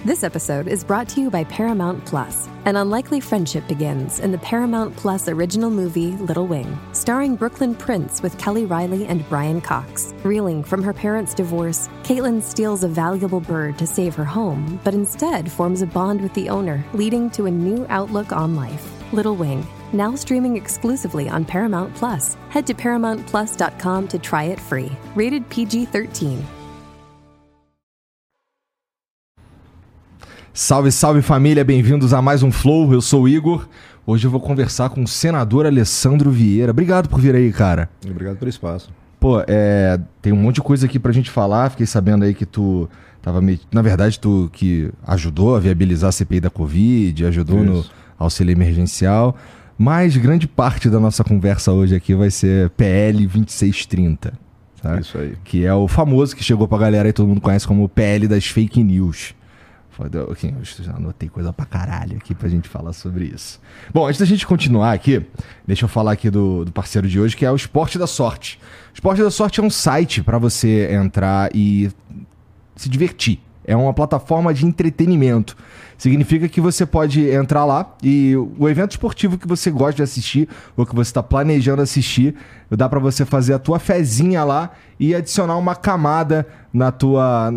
This episode is brought to you by Paramount Plus. An unlikely friendship begins in the Paramount Plus original movie Little Wing, starring Brooklyn Prince with Kelly Riley and Brian Cox. Reeling from her parents' divorce, Caitlin steals a valuable bird to save her home, but instead forms a bond with the owner, leading to a new outlook on life. Little Wing, now streaming exclusively on Paramount Plus. Head to ParamountPlus.com to try it free. Rated PG-13. Salve, salve família, bem-vindos a mais um Flow, eu sou o Igor. Hoje eu vou conversar com o senador Alessandro Vieira. Obrigado por vir aí, cara. Obrigado pelo espaço. Pô, tem um monte de coisa aqui pra gente falar. Fiquei sabendo aí que tu tava na verdade, tu que ajudou a viabilizar a CPI da Covid, ajudou no auxílio emergencial. Mas grande parte da nossa conversa hoje aqui vai ser PL 2630. Tá? Isso aí. Que é o famoso que chegou pra galera e todo mundo conhece como o PL das fake news. Eu já anotei coisa pra caralho aqui pra gente falar sobre isso. Bom, antes da gente continuar aqui, deixa eu falar aqui do parceiro de hoje, que é o Esporte da Sorte. O Esporte da Sorte é um site pra você entrar e se divertir. É uma plataforma de entretenimento. Significa que você pode entrar lá e o evento esportivo que você gosta de assistir ou que você está planejando assistir, dá pra você fazer a tua fezinha lá e adicionar uma camada na tua...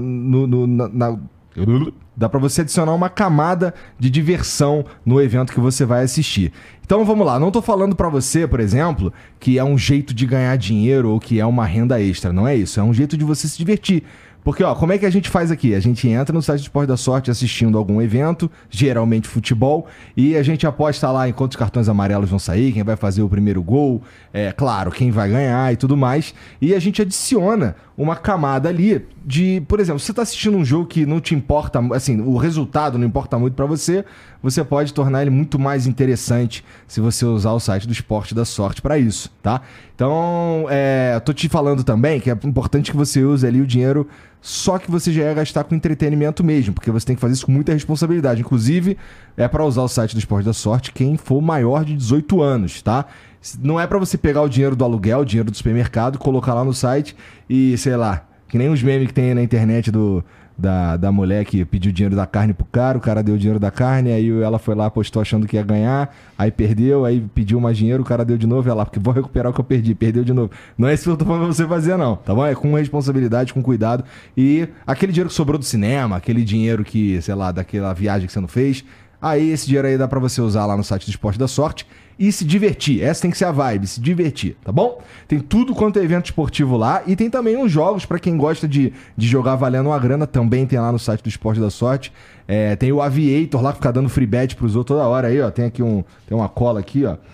Dá pra você adicionar uma camada de diversão no evento que você vai assistir. Então vamos lá, não tô falando pra você, por exemplo, que é um jeito de ganhar dinheiro ou que é uma renda extra. Não é isso, é um jeito de você se divertir. Porque, ó, como é que a gente faz aqui? A gente entra no site do Esporte da Sorte assistindo algum evento, geralmente futebol, e a gente aposta lá em quantos cartões amarelos vão sair, quem vai fazer o primeiro gol, claro, quem vai ganhar e tudo mais. E a gente adiciona uma camada ali de, por exemplo, se você tá assistindo um jogo que não te importa, assim, o resultado não importa muito pra você, você pode tornar ele muito mais interessante se você usar o site do Esporte da Sorte pra isso, tá? Então, tô te falando também que é importante que você use ali o dinheiro só que você já ia gastar com entretenimento mesmo, porque você tem que fazer isso com muita responsabilidade. Inclusive, é para usar o site do Esporte da Sorte quem for maior de 18 anos, tá? Não é para você pegar o dinheiro do aluguel, o dinheiro do supermercado, colocar lá no site e, sei lá, que nem os memes que tem aí na internet da mulher que pediu dinheiro da carne pro cara, o cara deu o dinheiro da carne, aí ela foi lá, apostou achando que ia ganhar, aí perdeu, aí pediu mais dinheiro, o cara deu de novo, ela, porque vou recuperar o que eu perdi, perdeu de novo. Não é isso que eu tô falando pra você fazer, não, tá bom? É com responsabilidade, com cuidado. E aquele dinheiro que sobrou do cinema, aquele dinheiro que, sei lá, daquela viagem que você não fez, aí esse dinheiro aí dá pra você usar lá no site do Esporte da Sorte e se divertir. Essa tem que ser a vibe, se divertir, tá bom? Tem tudo quanto é evento esportivo lá e tem também uns jogos pra quem gosta de jogar valendo uma grana, também tem lá no site do Esporte da Sorte. Tem o Aviator lá que fica dando free bet pros outros toda hora aí, ó. Tem aqui tem uma cola aqui, ó.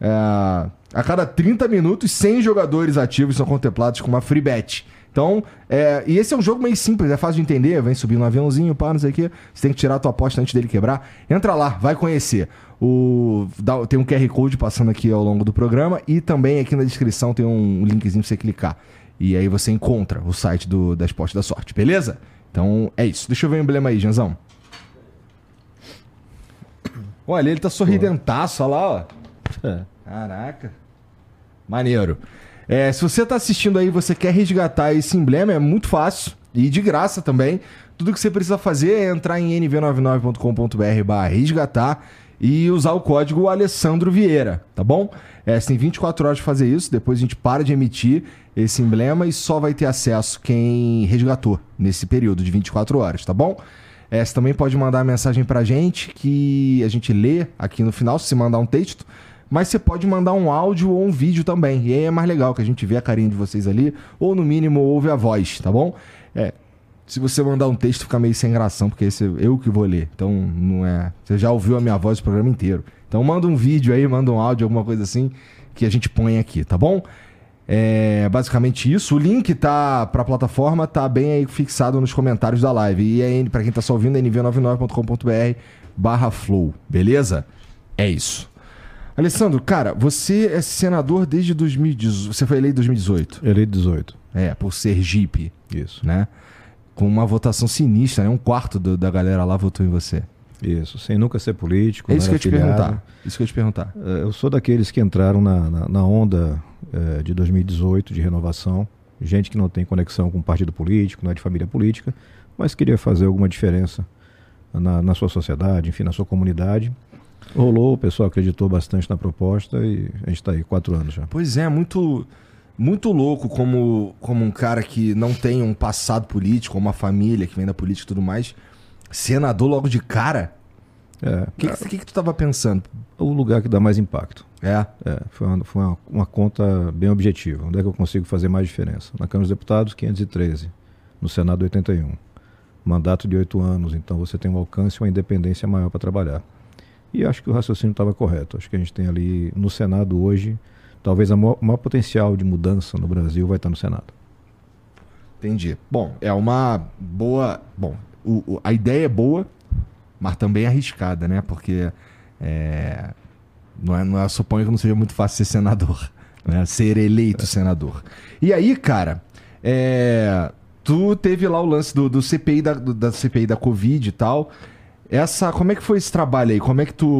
A cada 30 minutos, 100 jogadores ativos são contemplados com uma free bet. Então, e esse é um jogo meio simples, é fácil de entender, vem subir um aviãozinho, pá, não sei o quê. Você tem que tirar a tua aposta antes dele quebrar. Entra lá, vai conhecer. Tem um QR Code passando aqui ao longo do programa e também aqui na descrição tem um linkzinho pra você clicar. E aí você encontra o site da Esporte da Sorte, beleza? Então, é isso. Deixa eu ver o emblema aí, Janzão. Olha, ele tá sorridentaço, olha lá, ó. Caraca. Maneiro. Se você tá assistindo aí e você quer resgatar esse emblema, é muito fácil e de graça também. Tudo que você precisa fazer é entrar em nv99.com.br/resgatar e usar o código Alessandro Vieira, tá bom? Você tem 24 horas de fazer isso, depois a gente para de emitir esse emblema e só vai ter acesso quem resgatou nesse período de 24 horas, tá bom? Você também pode mandar mensagem pra gente que a gente lê aqui no final, se você mandar um texto. Mas você pode mandar um áudio ou um vídeo também. E aí é mais legal que a gente vê a carinha de vocês ali. Ou no mínimo ouve a voz, tá bom? Se você mandar um texto fica meio sem gração, porque esse eu que vou ler. Então não é... Você já ouviu a minha voz o programa inteiro. Então manda um vídeo aí, manda um áudio, alguma coisa assim, que a gente põe aqui, tá bom? Basicamente isso. O link pra plataforma tá bem aí fixado nos comentários da live. E aí, pra quem tá só ouvindo, é nv99.com.br/flow, beleza? É isso. Alessandro, cara, você é senador desde 2018. Você foi eleito em 2018. Eleito 18. Por Sergipe. Isso. Né? Com uma votação sinistra, né? 1/4 da galera lá votou em você. Isso, sem nunca ser político. Isso que eu ia te perguntar. Eu sou daqueles que entraram na onda de 2018 de renovação. Gente que não tem conexão com partido político, não é de família política, mas queria fazer alguma diferença na sua sociedade, enfim, na sua comunidade. Rolou, o pessoal acreditou bastante na proposta e a gente está aí 4 anos já. Pois é, muito louco como um cara que não tem um passado político, uma família que vem da política e tudo mais, senador logo de cara. O que tu tava pensando? O lugar que dá mais impacto. Foi uma conta bem objetiva. Onde é que eu consigo fazer mais diferença? Na Câmara dos Deputados, 513. No Senado, 81. Mandato de 8 anos, então você tem um alcance e uma independência maior para trabalhar. E acho que o raciocínio estava correto. Acho que a gente tem ali no Senado hoje, talvez o maior potencial de mudança no Brasil vai estar no Senado. Entendi. Bom, é uma boa... Bom, a ideia é boa, mas também arriscada, né? Porque eu suponho que não seja muito fácil ser senador, né? Ser eleito senador. E aí, cara, tu teve lá o lance do CPI da CPI da Covid e tal. Como é que foi esse trabalho aí?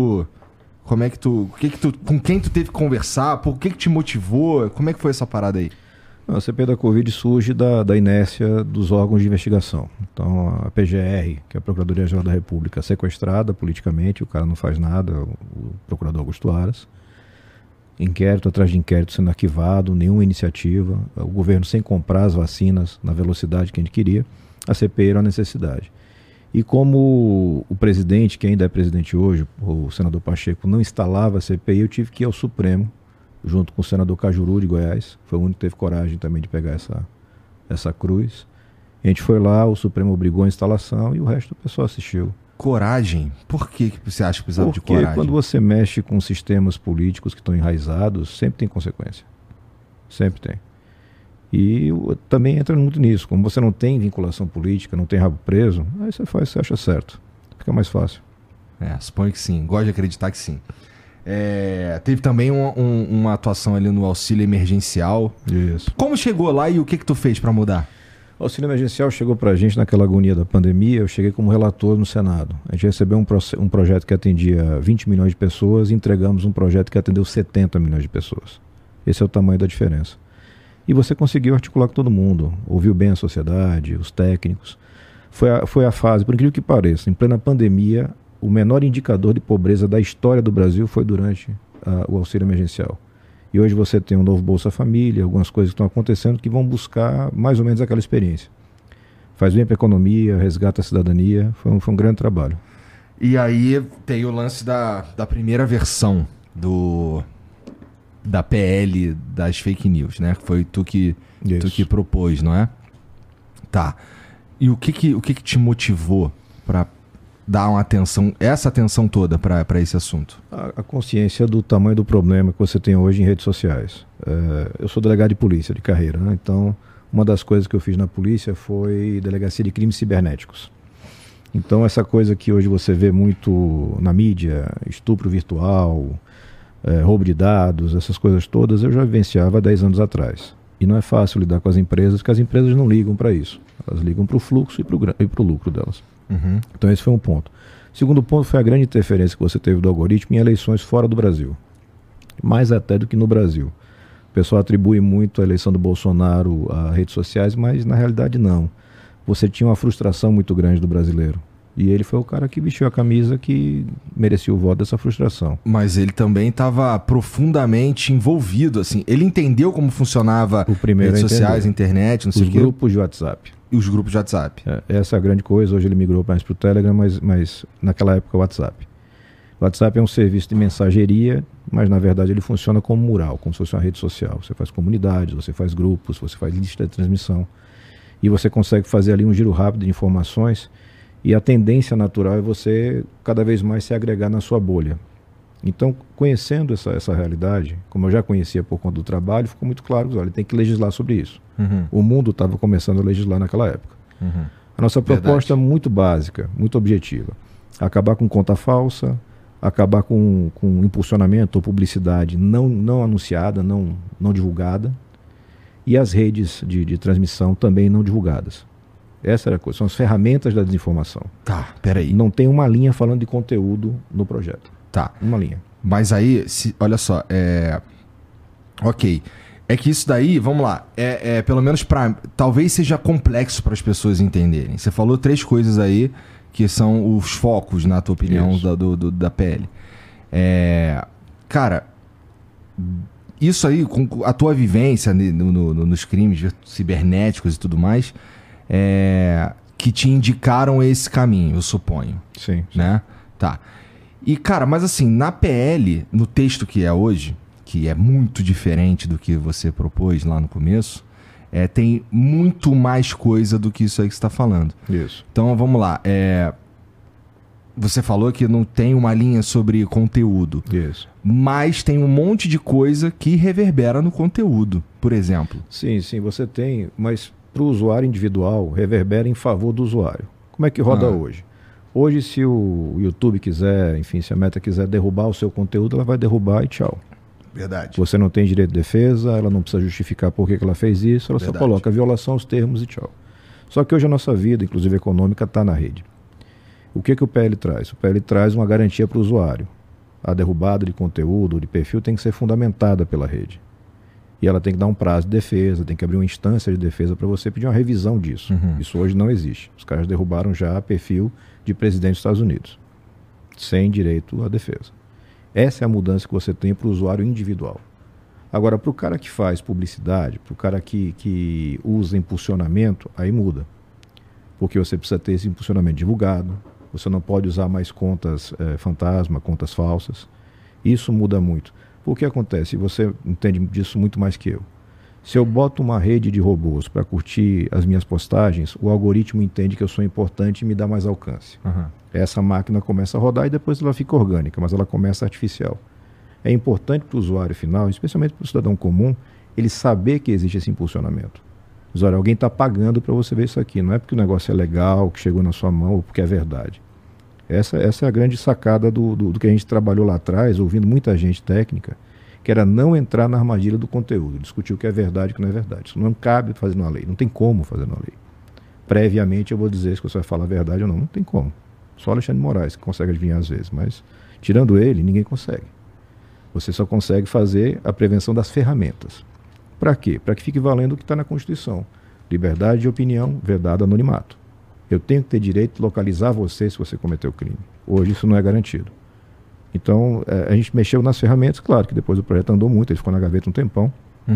Com quem tu teve que conversar? Por que te motivou? Como é que foi essa parada aí? A CPI da Covid surge da inércia dos órgãos de investigação. Então, a PGR, que é a Procuradoria-Geral da República, sequestrada politicamente, o cara não faz nada, o procurador Augusto Aras. Inquérito atrás de inquérito sendo arquivado, nenhuma iniciativa, o governo sem comprar as vacinas na velocidade que a gente queria. A CPI era uma necessidade. E como o presidente, que ainda é presidente hoje, o senador Pacheco, não instalava a CPI, eu tive que ir ao Supremo, junto com o senador Cajuru de Goiás. Foi o único que teve coragem também de pegar essa cruz. A gente foi lá, o Supremo obrigou a instalação e o resto do pessoal assistiu. Coragem? Por que você acha que precisava de coragem? Porque quando você mexe com sistemas políticos que estão enraizados, sempre tem consequência. Sempre tem. E também entra muito nisso. Como você não tem vinculação política, não tem rabo preso, aí você acha certo. Fica mais fácil. Suponho que sim. Gosto de acreditar que sim. Teve também uma atuação ali no auxílio emergencial. Isso. Como chegou lá e o que tu fez para mudar? O auxílio emergencial chegou para a gente naquela agonia da pandemia. Eu cheguei como relator no Senado. A gente recebeu um projeto que atendia 20 milhões de pessoas e entregamos um projeto que atendeu 70 milhões de pessoas. Esse é o tamanho da diferença. E você conseguiu articular com todo mundo, ouviu bem a sociedade, os técnicos. Foi a fase, por incrível que pareça, em plena pandemia, o menor indicador de pobreza da história do Brasil foi durante o auxílio emergencial. E hoje você tem um novo Bolsa Família, algumas coisas que estão acontecendo que vão buscar mais ou menos aquela experiência. Faz bem para a economia, resgata a cidadania, foi um grande trabalho. E aí tem o lance da primeira versão da PL das fake news, né? Foi tu que propôs, não é? Tá. E o que te motivou para dar essa atenção toda para esse assunto? A consciência do tamanho do problema que você tem hoje em redes sociais. Eu sou delegado de polícia de carreira, né? Então uma das coisas que eu fiz na polícia foi delegacia de crimes cibernéticos. Então essa coisa que hoje você vê muito na mídia, estupro virtual, roubo de dados, essas coisas todas, eu já vivenciava 10 anos atrás. E não é fácil lidar com as empresas, porque as empresas não ligam para isso. Elas ligam para o fluxo e para o lucro delas. Uhum. Então esse foi um ponto. Segundo ponto foi a grande interferência que você teve do algoritmo em eleições fora do Brasil. Mais até do que no Brasil. O pessoal atribui muito a eleição do Bolsonaro a redes sociais, mas na realidade não. Você tinha uma frustração muito grande do brasileiro. E ele foi o cara que vestiu a camisa que merecia o voto dessa frustração. Mas ele também estava profundamente envolvido, assim. Ele entendeu como funcionava redes sociais, internet, não sei o quê. Os grupos de WhatsApp. E os grupos de WhatsApp. Essa é a grande coisa. Hoje ele migrou mais para o Telegram, mas naquela época o WhatsApp. O WhatsApp é um serviço de mensageria, mas na verdade ele funciona como mural, como se fosse uma rede social. Você faz comunidades, você faz grupos, você faz lista de transmissão. E você consegue fazer ali um giro rápido de informações. E a tendência natural é você cada vez mais se agregar na sua bolha. Então, conhecendo essa realidade, como eu já conhecia por conta do trabalho, ficou muito claro que olha, tem que legislar sobre isso. Uhum. O mundo estava começando a legislar naquela época. Uhum. A nossa proposta é muito básica, muito objetiva. Acabar com conta falsa, acabar com impulsionamento ou publicidade não anunciada, não divulgada, e as redes de transmissão também não divulgadas. Essa era a coisa, são as ferramentas da desinformação. Tá, peraí. Não tem uma linha falando de conteúdo no projeto. Tá. Uma linha. Mas aí, olha só, ok. É que isso daí, vamos lá, pelo menos talvez seja complexo para as pessoas entenderem. Você falou 3 coisas aí que são os focos, na tua opinião, da PL. Cara, isso aí, com a tua vivência nos crimes cibernéticos e tudo mais, que te indicaram esse caminho, eu suponho. Sim. Né? Tá. E, cara, mas assim, na PL, no texto que é hoje, que é muito diferente do que você propôs lá no começo, tem muito mais coisa do que isso aí que você está falando. Isso. Então, vamos lá. Você falou que não tem uma linha sobre conteúdo. Isso. Mas tem um monte de coisa que reverbera no conteúdo, por exemplo. Sim, você tem, mas para o usuário individual, reverbera em favor do usuário. Como é que roda hoje? Hoje, se o YouTube quiser, enfim, se a Meta quiser derrubar o seu conteúdo, ela vai derrubar e tchau. Verdade. Você não tem direito de defesa, ela não precisa justificar por que ela fez isso, ela só coloca violação aos termos e tchau. Só que hoje a nossa vida, inclusive econômica, está na rede. O que o PL traz? O PL traz uma garantia para o usuário. A derrubada de conteúdo, de perfil, tem que ser fundamentada pela rede. E ela tem que dar um prazo de defesa, tem que abrir uma instância de defesa para você pedir uma revisão disso. Isso hoje não existe. Os caras derrubaram já perfil de presidente dos Estados Unidos, sem direito à defesa. Essa é a mudança que você tem para o usuário individual. Agora, para o cara que faz publicidade, para o cara que usa impulsionamento, aí muda. Porque você precisa ter esse impulsionamento divulgado, você não pode usar mais contas fantasma, contas falsas. Isso muda muito. O que acontece? Você entende disso muito mais que eu. Se eu boto uma rede de robôs para curtir as minhas postagens, o algoritmo entende que eu sou importante e me dá mais alcance. Essa máquina começa a rodar e depois ela fica orgânica, mas ela começa artificial. É importante para o usuário final, especialmente para o cidadão comum, ele saber que existe esse impulsionamento. Mas olha, alguém está pagando para você ver isso aqui. Não é porque o negócio é legal, que chegou na sua mão, ou porque é verdade. Essa é a grande sacada do que a gente trabalhou lá atrás, ouvindo muita gente técnica, que era não entrar na armadilha do conteúdo, discutir o que é verdade e o que não é verdade. Isso não cabe fazer na lei, não tem como fazer na lei. Previamente eu vou dizer se você vai falar a verdade ou não, não tem como. Só Alexandre de Moraes que consegue adivinhar às vezes, mas tirando ele, ninguém consegue. Você só consegue fazer a prevenção das ferramentas. Para quê? Para que fique valendo o que está na Constituição. Liberdade de opinião, vedado anonimato. Eu tenho que ter direito de localizar você se você cometeu crime. Hoje isso não é garantido. Então, a gente mexeu nas ferramentas, claro que depois o projeto andou muito, ele ficou na gaveta um tempão.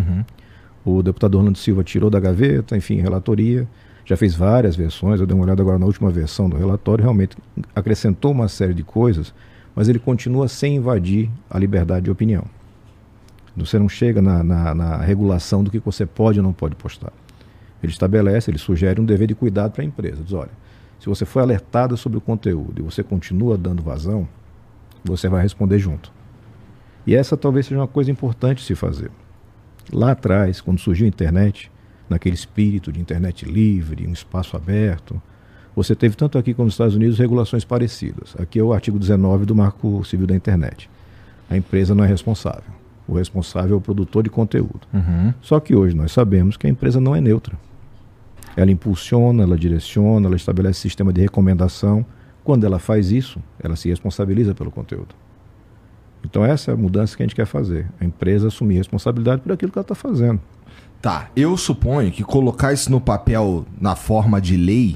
O deputado Orlando Silva tirou da gaveta, enfim, relatoria, já fez várias versões, eu dei uma olhada agora na última versão do relatório, realmente acrescentou uma série de coisas, mas ele continua sem invadir a liberdade de opinião. Você não chega na regulação do que você pode ou não pode postar. Ele estabelece, ele sugere um dever de cuidado para a empresa. Diz, olha, se você foi alertada sobre o conteúdo e você continua dando vazão, você vai responder junto. E essa talvez seja uma coisa importante de se fazer. Lá atrás, quando surgiu a internet, naquele espírito de internet livre, um espaço aberto, você teve tanto aqui como nos Estados Unidos regulações parecidas. Aqui é o artigo 19 do Marco Civil da Internet. A empresa não é responsável. O responsável é o produtor de conteúdo. Só que hoje nós sabemos que a empresa não é neutra. Ela impulsiona, ela direciona, ela estabelece sistema de recomendação. Quando ela faz isso, ela se responsabiliza pelo conteúdo. Então essa é a mudança que a gente quer fazer. A empresa assumir responsabilidade por aquilo que ela está fazendo. Tá, eu suponho que colocar isso no papel na forma de lei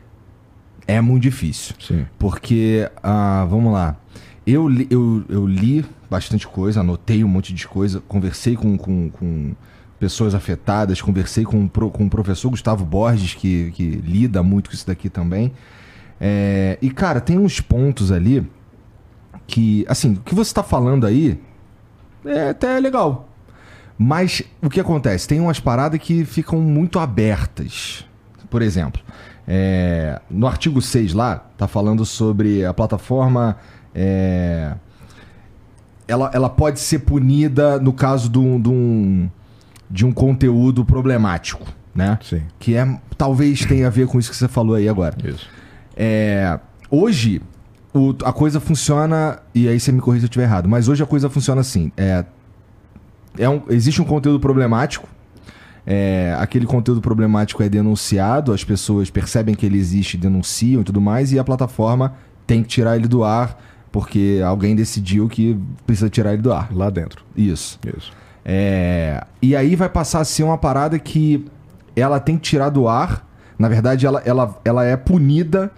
é muito difícil. Sim. Porque, vamos lá, eu li bastante coisa, anotei um monte de coisa, conversei com pessoas afetadas, conversei com o professor Gustavo Borges, que lida muito com isso daqui também. E, cara, tem uns pontos ali que, assim, o que você está falando aí é até legal. Mas o que acontece? Tem umas paradas que ficam muito abertas. Por exemplo, no artigo 6 lá, tá falando sobre a plataforma... Ela pode ser punida no caso de um conteúdo problemático, né? Sim. Que talvez tenha a ver com isso que você falou aí agora. Isso. Hoje, a coisa funciona... E aí você me corrija se eu estiver errado. Mas hoje a coisa funciona assim. Existe um conteúdo problemático. Aquele conteúdo problemático é denunciado. As pessoas percebem que ele existe, denunciam e tudo mais. E a plataforma tem que tirar ele do ar, porque alguém decidiu que precisa tirar ele do ar. Lá dentro. Isso. E aí vai passar a ser uma parada que ela tem que tirar do ar. Na verdade, ela é punida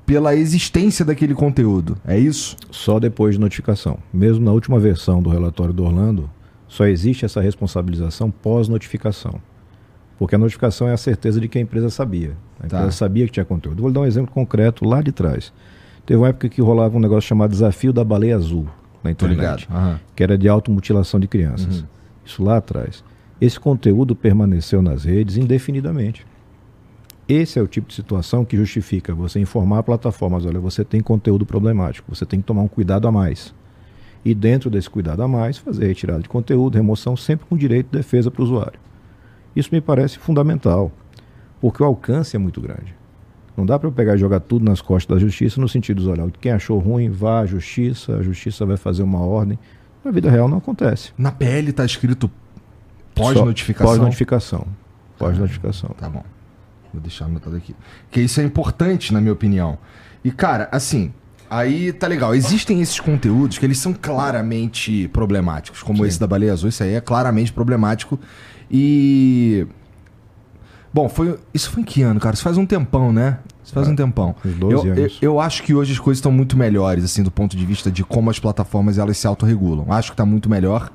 pela existência daquele conteúdo. É isso? Só depois de notificação. Mesmo na última versão do relatório do Orlando, só existe essa responsabilização pós-notificação. Porque a notificação é a certeza de que a empresa sabia. A empresa sabia que tinha conteúdo. Vou lhe dar um exemplo concreto lá de trás. Teve uma época que rolava um negócio chamado Desafio da Baleia Azul na internet, que era de automutilação de crianças. Isso lá atrás. Esse conteúdo permaneceu nas redes indefinidamente. Esse é o tipo de situação que justifica você informar a plataforma, olha, você tem conteúdo problemático, você tem que tomar um cuidado a mais. E dentro desse cuidado a mais, fazer retirada de conteúdo, remoção, sempre com direito de defesa para o usuário. Isso me parece fundamental, porque o alcance é muito grande. Não dá para eu pegar e jogar tudo nas costas da justiça no sentido de, olha, quem achou ruim, vá à justiça, a justiça vai fazer uma ordem. Na vida real não acontece. Na PL está escrito pós-notificação? Pós-notificação. Pós-notificação. Tá bom. Vou deixar anotado aqui. Porque isso é importante, na minha opinião. E, cara, assim, aí tá legal. Existem esses conteúdos que eles são claramente problemáticos, como esse da Baleia Azul. Isso aí é claramente problemático. E... Bom, isso foi em que ano, cara? Isso faz um tempão, né? Isso faz um tempão. Uns 12 anos. Eu acho que hoje as coisas estão muito melhores, assim, do ponto de vista de como as plataformas elas se autorregulam. Acho que tá muito melhor.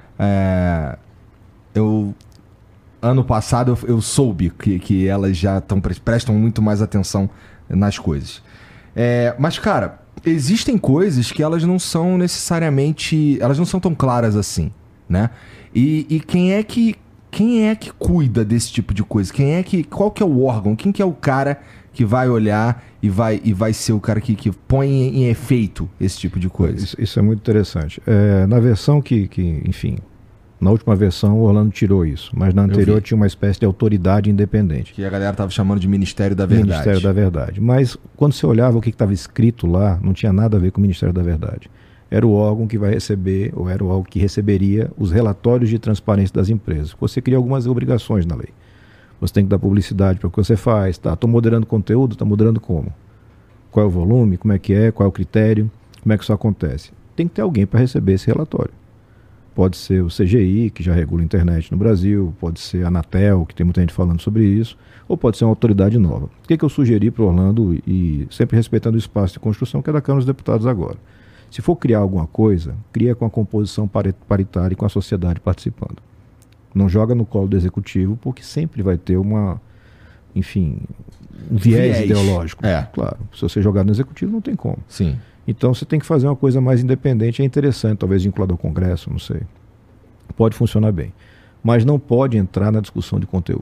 Ano passado eu soube que elas já prestam muito mais atenção nas coisas. Mas, cara, existem coisas que elas não são necessariamente... Elas não são tão claras assim, né? E quem é que cuida desse tipo de coisa? Qual que é o órgão? Quem que é o cara que vai olhar e vai ser o cara que põe em efeito esse tipo de coisa? Isso é muito interessante. Na versão enfim, na última versão o Orlando tirou isso, mas na anterior tinha uma espécie de autoridade independente. Que a galera estava chamando de Ministério da Verdade. Ministério da Verdade. Mas quando você olhava o que estava escrito lá, não tinha nada a ver com o Ministério da Verdade. Era o órgão que vai receber, ou era o órgão que receberia os relatórios de transparência das empresas. Você cria algumas obrigações na lei. Você tem que dar publicidade para o que você faz. Estou moderando conteúdo, está moderando como? Qual é o volume, como é que é, qual é o critério, como é que isso acontece? Tem que ter alguém para receber esse relatório. Pode ser o CGI, que já regula a internet no Brasil, pode ser a Anatel, que tem muita gente falando sobre isso, ou pode ser uma autoridade nova. O que eu sugeri para o Orlando, e sempre respeitando o espaço de construção, que é da Câmara dos Deputados agora. Se for criar alguma coisa, cria com a composição paritária e com a sociedade participando. Não joga no colo do executivo, porque sempre vai ter um viés ideológico. Claro, se você jogar no executivo, não tem como. Sim. Então você tem que fazer uma coisa mais independente, é interessante, talvez vinculado ao Congresso, não sei. Pode funcionar bem. Mas não pode entrar na discussão de conteúdo.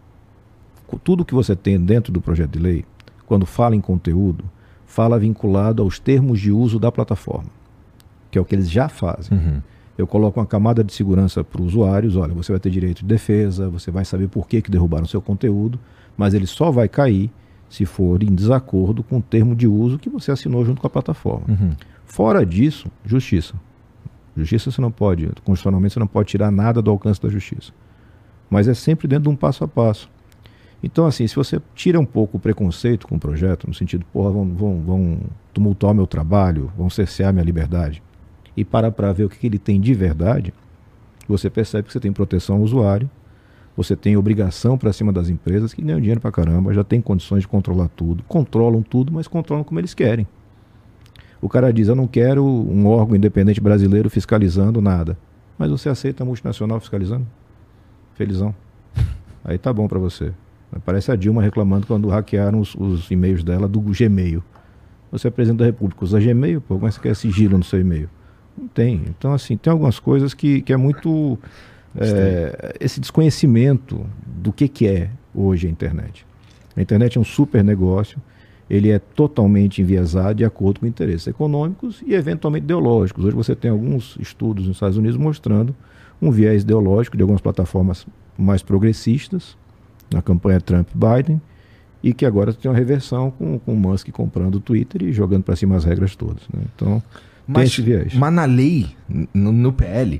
Tudo que você tem dentro do projeto de lei, quando fala em conteúdo, fala vinculado aos termos de uso da plataforma, que é o que eles já fazem. Eu coloco uma camada de segurança para os usuários, olha, você vai ter direito de defesa, você vai saber por que derrubaram seu conteúdo, mas ele só vai cair se for em desacordo com o termo de uso que você assinou junto com a plataforma. Fora disso, justiça. Justiça você não pode, constitucionalmente você não pode tirar nada do alcance da justiça. Mas é sempre dentro de um passo a passo. Então, assim, se você tira um pouco o preconceito com o projeto, no sentido, vão tumultuar o meu trabalho, vão cercear minha liberdade, e para ver o que ele tem de verdade, você percebe que você tem proteção ao usuário, você tem obrigação para cima das empresas, que ganham dinheiro pra caramba, já tem condições de controlar tudo, controlam tudo, mas controlam como eles querem. O cara diz, eu não quero um órgão independente brasileiro fiscalizando nada. Mas você aceita a multinacional fiscalizando? Felizão. Aí tá bom para você. Parece a Dilma reclamando quando hackearam os e-mails dela do Gmail. Você é presidente da República, usa Gmail, pô, como é que você quer sigilo no seu e-mail? Não tem. Então, assim, tem algumas coisas que é muito... esse desconhecimento do que é hoje a internet. A internet é um super negócio, ele é totalmente enviesado de acordo com interesses econômicos e eventualmente ideológicos. Hoje você tem alguns estudos nos Estados Unidos mostrando um viés ideológico de algumas plataformas mais progressistas, na campanha Trump-Biden, e que agora tem uma reversão com o Musk comprando o Twitter e jogando para cima as regras todas, né? Então, tem esse viés. Mas na lei, no PL,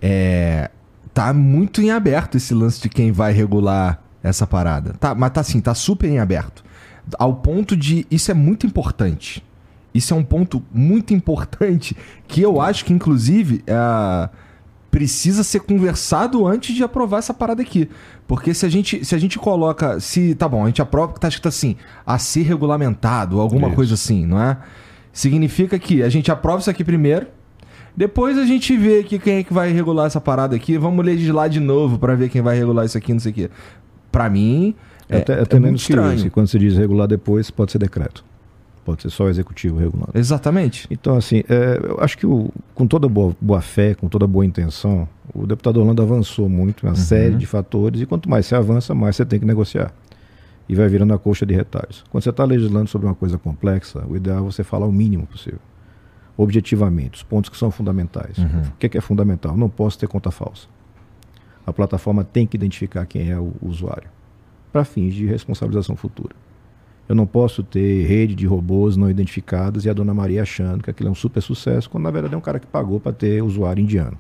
tá muito em aberto esse lance de quem vai regular essa parada. Mas tá assim, tá super em aberto. Ao ponto de... Isso é muito importante. Isso é um ponto muito importante que eu acho que, inclusive, precisa ser conversado antes de aprovar essa parada aqui. Porque se a gente coloca... Tá bom, a gente aprova que tá escrito assim, a ser regulamentado, alguma coisa assim, não é? Significa que a gente aprova isso aqui primeiro, depois a gente vê aqui quem é que vai regular essa parada aqui, vamos legislar de novo pra ver quem vai regular isso aqui, não sei o quê. Pra mim, até muito estranho. Isso. E quando você diz regular depois, pode ser decreto. Pode ser só o executivo regulando. Exatamente. Então, assim, eu acho que com toda boa fé, com toda boa intenção, o deputado Orlando avançou muito em uma série de fatores, e quanto mais você avança, mais você tem que negociar. E vai virando a coxa de retalhos. Quando você está legislando sobre uma coisa complexa, o ideal é você falar o mínimo possível. Objetivamente, os pontos que são fundamentais. O que é fundamental? Não posso ter conta falsa. A plataforma tem que identificar quem é o usuário, para fins de responsabilização futura. Eu não posso ter rede de robôs não identificados e a dona Maria achando que aquilo é um super sucesso, quando na verdade é um cara que pagou para ter usuário indiano.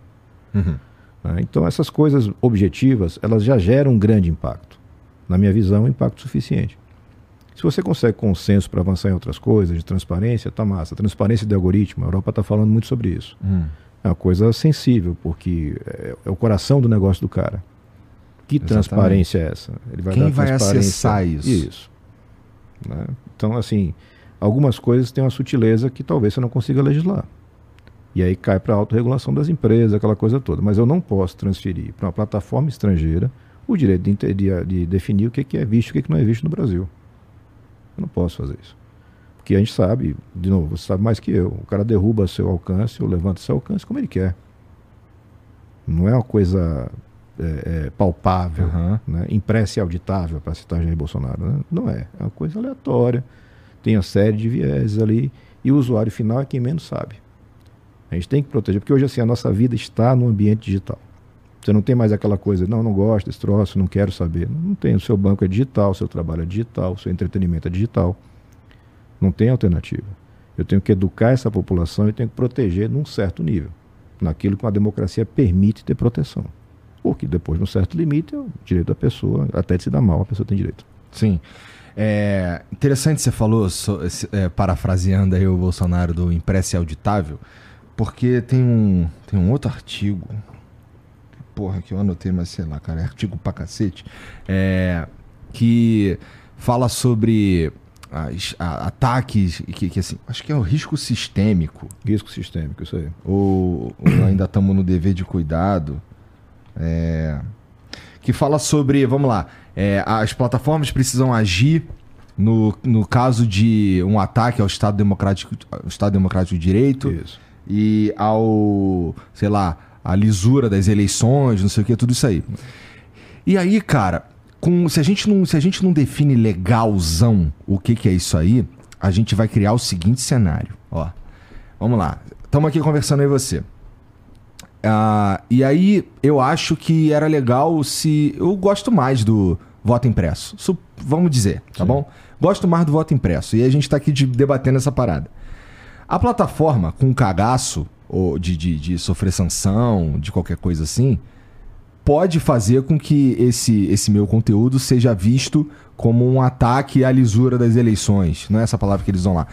Então essas coisas objetivas, elas já geram um grande impacto. Na minha visão, um impacto suficiente. Se você consegue consenso para avançar em outras coisas, de transparência, tá massa. Transparência de algoritmo, a Europa está falando muito sobre isso. É uma coisa sensível, porque é o coração do negócio do cara. Que transparência é essa? Ele vai Quem dar vai acessar isso? Isso. Né? Então, assim, algumas coisas têm uma sutileza que talvez você não consiga legislar. E aí cai para a autorregulação das empresas, aquela coisa toda. Mas eu não posso transferir para uma plataforma estrangeira o direito de definir o que é visto e o que não é visto no Brasil. Eu não posso fazer isso. Porque a gente sabe, de novo, você sabe mais que eu, o cara derruba seu alcance ou levanta seu alcance como ele quer. Não é uma coisa palpável, né? Impressa e auditável, para citar Jair Bolsonaro. Né? Não é. É uma coisa aleatória, tem uma série de vieses ali, e o usuário final é quem menos sabe. A gente tem que proteger, porque hoje assim a nossa vida está no ambiente digital. Você não tem mais aquela coisa, não gosto desse troço, não quero saber. Não tem, o seu banco é digital, o seu trabalho é digital, o seu entretenimento é digital. Não tem alternativa. Eu tenho que educar essa população e tenho que proteger num certo nível, naquilo que uma democracia permite ter proteção. Porque depois, num certo limite, é o direito da pessoa, até de se dar mal, a pessoa tem direito. Sim. Interessante você falou, parafraseando aí o Bolsonaro, do impresso e auditável, porque tem um outro artigo, que eu anotei, mas sei lá, cara, é artigo pra cacete, que fala sobre ataques, que assim, acho que é o risco sistêmico. Risco sistêmico, isso aí. Ou ainda estamos no dever de cuidado. Que fala sobre, vamos lá, as plataformas precisam agir no caso de um ataque ao Estado Democrático de Direito. Isso. E ao, sei lá, a lisura das eleições, não sei o que, tudo isso aí. E aí, cara, se a gente não define legalzão o que é isso aí, a gente vai criar o seguinte cenário. Ó, vamos lá, estamos aqui conversando aí você. E aí, eu acho que era legal se... Eu gosto mais do voto impresso. Vamos dizer, tá bom? Gosto mais do voto impresso. E a gente tá aqui debatendo essa parada. A plataforma, com cagaço, ou de sofrer sanção, de qualquer coisa assim, pode fazer com que esse meu conteúdo seja visto como um ataque à lisura das eleições. Não é essa palavra que eles vão lá.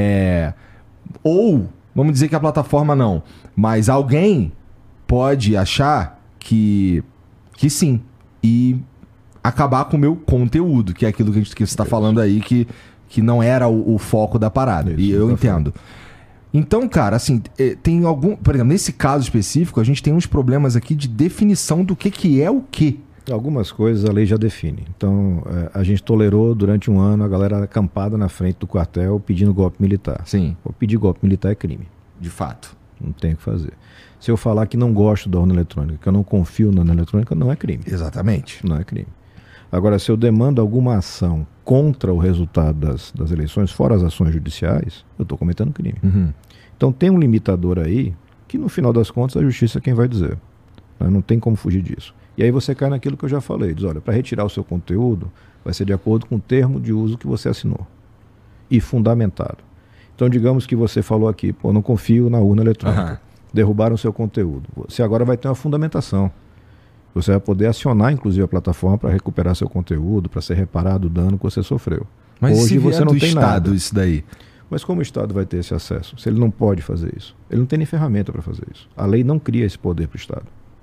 Ou, vamos dizer que a plataforma não, mas alguém pode achar que sim, e acabar com o meu conteúdo, que é aquilo que você está falando aí, que não era o foco da parada. Isso, e eu entendo. Então, cara, assim, tem algum... Por exemplo, nesse caso específico, a gente tem uns problemas aqui de definição do que é o quê. Algumas coisas a lei já define. Então, a gente tolerou durante um ano a galera acampada na frente do quartel pedindo golpe militar. Sim. Pedir golpe militar é crime. De fato. Não tem o que fazer. Se eu falar que não gosto da urna eletrônica, que eu não confio na urna eletrônica, não é crime. Exatamente. Não é crime. Agora, se eu demando alguma ação contra o resultado das eleições, fora as ações judiciais, eu estou cometendo crime. Então tem um limitador aí, que no final das contas a justiça é quem vai dizer. Não tem como fugir disso. E aí você cai naquilo que eu já falei, diz, olha, para retirar o seu conteúdo, vai ser de acordo com o termo de uso que você assinou. E fundamentado. Então digamos que você falou aqui, não confio na urna eletrônica. Derrubaram o seu conteúdo. Você agora vai ter uma fundamentação. Você vai poder acionar, inclusive, a plataforma para recuperar seu conteúdo, para ser reparado o dano que você sofreu. Mas hoje se você não tem Estado, nada. Isso daí. Mas como o Estado vai ter esse acesso? Se ele não pode fazer isso? Ele não tem nem ferramenta para fazer isso. A lei não cria esse poder para o Estado.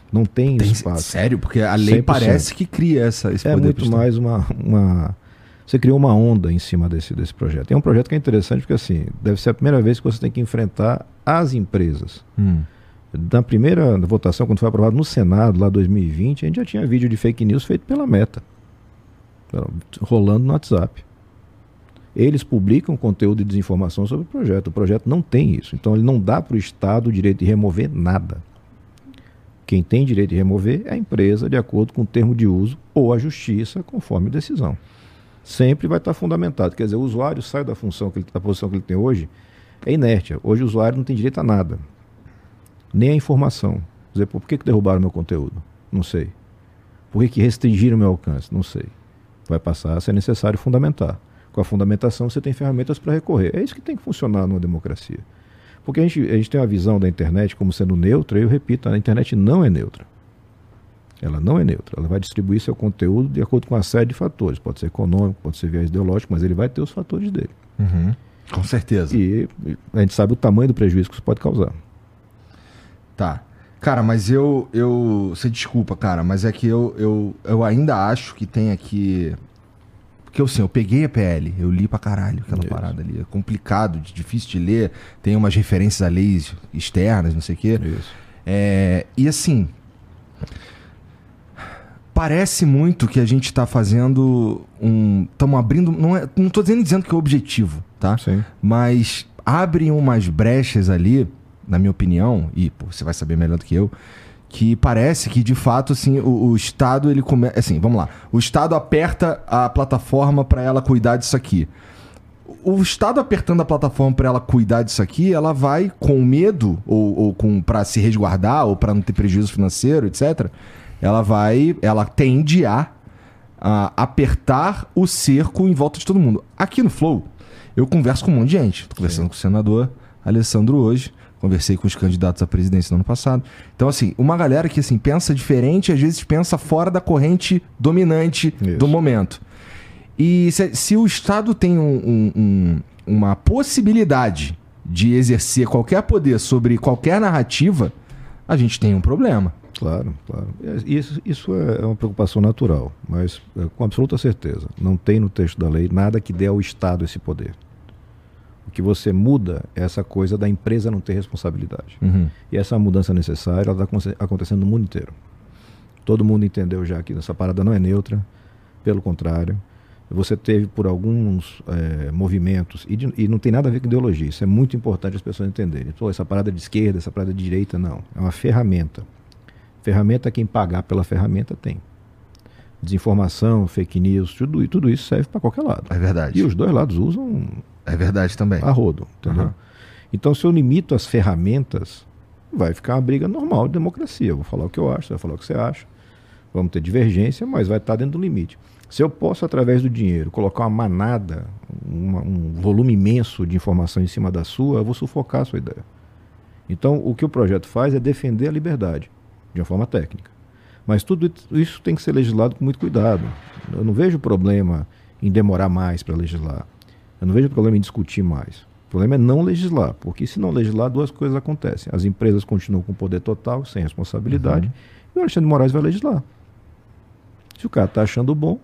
Não tem espaço. Sério? Porque a lei 100%. parece que cria esse poder. É muito mais Você criou uma onda em cima desse projeto. É um projeto que é interessante porque, assim, deve ser a primeira vez que você tem que enfrentar as empresas. Na primeira votação, quando foi aprovado no Senado, lá em 2020, a gente já tinha vídeo de fake news feito pela Meta, rolando no WhatsApp. Eles publicam conteúdo de desinformação sobre o projeto. O projeto não tem isso. Então, ele não dá para o Estado o direito de remover nada. Quem tem direito de remover é a empresa, de acordo com o termo de uso, ou a justiça, conforme decisão. Sempre vai estar fundamentado. Quer dizer, o usuário sai da função da posição que ele tem hoje, é inércia. Hoje o usuário não tem direito a nada. Nem a informação. Quer dizer, por que derrubaram meu conteúdo? Não sei. Por que restringiram meu alcance? Não sei. Vai passar a ser necessário fundamentar. Com a fundamentação você tem ferramentas para recorrer. É isso que tem que funcionar numa democracia. Porque a gente tem uma visão da internet como sendo neutra, e eu repito, a internet não é neutra. Ela não é neutra. Ela vai distribuir seu conteúdo de acordo com uma série de fatores. Pode ser econômico, pode ser viés ideológico, mas ele vai ter os fatores dele. Com certeza. E a gente sabe o tamanho do prejuízo que isso pode causar. Tá. Cara, mas você desculpa, cara, mas é que eu ainda acho que tem aqui... Porque assim, eu peguei a PL, eu li pra caralho aquela parada ali. É complicado, difícil de ler, tem umas referências a leis externas, não sei o quê. E assim... Parece muito que a gente está fazendo estamos abrindo... Não tô dizendo que é o objetivo, tá? Sim. Mas abrem umas brechas ali, na minha opinião, e pô, você vai saber melhor do que eu, que parece que, de fato, assim, o Estado, ele começa... Assim, vamos lá. O Estado aperta a plataforma para ela cuidar disso aqui. O Estado apertando a plataforma para ela cuidar disso aqui, ela vai com medo, ou para se resguardar, ou para não ter prejuízo financeiro, etc., ela tende a apertar o cerco em volta de todo mundo. Aqui no Flow, eu converso com um monte de gente. Estou conversando com o senador Alessandro hoje, conversei com os candidatos à presidência no ano passado. Então, assim, uma galera que assim, pensa diferente, às vezes pensa fora da corrente dominante do momento. E se o Estado tem uma possibilidade de exercer qualquer poder sobre qualquer narrativa, a gente tem um problema. Claro, claro. Isso é uma preocupação natural, mas com absoluta certeza. Não tem no texto da lei nada que dê ao Estado esse poder. O que você muda é essa coisa da empresa não ter responsabilidade. E essa mudança necessária está acontecendo no mundo inteiro. Todo mundo entendeu já que essa parada não é neutra, pelo contrário. Você teve por alguns movimentos, e não tem nada a ver com ideologia, isso é muito importante as pessoas entenderem. Pô, essa parada de esquerda, essa parada de direita, não. É uma ferramenta. Ferramenta, quem pagar pela ferramenta tem. Desinformação, fake news, tudo isso serve para qualquer lado. É verdade. E os dois lados usam... É verdade também. A rodo, entendeu? Então, se eu limito as ferramentas, vai ficar uma briga normal de democracia. Eu vou falar o que eu acho, você vai falar o que você acha. Vamos ter divergência, mas vai estar dentro do limite. Se eu posso, através do dinheiro, colocar uma manada, um volume imenso de informação em cima da sua, eu vou sufocar a sua ideia. Então, o que o projeto faz é defender a liberdade, de uma forma técnica. Mas tudo isso tem que ser legislado com muito cuidado. Eu não vejo problema em demorar mais para legislar. Eu não vejo problema em discutir mais. O problema é não legislar, porque se não legislar, duas coisas acontecem. As empresas continuam com poder total, sem responsabilidade, e o Alexandre de Moraes vai legislar. Se o cara está achando bom,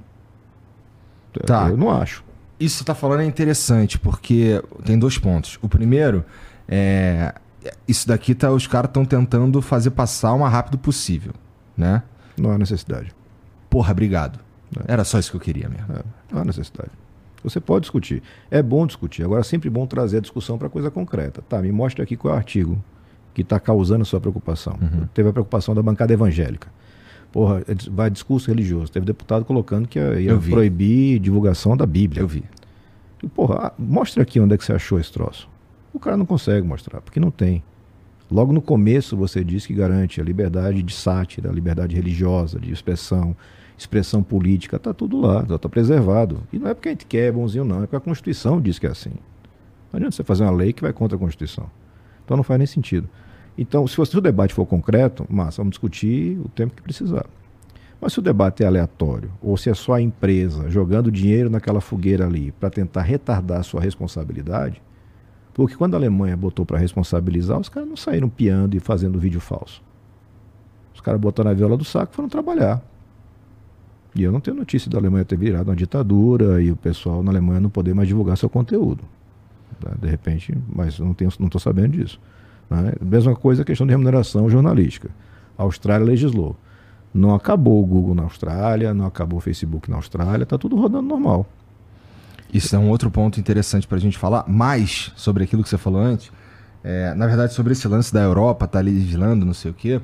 eu não acho. Isso que você está falando é interessante, porque tem dois pontos. O primeiro é... Isso daqui os caras estão tentando fazer passar o mais rápido possível, né? Não há necessidade. Porra, obrigado. Era só isso que eu queria mesmo. Não há necessidade. Você pode discutir. É bom discutir. Agora é sempre bom trazer a discussão para coisa concreta. Tá, me mostra aqui qual é o artigo que está causando a sua preocupação. Teve a preocupação da bancada evangélica. Porra, vai discurso religioso. Teve deputado colocando que ia proibir divulgação da Bíblia. Eu vi. E, porra, mostra aqui onde é que você achou esse troço. O cara não consegue mostrar, porque não tem. Logo no começo você diz que garante a liberdade de sátira, a liberdade religiosa, de expressão política, está tudo lá, está preservado. E não é porque a gente quer bonzinho não, é porque a Constituição diz que é assim. Não adianta você fazer uma lei que vai contra a Constituição. Então não faz nem sentido. Então, se o debate for concreto, massa, vamos discutir o tempo que precisar. Mas se o debate é aleatório, ou se é só a empresa jogando dinheiro naquela fogueira ali para tentar retardar a sua responsabilidade, porque quando a Alemanha botou para responsabilizar, os caras não saíram piando e fazendo vídeo falso. Os caras botaram a viola do saco e foram trabalhar. E eu não tenho notícia da Alemanha ter virado uma ditadura e o pessoal na Alemanha não poder mais divulgar seu conteúdo. Tá? De repente, mas eu não estou sabendo disso. Né? Mesma coisa a questão de remuneração jornalística. A Austrália legislou. Não acabou o Google na Austrália, não acabou o Facebook na Austrália, está tudo rodando normal. Isso é um outro ponto interessante para a gente falar mais sobre aquilo que você falou antes. Na verdade, sobre esse lance da Europa, tá legislando, não sei o quê.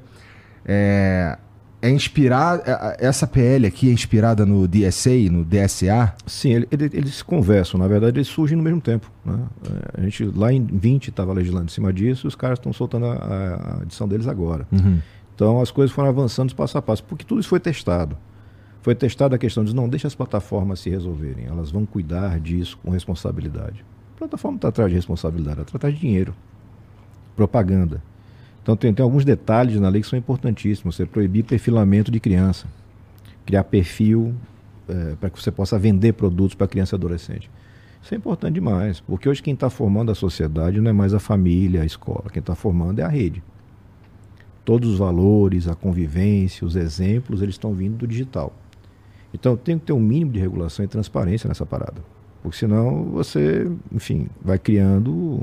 Essa PL aqui é inspirada no DSA, no DSA? Sim, eles se conversam, na verdade eles surgem no mesmo tempo. Né? A gente lá em 20 estava legislando em cima disso e os caras estão soltando a edição deles agora. Uhum. Então as coisas foram avançando passo a passo, porque tudo isso foi testado. Foi testada a questão de não deixa as plataformas se resolverem, elas vão cuidar disso com responsabilidade. A plataforma não está atrás de responsabilidade, ela está atrás de dinheiro, propaganda. Então tem alguns detalhes na lei que são importantíssimos. Você proibir perfilamento de criança, criar perfil para que você possa vender produtos para criança e adolescente. Isso é importante demais, porque hoje quem está formando a sociedade não é mais a família, a escola, quem está formando é a rede. Todos os valores, a convivência, os exemplos, eles estão vindo do digital. Então tem que ter um mínimo de regulação e transparência nessa parada. Porque senão você, enfim, vai criando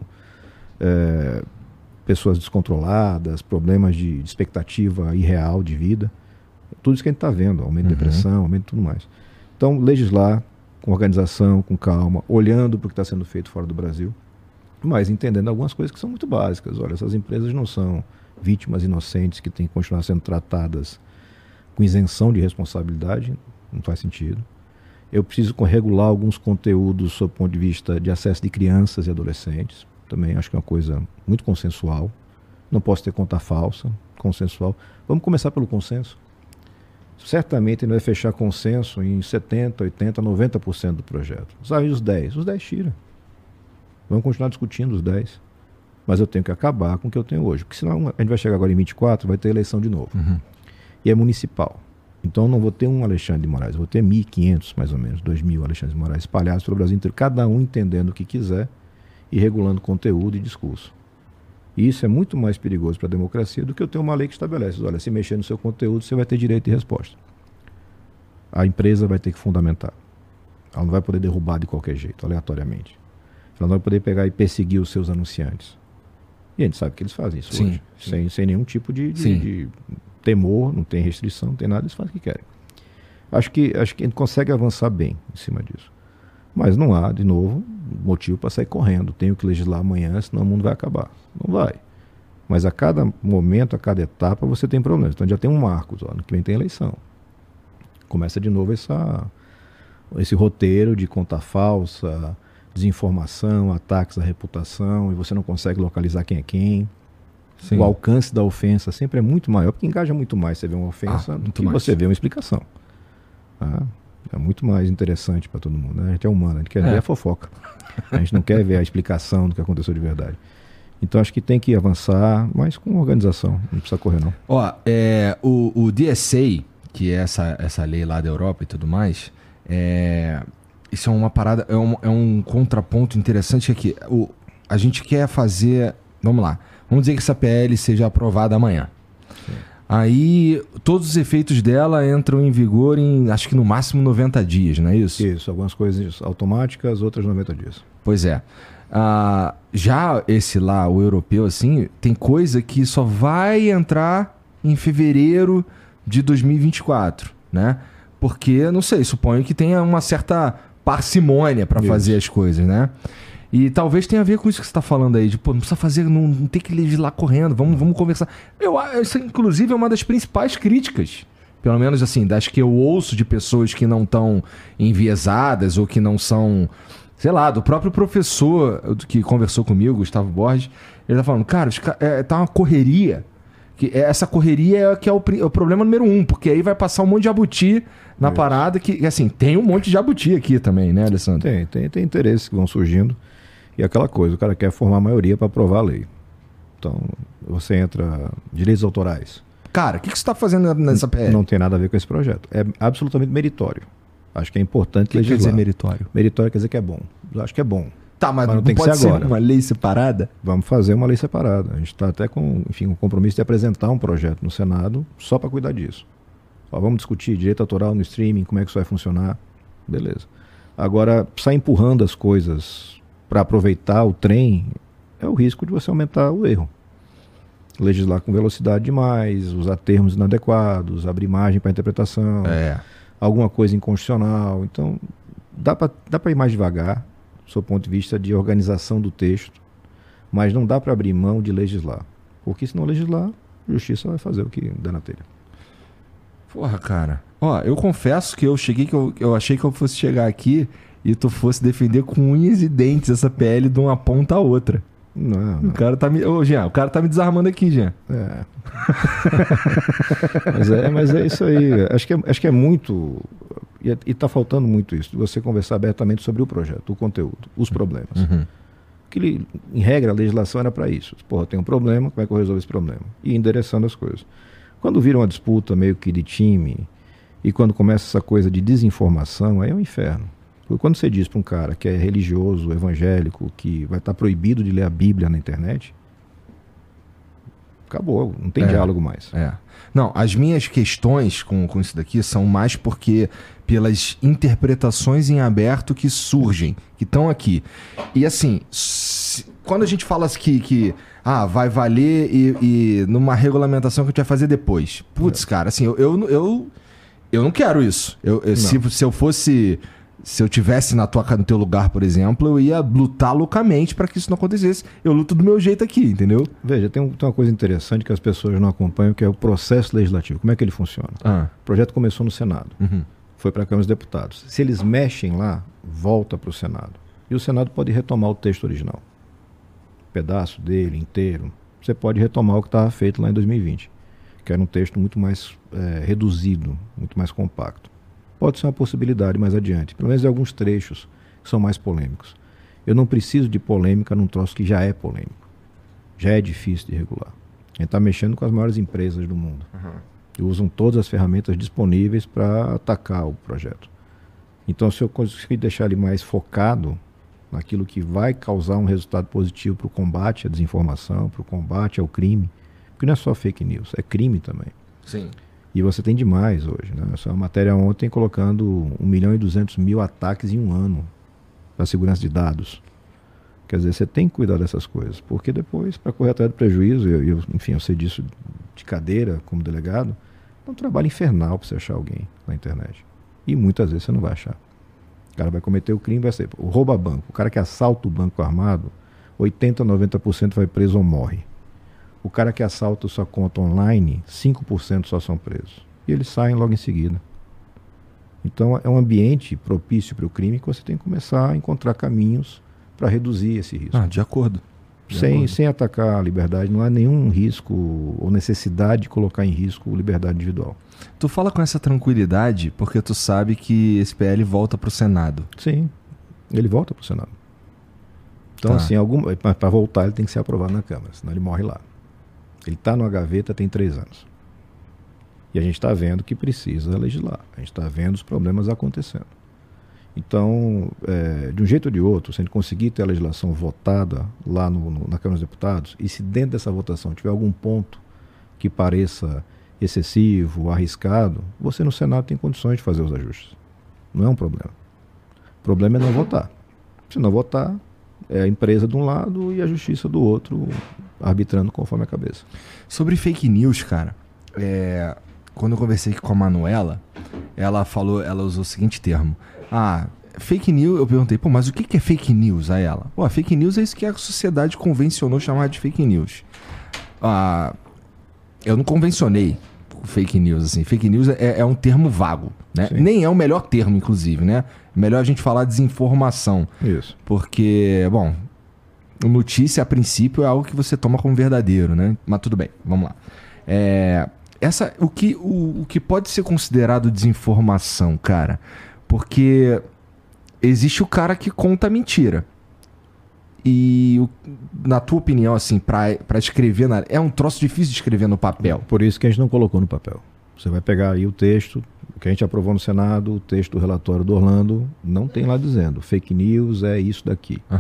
pessoas descontroladas, problemas de expectativa irreal de vida. Tudo isso que a gente está vendo, aumento de depressão, aumento de tudo mais. Então legislar com organização, com calma, olhando para o que está sendo feito fora do Brasil, mas entendendo algumas coisas que são muito básicas. Olha, essas empresas não são vítimas inocentes que têm que continuar sendo tratadas com isenção de responsabilidade, não faz sentido. Eu preciso regular alguns conteúdos sob o ponto de vista de acesso de crianças e adolescentes, também acho que é uma coisa muito consensual. Não posso ter conta falsa, consensual. Vamos começar pelo consenso. Certamente não vai fechar consenso em 70%, 80%, 90% do projeto. Sabe os 10%? Os 10% tira. Vamos continuar discutindo os 10%. Mas eu tenho que acabar com o que eu tenho hoje. Porque senão a gente vai chegar agora em 24, vai ter eleição de novo. E é municipal. Então eu não vou ter um Alexandre de Moraes, eu vou ter 1.500 mais ou menos, 2.000 Alexandre de Moraes espalhados pelo Brasil inteiro, cada um entendendo o que quiser e regulando conteúdo e discurso. E isso é muito mais perigoso para a democracia do que eu ter uma lei que estabelece, olha, se mexer no seu conteúdo, você vai ter direito de resposta. A empresa vai ter que fundamentar. Ela não vai poder derrubar de qualquer jeito, aleatoriamente. Ela não vai poder pegar e perseguir os seus anunciantes. E a gente sabe que eles fazem isso hoje, sem nenhum tipo de temor, não tem restrição, não tem nada, eles fazem o que querem. Acho que a gente consegue avançar bem em cima disso. Mas não há, de novo, motivo para sair correndo. Tenho que legislar amanhã, senão o mundo vai acabar. Não vai. Mas a cada momento, a cada etapa, você tem problemas. Então já tem um marco, ano que vem tem eleição. Começa de novo esse roteiro de conta falsa, desinformação, ataques à reputação, e você não consegue localizar quem é quem. Sim. O alcance da ofensa sempre é muito maior, porque engaja muito mais você vê uma ofensa do que você vê uma explicação. É muito mais interessante para todo mundo. Né? A gente é humano, a gente quer ver a fofoca. A gente não quer ver a explicação do que aconteceu de verdade. Então acho que tem que avançar, mas com organização, não precisa correr não. O DSA, que é essa lei lá da Europa e tudo mais, isso é uma parada, é um contraponto interessante aqui. A gente quer fazer, vamos lá, vamos dizer que essa PL seja aprovada amanhã. Sim. Aí todos os efeitos dela entram em vigor em, acho que no máximo 90 dias, não é isso? Isso, algumas coisas automáticas, outras 90 dias. Pois é. Já esse lá, o europeu, assim, tem coisa que só vai entrar em fevereiro de 2024, né? Porque, não sei, suponho que tenha uma certa parcimônia para fazer as coisas, né? E talvez tenha a ver com isso que você está falando aí, de não precisa fazer, não tem que legislar correndo, vamos conversar. Isso, inclusive, é uma das principais críticas, pelo menos assim, das que eu ouço de pessoas que não estão enviesadas ou que não são, sei lá, do próprio professor que conversou comigo, Gustavo Borges, ele tá falando, cara, tá uma correria, que essa correria é que é o problema número 1, porque aí vai passar um monte de jabuti na parada, que assim, tem um monte de jabuti aqui também, né, Alessandro? Tem interesses que vão surgindo. E aquela coisa, o cara quer formar a maioria para aprovar a lei. Então, você entra... Direitos autorais. Cara, o que você está fazendo nessa PL? Não tem nada a ver com esse projeto. É absolutamente meritório. Acho que é importante legislar. O que quer dizer meritório? Meritório quer dizer que é bom. Eu acho que é bom. Tá, mas não não tem que pode ser agora. uma lei separada? Vamos fazer uma lei separada. A gente está até com, enfim, um compromisso de apresentar um projeto no Senado só para cuidar disso. Ó, vamos discutir direito autoral no streaming, como é que isso vai funcionar. Beleza. Agora, sair empurrando as coisas para aproveitar o trem é o risco de você aumentar o erro. Legislar com velocidade demais, usar termos inadequados, abrir margem para interpretação, alguma coisa inconstitucional. Então, dá para ir mais devagar, do seu ponto de vista de organização do texto, mas não dá para abrir mão de legislar. Porque se não legislar, a justiça vai fazer o que der na telha. Porra, cara. Ó, eu confesso que eu cheguei, eu achei que eu fosse chegar aqui e tu fosse defender com unhas e dentes essa PL de uma ponta a outra. Não. O cara tá me... Ô, Jean, o cara tá me desarmando aqui, Jean. Mas é isso aí. Acho que é muito... E tá faltando muito isso. De você conversar abertamente sobre o projeto, o conteúdo, os problemas. Que, em regra, a legislação era para isso. Porra, tem um problema, como é que eu resolvo esse problema? E endereçando as coisas. Quando vira uma disputa meio que de time, e quando começa essa coisa de desinformação, aí é um inferno. Porque quando você diz para um cara que é religioso, evangélico, que vai estar proibido de ler a Bíblia na internet, acabou, não tem diálogo mais. Não, as minhas questões com isso daqui são mais porque pelas interpretações em aberto que surgem, que estão aqui. E assim, quando a gente fala que vai valer e numa regulamentação que a gente vai fazer depois. Putz, cara, assim, eu não quero isso. Se eu tivesse no teu lugar, por exemplo, eu ia lutar loucamente para que isso não acontecesse. Eu luto do meu jeito aqui, entendeu? Veja, tem uma coisa interessante que as pessoas não acompanham, que é o processo legislativo. Como é que ele funciona? O projeto começou no Senado, foi para a Câmara dos Deputados. Se eles mexem lá, volta para o Senado. E o Senado pode retomar o texto original. Pedaço dele, inteiro. Você pode retomar o que estava feito lá em 2020, que era um texto muito mais reduzido, muito mais compacto. Pode ser uma possibilidade mais adiante, pelo menos em alguns trechos que são mais polêmicos. Eu não preciso de polêmica num troço que já é polêmico. Já é difícil de regular. A gente está mexendo com as maiores empresas do mundo. Que usam todas as ferramentas disponíveis para atacar o projeto. Então, se eu conseguir deixar ele mais focado naquilo que vai causar um resultado positivo para o combate à desinformação, para o combate ao crime, porque não é só fake news, é crime também. Sim. E você tem demais hoje, né? Essa matéria ontem colocando 1.200.000 ataques em um ano para segurança de dados. Quer dizer, você tem que cuidar dessas coisas, porque depois, para correr atrás do prejuízo, enfim, eu sei disso de cadeira como delegado, é um trabalho infernal para você achar alguém na internet. E muitas vezes você não vai achar. O cara vai cometer o crime, vai ser o rouba banco. O cara que assalta o banco armado, 80%, 90% vai preso ou morre. O cara que assalta sua conta online, 5% só são presos. E eles saem logo em seguida. Então é um ambiente propício para o crime que você tem que começar a encontrar caminhos para reduzir esse risco. De acordo. Sem atacar a liberdade, não há nenhum risco ou necessidade de colocar em risco a liberdade individual. Tu fala com essa tranquilidade porque tu sabe que esse PL volta para o Senado. Sim, ele volta para o Senado. Então, assim, para voltar ele tem que ser aprovado na Câmara, senão ele morre lá. Ele está numa gaveta tem 3 anos. E a gente está vendo que precisa legislar. A gente está vendo os problemas acontecendo. Então, de um jeito ou de outro, se a gente conseguir ter a legislação votada lá na Câmara dos Deputados, e se dentro dessa votação tiver algum ponto que pareça excessivo, arriscado, você no Senado tem condições de fazer os ajustes. Não é um problema. O problema é não votar. Se não votar, é a empresa de um lado e a justiça do outro, arbitrando conforme a cabeça. Sobre fake news, cara, quando eu conversei aqui com a Manuela, ela usou o seguinte termo. Fake news, eu perguntei, mas o que é fake news a ela? Fake news é isso que a sociedade convencionou chamar de fake news. Eu não convencionei fake news, assim. Fake news é um termo vago, né? Sim. Nem é o melhor termo, inclusive, né? Melhor a gente falar desinformação. Isso. Porque, notícia, a princípio, é algo que você toma como verdadeiro, né? Mas tudo bem, vamos lá. O que pode ser considerado desinformação, cara? Porque existe o cara que conta mentira. E, na tua opinião, assim, pra escrever... É um troço difícil de escrever no papel. Por isso que a gente não colocou no papel. Você vai pegar aí o texto que a gente aprovou no Senado, o texto do relatório do Orlando, não tem lá dizendo fake news é isso daqui.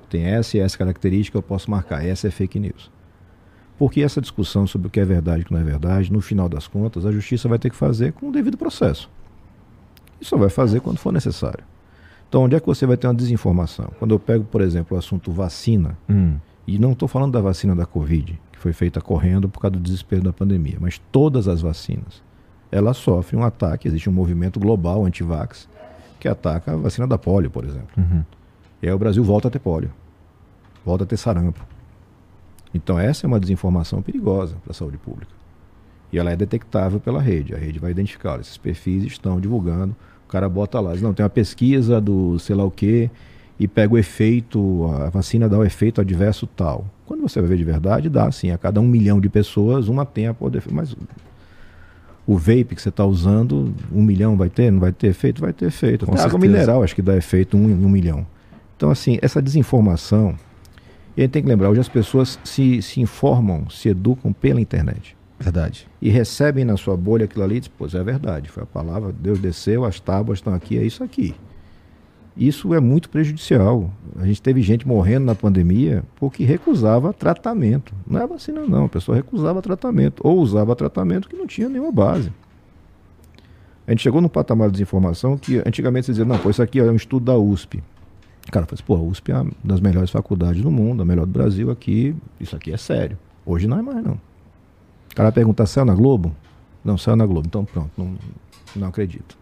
tem essa e essa característica, eu posso marcar, essa é fake news. Porque essa discussão sobre o que é verdade e o que não é verdade, no final das contas, a justiça vai ter que fazer com o devido processo. E só vai fazer quando for necessário. Então, onde é que você vai ter uma desinformação? Quando eu pego, por exemplo, o assunto vacina, e não estou falando da vacina da Covid, que foi feita correndo por causa do desespero da pandemia, mas todas as vacinas, elas sofrem um ataque, existe um movimento global anti-vax, que ataca a vacina da polio, por exemplo. E aí o Brasil volta a ter polio, volta a ter sarampo. Então essa é uma desinformação perigosa para a saúde pública. E ela é detectável pela rede. A rede vai identificar, olha, esses perfis estão divulgando, o cara bota lá, diz, não, tem uma pesquisa do sei lá o quê, e pega o efeito, a vacina dá o efeito adverso tal. Quando você vai ver de verdade, dá sim, a cada 1 milhão de pessoas, uma tem a poder, mas o vape que você está usando, 1 milhão vai ter, não vai ter efeito? Vai ter efeito. Até água mineral acho que dá efeito 1 em 1 milhão. Então assim, essa desinformação, e a gente tem que lembrar, hoje as pessoas se informam, se educam pela internet. Verdade. E recebem na sua bolha aquilo ali e dizem, pois é verdade, foi a palavra, Deus desceu, as tábuas estão aqui, é isso aqui. Isso é muito prejudicial. A gente teve gente morrendo na pandemia porque recusava tratamento. Não é vacina não, a pessoa recusava tratamento, ou usava tratamento que não tinha nenhuma base. A gente chegou num patamar de desinformação que antigamente você dizia, não, pô, isso aqui é um estudo da USP. O cara falou assim, pô, a USP é uma das melhores faculdades do mundo, a melhor do Brasil aqui, isso aqui é sério. Hoje não é mais, não. O cara pergunta, saiu na Globo? Não, saiu na Globo. Então pronto, não acredito.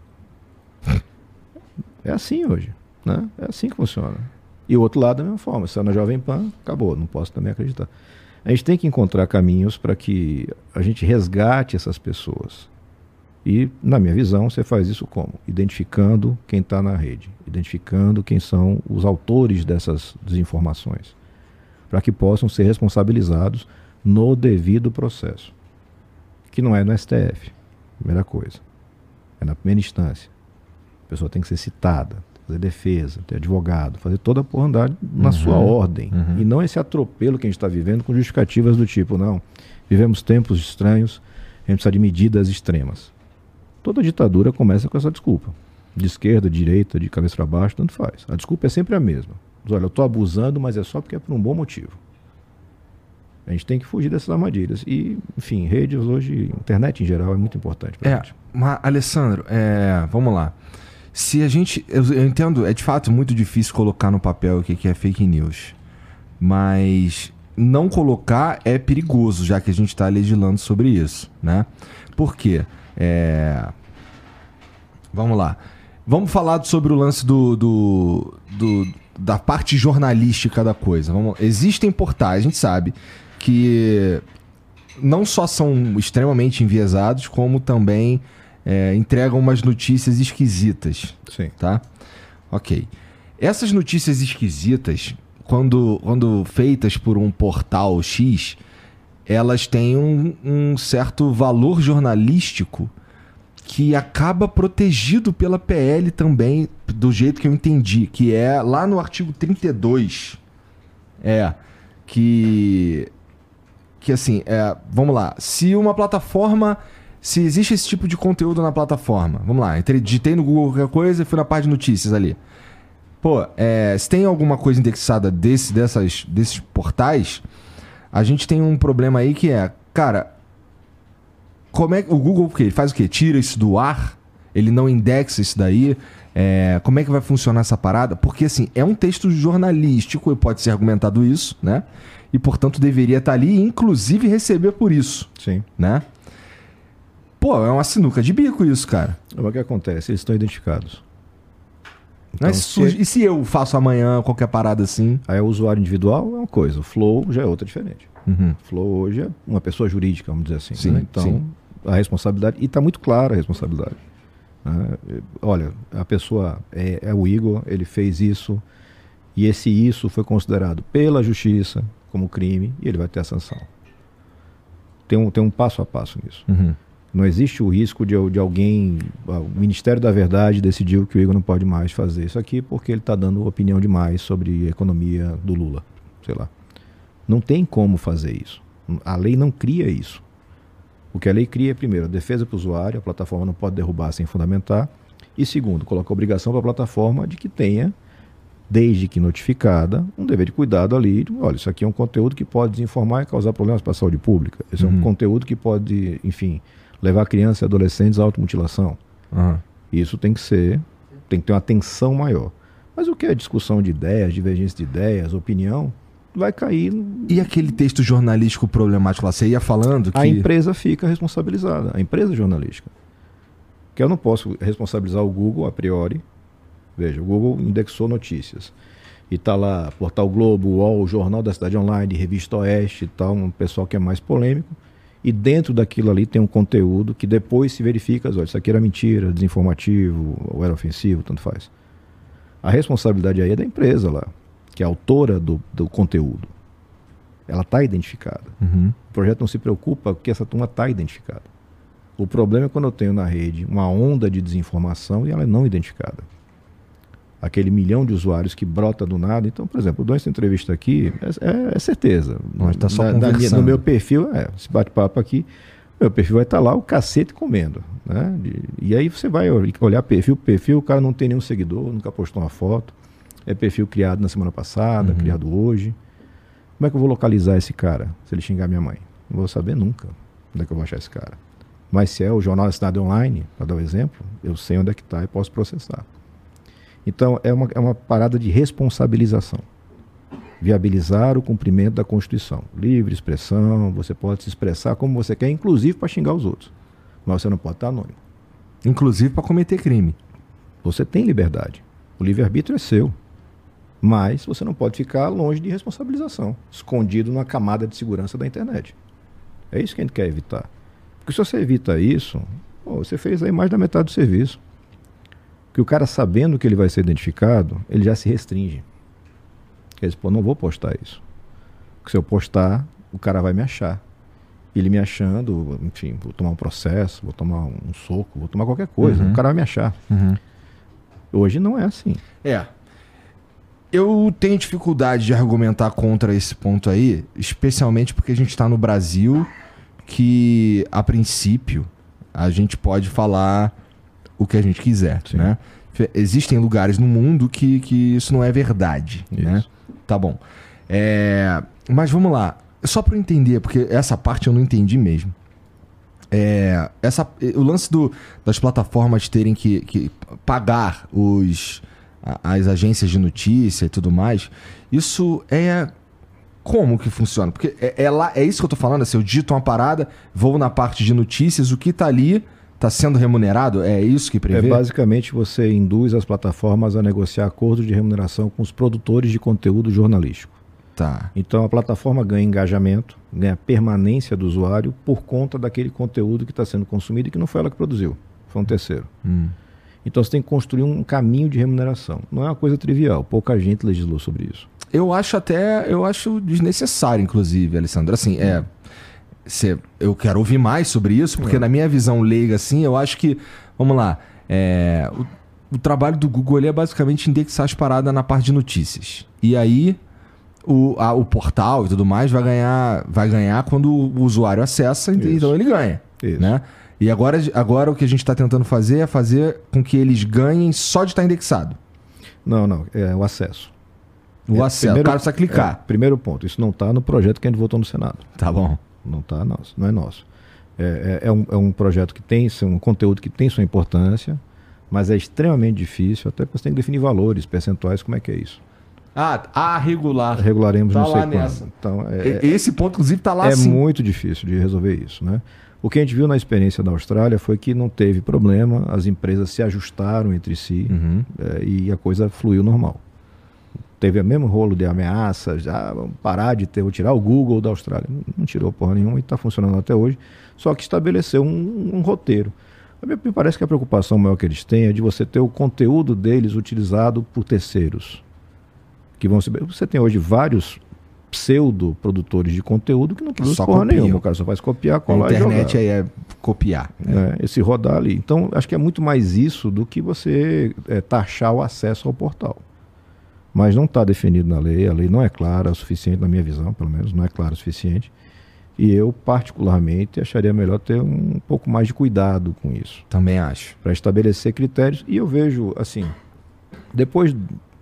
É assim hoje, né? É assim que funciona. E o outro lado da mesma forma, saiu na Jovem Pan, acabou, não posso também acreditar. A gente tem que encontrar caminhos para que a gente resgate essas pessoas. E, na minha visão, você faz isso como? Identificando quem está na rede, identificando quem são os autores dessas desinformações, para que possam ser responsabilizados no devido processo, que não é no STF, primeira coisa, é na primeira instância. A pessoa tem que ser citada, fazer defesa, ter advogado, fazer toda a porra andar na sua ordem, e não esse atropelo que a gente está vivendo com justificativas do tipo, não, vivemos tempos estranhos, a gente precisa de medidas extremas. Toda ditadura começa com essa desculpa. De esquerda, de direita, de cabeça para baixo, tanto faz. A desculpa é sempre a mesma. Diz, olha, eu estou abusando, mas é só porque é por um bom motivo. A gente tem que fugir dessas armadilhas. E, enfim, redes hoje, internet em geral, é muito importante para a gente. Mas, Alessandro, vamos lá. Se a gente... Eu entendo, é de fato muito difícil colocar no papel o que é fake news. Mas não colocar é perigoso, já que a gente está legislando sobre isso, né? Por quê? Vamos lá. Vamos falar sobre o lance da parte jornalística da coisa. Existem portais, a gente sabe, que não só são extremamente enviesados, como também entregam umas notícias esquisitas. Sim. Tá? Ok. Essas notícias esquisitas, quando feitas por um portal X, elas têm um certo valor jornalístico que acaba protegido pela PL também, do jeito que eu entendi, que é lá no artigo 32, que assim, vamos lá, se uma plataforma, se existe esse tipo de conteúdo na plataforma, vamos lá, digitei no Google qualquer coisa e fui na parte de notícias ali. Pô, se tem alguma coisa indexada desses portais, a gente tem um problema aí que cara, como é que o Google ele faz o quê? Tira isso do ar? Ele não indexa isso daí? Como é que vai funcionar essa parada? Porque, assim, é um texto jornalístico, e pode ser argumentado isso, né? E, portanto, deveria estar ali e, inclusive, receber por isso. Sim. Né? Pô, é uma sinuca de bico isso, cara. O que acontece? Eles estão identificados. Então, e se eu faço amanhã qualquer parada assim? Aí o usuário individual é uma coisa, o Flow já é outra diferente. Flow hoje é uma pessoa jurídica, vamos dizer assim. Sim, né? Então, sim. A responsabilidade, e está muito clara a responsabilidade. Né? Olha, a pessoa é o Igor, ele fez isso, e isso foi considerado pela justiça como crime, e ele vai ter a sanção. Tem um passo a passo nisso. Não existe o risco de alguém, o Ministério da Verdade decidiu que o Igor não pode mais fazer isso aqui porque ele está dando opinião demais sobre a economia do Lula, sei lá. Não tem como fazer isso. A lei não cria isso. O que a lei cria é, primeiro, a defesa para o usuário, a plataforma não pode derrubar sem fundamentar, e segundo, coloca a obrigação para a plataforma de que tenha desde que notificada, um dever de cuidado ali. Olha, isso aqui é um conteúdo que pode desinformar e causar problemas para a saúde pública. Esse é um conteúdo que pode, enfim, levar crianças e adolescentes à automutilação. Isso tem que ter uma atenção maior. Mas o que é discussão de ideias, divergência de ideias, opinião, vai cair... E aquele texto jornalístico problemático lá, você ia falando que... A empresa fica responsabilizada, a empresa jornalística. Que eu não posso responsabilizar o Google a priori. Veja, o Google indexou notícias. E está lá, Portal Globo, UOL, Jornal da Cidade Online, Revista Oeste e tal, um pessoal que é mais polêmico. E dentro daquilo ali tem um conteúdo que depois se verifica, olha, isso aqui era mentira, desinformativo, ou era ofensivo, tanto faz. A responsabilidade aí é da empresa lá, que é a autora do conteúdo. Ela está identificada. O projeto não se preocupa porque essa turma está identificada. O problema é quando eu tenho na rede uma onda de desinformação e ela é não identificada. Aquele milhão de usuários que brota do nada. Então, por exemplo, eu dou essa entrevista aqui, é certeza. Nós tá só conversando. No meu perfil, esse bate-papo aqui, meu perfil vai estar lá o cacete comendo. Né? E aí você vai olhar perfil, o cara não tem nenhum seguidor, nunca postou uma foto. É perfil criado na semana passada, criado hoje. Como é que eu vou localizar esse cara se ele xingar minha mãe? Não vou saber nunca onde é que eu vou achar esse cara. Mas se é o Jornal da Cidade Online, para dar o exemplo, eu sei onde é que está e posso processar. Então, é uma parada de responsabilização. Viabilizar o cumprimento da Constituição. Livre expressão, você pode se expressar como você quer, inclusive para xingar os outros. Mas você não pode estar anônimo. Inclusive para cometer crime. Você tem liberdade. O livre-arbítrio é seu. Mas você não pode ficar longe de responsabilização, escondido numa camada de segurança da internet. É isso que a gente quer evitar. Porque se você evita isso, você fez aí mais da metade do serviço. Porque o cara, sabendo que ele vai ser identificado, ele já se restringe. Quer dizer, não vou postar isso. Porque se eu postar, o cara vai me achar. Ele me achando, enfim, vou tomar um processo, vou tomar um soco, vou tomar qualquer coisa. O cara vai me achar. Hoje não é assim. Eu tenho dificuldade de argumentar contra esse ponto aí, especialmente porque a gente está no Brasil, que, a princípio, a gente pode falar o que a gente quiser, né? Existem lugares no mundo que isso não é verdade, né? Tá bom. Mas vamos lá. Só para eu entender, porque essa parte eu não entendi mesmo. O lance das plataformas terem que pagar as agências de notícia e tudo mais, isso como que funciona? Porque é isso que eu tô falando, assim, eu digito uma parada, vou na parte de notícias, o que tá ali está sendo remunerado? É isso que prevê? Basicamente você induz as plataformas a negociar acordos de remuneração com os produtores de conteúdo jornalístico. Tá. Então a plataforma ganha engajamento, ganha permanência do usuário por conta daquele conteúdo que está sendo consumido e que não foi ela que produziu, foi um terceiro. Então você tem que construir um caminho de remuneração. Não é uma coisa trivial, pouca gente legislou sobre isso. Eu acho desnecessário, inclusive, Alessandro. Assim, eu quero ouvir mais sobre isso, porque na minha visão leiga, assim, eu acho que, vamos lá, o trabalho do Google ele é basicamente indexar as paradas na parte de notícias. E aí o portal e tudo mais vai ganhar quando o usuário acessa, isso. Então ele ganha. Isso. Né? E agora o que a gente está tentando fazer é fazer com que eles ganhem só de estar indexado. Não, é o acesso. O acesso, o cara precisa clicar. Primeiro ponto, isso não está no projeto que a gente votou no Senado. Tá bom. Não está nosso, não é nosso. É um projeto que tem um conteúdo que tem sua importância, mas é extremamente difícil, até porque você tem que definir valores, percentuais, como é que é isso. Regular. Regularemos, tá não sei lá quando. nessa. Então, esse ponto, inclusive, está lá assim. É muito difícil de resolver isso, né? O que a gente viu na experiência da Austrália foi que não teve problema, as empresas se ajustaram entre si e a coisa fluiu normal. Teve o mesmo rolo de ameaças, vamos parar vou tirar o Google da Austrália. Não tirou porra nenhuma e está funcionando até hoje, só que estabeleceu um roteiro. Me parece que a preocupação maior que eles têm é de você ter o conteúdo deles utilizado por terceiros. Você tem hoje vários pseudo-produtores de conteúdo que não produzem porra nenhuma. O cara só faz copiar, colar e jogar. A internet aí é copiar. Esse rodar ali. Então, acho que é muito mais isso do que você taxar o acesso ao portal. Mas não está definido na lei, a lei não é clara o suficiente, na minha visão, pelo menos, não é clara o suficiente. E eu, particularmente, acharia melhor ter um pouco mais de cuidado com isso. Também acho. Para estabelecer critérios. E eu vejo, assim, depois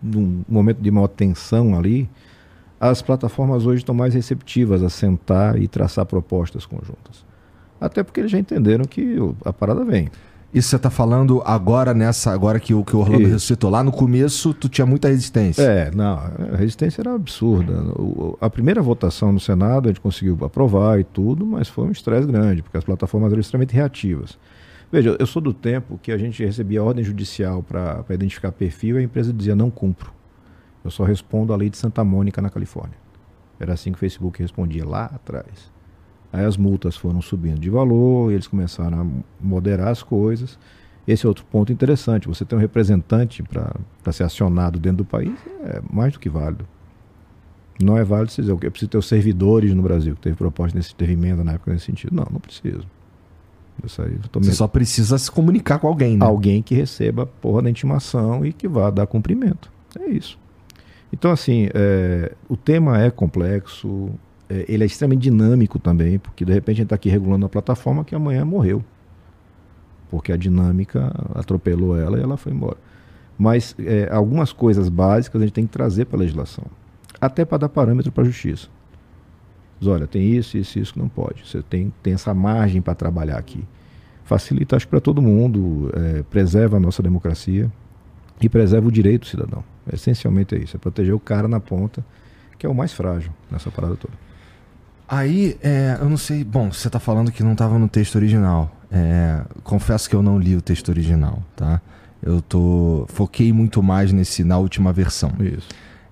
num momento de maior tensão ali, as plataformas hoje estão mais receptivas a sentar e traçar propostas conjuntas. Até porque eles já entenderam que a parada vem. Isso você está falando agora agora que o Orlando ressuscitou. Lá no começo, tu tinha muita resistência. Não, a resistência era absurda. A primeira votação no Senado, a gente conseguiu aprovar e tudo, mas foi um estresse grande, porque as plataformas eram extremamente reativas. Veja, eu sou do tempo que a gente recebia ordem judicial para identificar perfil e a empresa dizia, não cumpro. Eu só respondo à lei de Santa Mônica, na Califórnia. Era assim que o Facebook respondia lá atrás. Aí as multas foram subindo de valor, eles começaram a moderar as coisas. Esse é outro ponto interessante. Você ter um representante para ser acionado dentro do país é mais do que válido. Não é válido dizer, eu preciso ter os servidores no Brasil, que teve proposta, teve emenda na época nesse sentido. Não preciso. Você só precisa se comunicar com alguém, né? Alguém que receba a porra da intimação e que vá dar cumprimento. É isso. Então, assim, o tema é complexo, ele é extremamente dinâmico também, porque de repente a gente está aqui regulando uma plataforma que amanhã morreu. Porque a dinâmica atropelou ela e ela foi embora. Mas algumas coisas básicas a gente tem que trazer para a legislação, até para dar parâmetro para a justiça. Mas, olha, tem isso que não pode. Você tem essa margem para trabalhar aqui. Facilita, acho que para todo mundo, preserva a nossa democracia e preserva o direito do cidadão. Essencialmente é isso, é proteger o cara na ponta, que é o mais frágil nessa parada toda. Aí, eu não sei, bom, você está falando que não estava no texto original. Confesso que eu não li o texto original, tá? Foquei muito mais na última versão. Isso.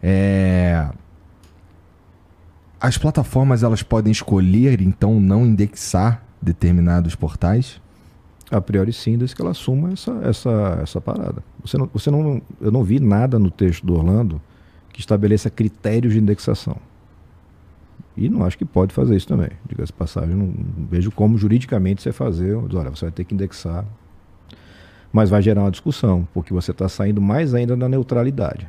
As plataformas, elas podem escolher, então, não indexar determinados portais? A priori sim, desde que ela assuma essa parada. Eu não vi nada no texto do Orlando que estabeleça critérios de indexação. E não acho que pode fazer isso também. Diga-se de passagem, não vejo como juridicamente você fazer. Olha, você vai ter que indexar. Mas vai gerar uma discussão, porque você está saindo mais ainda da neutralidade,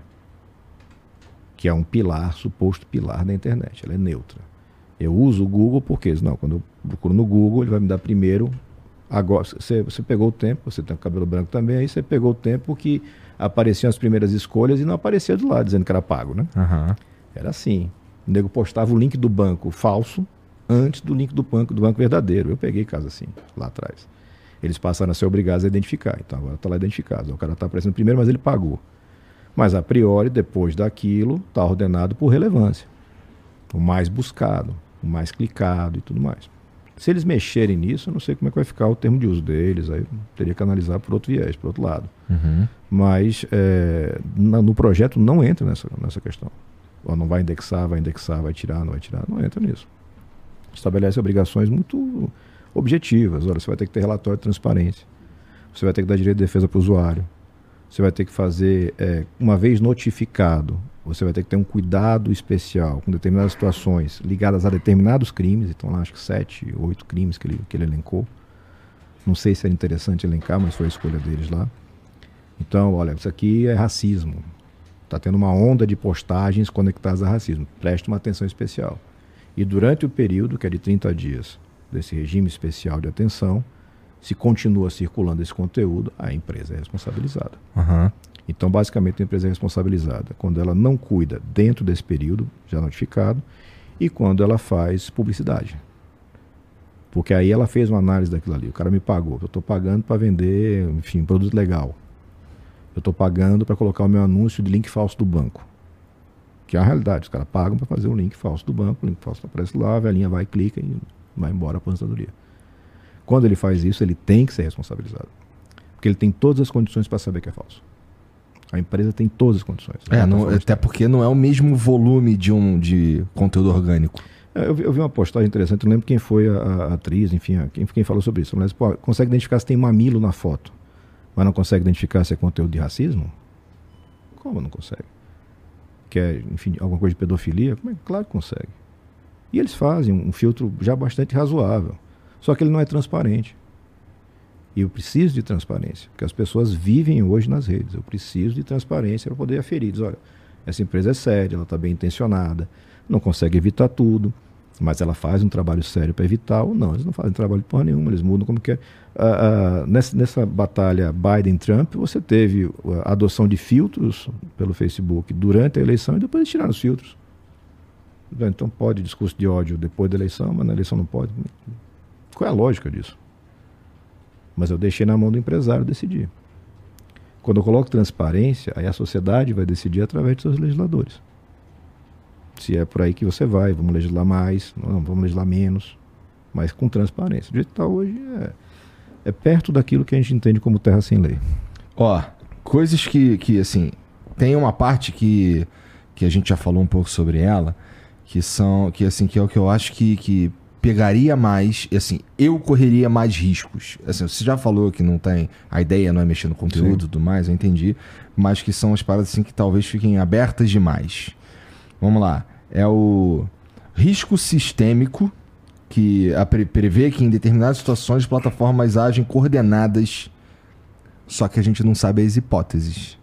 que é um suposto pilar da internet. Ela é neutra. Eu uso o Google porque, quando eu procuro no Google, ele vai me dar primeiro. Agora, você pegou o tempo, você tem o cabelo branco também, aí você pegou o tempo que apareciam as primeiras escolhas e não aparecia do lado, dizendo que era pago, né? Uhum. Era assim. O nego postava o link do banco falso antes do link do banco verdadeiro. Eu peguei caso assim, lá atrás. Eles passaram a ser obrigados a identificar. Então agora está lá identificado. O cara está aparecendo primeiro, mas ele pagou. Mas a priori, depois daquilo, está ordenado por relevância. O mais buscado, o mais clicado e tudo mais. Se eles mexerem nisso, eu não sei como é que vai ficar o termo de uso deles, aí teria que analisar por outro viés, por outro lado. Uhum. Mas no projeto não entra nessa questão. Não vai indexar, vai tirar, não entra nisso. Estabelece obrigações muito objetivas. Olha, você vai ter que ter relatório de transparência, você vai ter que dar direito de defesa para o usuário, você vai ter que fazer, uma vez notificado, você vai ter que ter um cuidado especial com determinadas situações ligadas a determinados crimes. Então, lá acho que 7, 8 crimes que ele elencou. Não sei se era interessante elencar, mas foi a escolha deles lá. Então, olha, isso aqui é racismo. Está tendo uma onda de postagens conectadas a racismo. Preste uma atenção especial. E durante o período, que é de 30 dias, desse regime especial de atenção, se continua circulando esse conteúdo, a empresa é responsabilizada. Uhum. Então, basicamente, a empresa é responsabilizada quando ela não cuida dentro desse período, já notificado, e quando ela faz publicidade. Porque aí ela fez uma análise daquilo ali. O cara me pagou. Eu estou pagando para vender, enfim, produto legal. Eu estou pagando para colocar o meu anúncio de link falso do banco. Que é a realidade. Os caras pagam para fazer o link falso do banco. O link falso aparece lá, a velhinha vai, clica e vai embora a aposentadoria. Quando ele faz isso, ele tem que ser responsabilizado. Porque ele tem todas as condições para saber que é falso. A empresa tem todas as condições. Até porque não é o mesmo volume de conteúdo orgânico. Eu vi uma postagem interessante, não lembro quem foi a atriz, enfim, quem falou sobre isso. Mas, consegue identificar se tem mamilo na foto, mas não consegue identificar se é conteúdo de racismo? Como não consegue? Que é, enfim, alguma coisa de pedofilia? Claro que consegue. E eles fazem um filtro já bastante razoável. Só que ele não é transparente. E eu preciso de transparência, porque as pessoas vivem hoje nas redes. Eu preciso de transparência para poder aferir. Diz, olha, essa empresa é séria, ela está bem intencionada, não consegue evitar tudo, Mas ela faz um trabalho sério para evitar ou não. Eles não fazem trabalho de porra nenhuma, eles mudam como quer. Nessa batalha Biden-Trump, você teve a adoção de filtros pelo Facebook durante a eleição e depois eles tiraram os filtros. Então pode discurso de ódio depois da eleição, mas na eleição não pode. Qual é a lógica disso? Mas eu deixei na mão do empresário decidir. Quando eu coloco transparência, aí a sociedade vai decidir através de seus legisladores. Se é por aí que você vai, vamos legislar mais, não, vamos legislar menos, mas com transparência. O jeito que está hoje é perto daquilo que a gente entende como terra sem lei. Ó, coisas que assim, tem uma parte que a gente já falou um pouco sobre ela, que é o que eu acho que pegaria mais, assim, eu correria mais riscos. Assim, você já falou que não tem, a ideia não é mexer no conteúdo e tudo mais, eu entendi, mas que são as paradas assim que talvez fiquem abertas demais. Vamos lá. É o risco sistêmico, que prevê que em determinadas situações as plataformas agem coordenadas, só que a gente não sabe as hipóteses.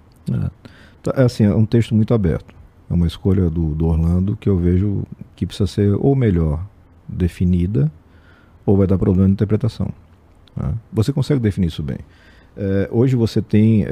Assim, é um texto muito aberto. É uma escolha do Orlando que eu vejo que precisa ser ou melhor definida ou vai dar problema de interpretação. Você consegue definir isso bem. Hoje você tem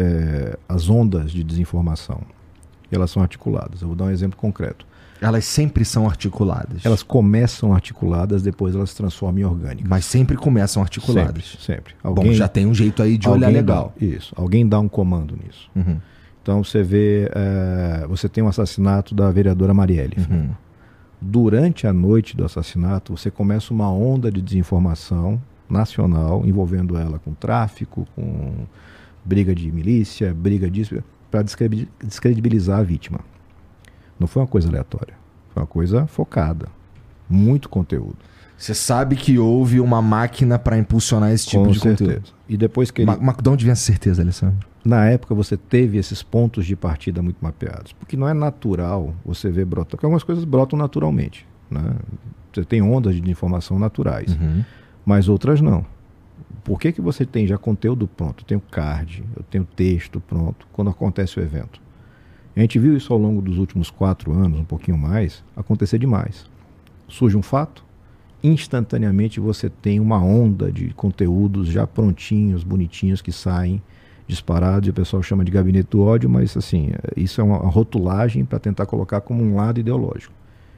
as ondas de desinformação. E elas são articuladas. Eu vou dar um exemplo concreto. Elas sempre são articuladas. Elas começam articuladas, depois elas se transformam em orgânicas. Mas sempre começam articuladas. Sempre. Bom, já tem um jeito aí de olhar legal. Isso. Alguém dá um comando nisso. Uhum. Então você vê, você tem um assassinato da vereadora Marielle. Uhum. Durante a noite do assassinato, você começa uma onda de desinformação nacional, envolvendo ela com tráfico, com briga de milícia, briga disso, para descredibilizar a vítima. Não foi uma coisa aleatória, foi uma coisa focada, muito conteúdo. Você sabe que houve uma máquina para impulsionar esse tipo de conteúdo. E depois que ele... De onde vem essa certeza, Alessandro? Na época você teve esses pontos de partida muito mapeados, porque não é natural você ver brotar, porque algumas coisas brotam naturalmente, né? Você tem ondas de informação naturais, mas outras não. Por que você tem já conteúdo pronto? Eu tenho card, eu tenho texto pronto, quando acontece o evento. A gente viu isso ao longo dos últimos 4 anos, um pouquinho mais, acontecer demais. Surge um fato, instantaneamente você tem uma onda de conteúdos já prontinhos, bonitinhos, que saem disparados, e o pessoal chama de gabinete do ódio, mas assim, isso é uma rotulagem para tentar colocar como um lado ideológico.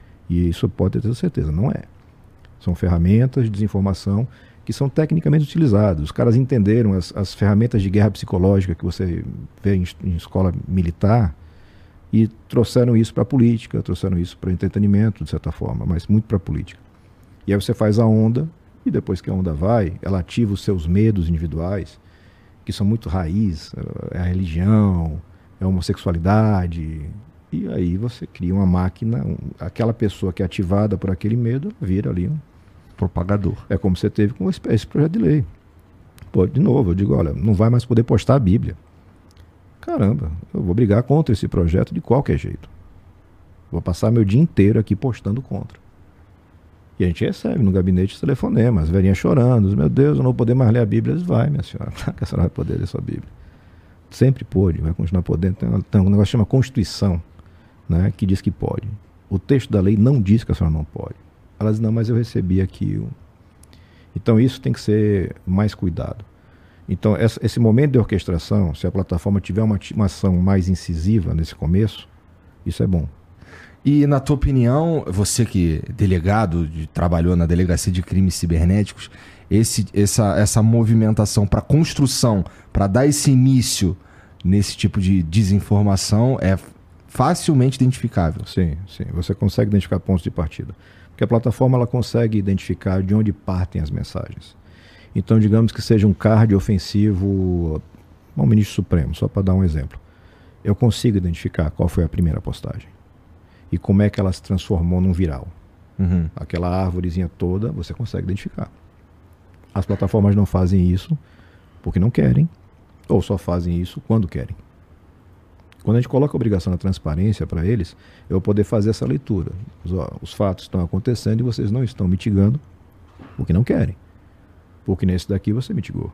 E isso pode ter certeza, não é. São ferramentas de desinformação que são tecnicamente utilizadas. Os caras entenderam as ferramentas de guerra psicológica que você vê em escola militar e trouxeram isso para a política, trouxeram isso para o entretenimento, de certa forma, mas muito para a política. E aí você faz a onda, e depois que a onda vai, ela ativa os seus medos individuais, que são muito raiz, é a religião, é a homossexualidade, e aí você cria uma máquina, aquela pessoa que é ativada por aquele medo, vira ali um propagador. É como você teve com esse projeto de lei. Pô, de novo, eu digo, olha, não vai mais poder postar a Bíblia. Caramba, eu vou brigar contra esse projeto de qualquer jeito. Vou passar meu dia inteiro aqui postando contra. E a gente recebe no gabinete os telefonemas, as velhinhas chorando, meu Deus, eu não vou poder mais ler a Bíblia. Eles vai, minha senhora, que a senhora vai poder ler sua Bíblia. Sempre pôde, vai continuar podendo. Tem um negócio que chama Constituição, né, que diz que pode. O texto da lei não diz que a senhora não pode. Elas, não, mas eu recebi aqui. Então isso tem que ser mais cuidado. Então esse momento de orquestração, se a plataforma tiver uma ação mais incisiva nesse começo, isso é bom. E na tua opinião, você que é delegado, trabalhou na Delegacia de Crimes Cibernéticos, essa movimentação para construção, para dar esse início nesse tipo de desinformação é facilmente identificável? Sim, sim. Você consegue identificar pontos de partida. Porque a plataforma ela consegue identificar de onde partem as mensagens. Então, digamos que seja um card ofensivo ao ministro Supremo, só para dar um exemplo. Eu consigo identificar qual foi a primeira postagem. E como é que ela se transformou num viral. Aquela árvorezinha toda, você consegue identificar. As plataformas não fazem isso porque não querem, ou só fazem isso quando querem. Quando a gente coloca a obrigação da transparência para eles, eu vou poder fazer essa leitura. Os fatos estão acontecendo e vocês não estão mitigando porque não querem. Porque nesse daqui você mitigou.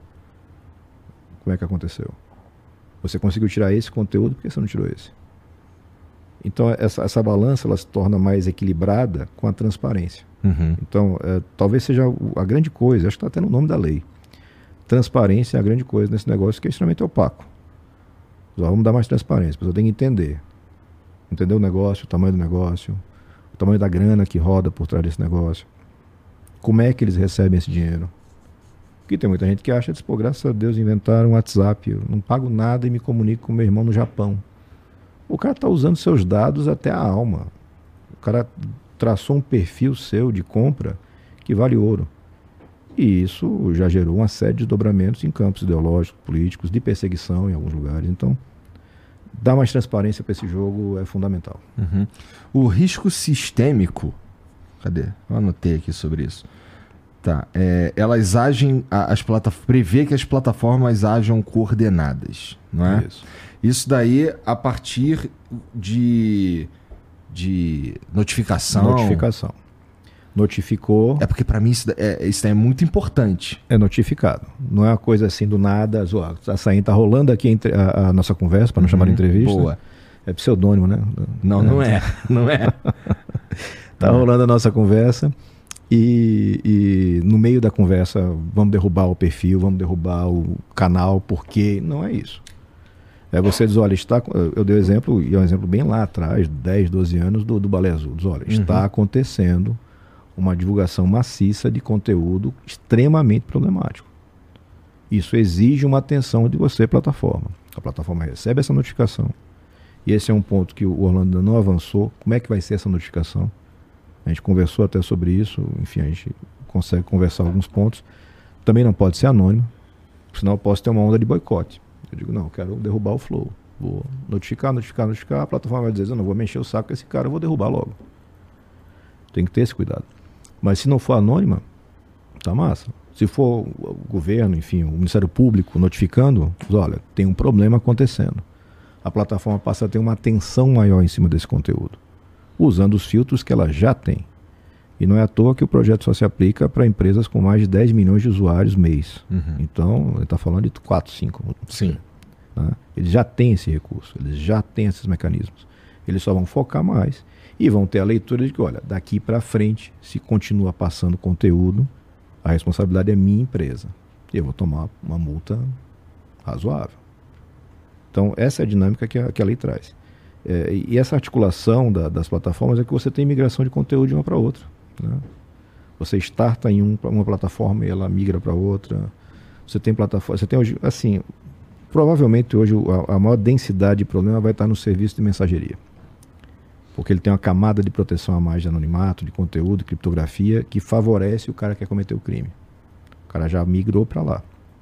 Como é que aconteceu? Você conseguiu tirar esse conteúdo, por que você não tirou esse? Então, essa balança ela se torna mais equilibrada com a transparência. Então, talvez seja a grande coisa, acho que está até no nome da lei. Transparência é a grande coisa nesse negócio que é extremamente opaco. Vamos dar mais transparência, a pessoa tem que entender o negócio, o tamanho do negócio, o tamanho da grana que roda por trás desse negócio, como é que eles recebem esse dinheiro. Porque tem muita gente que acha, pô, graças a Deus inventaram um WhatsApp, eu não pago nada e me comunico com meu irmão no Japão. O cara está usando seus dados até a alma. O cara traçou um perfil seu de compra que vale ouro. E isso já gerou uma série de desdobramentos em campos ideológicos, políticos, de perseguição em alguns lugares. Então, dar mais transparência para esse jogo é fundamental. O risco sistêmico, cadê? Eu anotei aqui sobre isso. Tá. Elas agem, prevê que as plataformas ajam coordenadas, não é? Isso daí a partir de notificação. Notificou. Porque para mim isso é muito importante. É notificado. Não é uma coisa assim do nada. Tá rolando aqui a nossa conversa, para não chamar de entrevista. Boa. É pseudônimo, né? Não é. Tá rolando a nossa conversa e no meio da conversa vamos derrubar o perfil, vamos derrubar o canal, porque não é isso. Você diz, olha, eu dei o exemplo, e é um exemplo bem lá atrás, 10, 12 anos, do Balé Azul. Diz, olha, está acontecendo uma divulgação maciça de conteúdo extremamente problemático. Isso exige uma atenção de você, plataforma. A plataforma recebe essa notificação. E esse é um ponto que o Orlando não avançou. Como é que vai ser essa notificação? A gente conversou até sobre isso. Enfim, a gente consegue conversar alguns pontos. Também não pode ser anônimo, senão eu posso ter uma onda de boicote. Eu digo, não, eu quero derrubar o Flow. Vou notificar. A plataforma vai dizer, eu não vou mexer o saco com esse cara, eu vou derrubar logo. Tem que ter esse cuidado. Mas se não for anônima, tá massa. Se for o governo, enfim, o Ministério Público notificando, olha, tem um problema acontecendo. A plataforma passa a ter uma atenção maior em cima desse conteúdo, usando os filtros que ela já tem. E não é à toa que o projeto só se aplica para empresas com mais de 10 milhões de usuários mês. Então, ele está falando de 4, 5. Sim. Né? Eles já têm esse recurso, eles já têm esses mecanismos. Eles só vão focar mais e vão ter a leitura de que, olha, daqui para frente, se continua passando conteúdo, a responsabilidade é minha empresa. E eu vou tomar uma multa razoável. Então, essa é a dinâmica que a lei traz. E essa articulação das plataformas é que você tem migração de conteúdo de uma para outra. Né? Você starta em uma plataforma e ela migra para outra. Você tem plataforma. Você tem hoje, assim, provavelmente hoje a maior densidade de problema vai estar no serviço de mensageria. Porque ele tem uma camada de proteção a mais de anonimato, de conteúdo, de criptografia, que favorece o cara que quer cometer o crime. O cara já migrou para lá.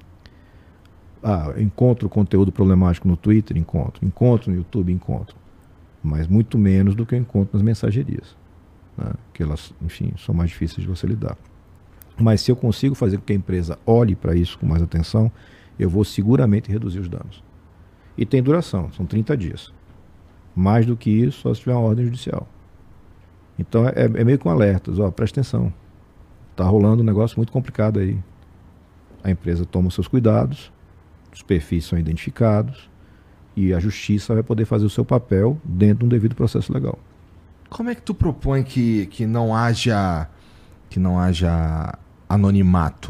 Eu encontro conteúdo problemático no Twitter? Encontro no YouTube? Encontro. Mas muito menos do que eu encontro nas mensagerias. Né? Que elas, enfim, são mais difíceis de você lidar. Mas se eu consigo fazer com que a empresa olhe para isso com mais atenção, eu vou seguramente reduzir os danos. E tem duração, são 30 dias. Mais do que isso, só se tiver uma ordem judicial. Então é meio que um alerta. Presta atenção. Está rolando um negócio muito complicado aí. A empresa toma os seus cuidados, os perfis são identificados e a justiça vai poder fazer o seu papel dentro de um devido processo legal. Como é que tu propõe que não haja anonimato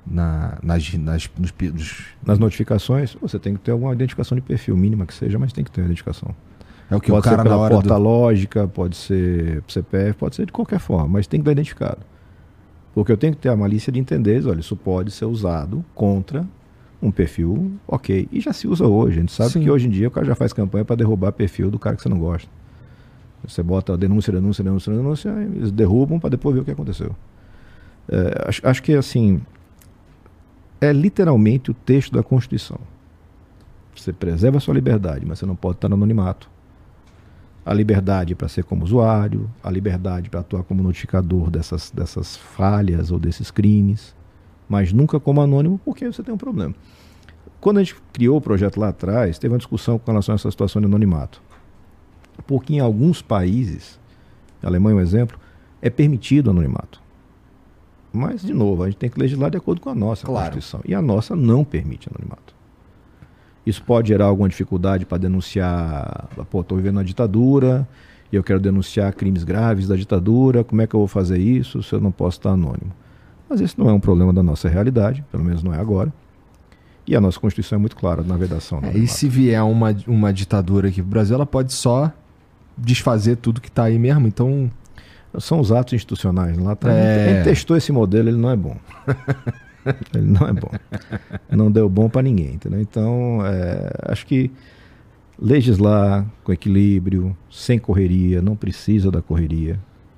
nas notificações? Você tem que ter alguma identificação de perfil, mínima que seja, mas tem que ter uma identificação. É o que pode o cara ser pela na hora porta lógica, pode ser CPF, pode ser de qualquer forma, mas tem que estar identificado. Porque eu tenho que ter a malícia de entender, olha, isso pode ser usado contra um perfil, ok. E já se usa hoje. A gente sabe que hoje em dia o cara já faz campanha para derrubar perfil do cara que você não gosta. Você bota denúncia, eles derrubam para depois ver o que aconteceu. Acho que, assim, é literalmente o texto da Constituição. Você preserva a sua liberdade, mas você não pode estar no anonimato. A liberdade para ser como usuário, a liberdade para atuar como notificador dessas falhas ou desses crimes, mas nunca como anônimo, porque você tem um problema. Quando a gente criou o projeto lá atrás, teve uma discussão com relação a essa situação de anonimato. Porque em alguns países, a Alemanha é um exemplo, é permitido anonimato. Mas, de novo, a gente tem que legislar de acordo com a nossa Constituição. E a nossa não permite anonimato. Isso pode gerar alguma dificuldade para denunciar, pô, estou vivendo uma ditadura e eu quero denunciar crimes graves da ditadura, como é que eu vou fazer isso se eu não posso estar anônimo? Mas esse não é um problema da nossa realidade, pelo menos não é agora. E a nossa Constituição é muito clara na vedação. E se vier uma ditadura aqui pro Brasil, ela pode só desfazer tudo que está aí mesmo, então... São os atos institucionais. Lá tá, a gente testou esse modelo, ele não é bom. Ele não é bom. Não deu bom para ninguém, entendeu? Então, acho que legislar com equilíbrio, sem correria, não precisa da correria.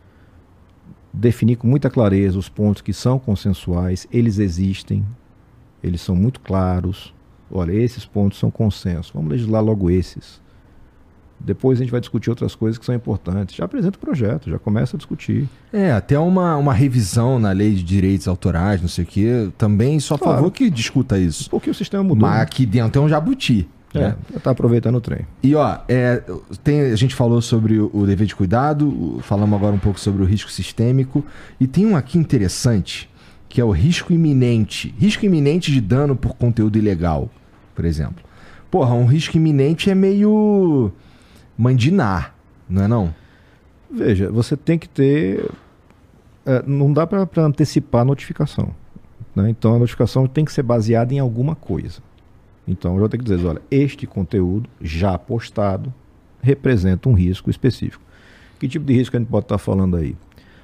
Definir com muita clareza os pontos que são consensuais, eles existem, eles são muito claros. Olha, esses pontos são consenso, vamos legislar logo esses. Depois a gente vai discutir outras coisas que são importantes. Já apresenta o projeto, já começa a discutir. Até uma revisão na lei de direitos autorais, não sei o quê, também sou a favor que discuta isso. Porque o sistema mudou. Mas aqui dentro é um jabuti. Já está aproveitando o trem. E a gente falou sobre o dever de cuidado, falamos agora um pouco sobre o risco sistêmico, e tem um aqui interessante, que é o risco iminente. Risco iminente de dano por conteúdo ilegal, por exemplo. Porra, um risco iminente é meio... mandinar, não é não? Veja, você tem que ter... não dá para antecipar a notificação, né? Então a notificação tem que ser baseada em alguma coisa. Então eu vou ter que dizer, olha, este conteúdo já postado representa um risco específico. Que tipo de risco a gente pode estar falando aí?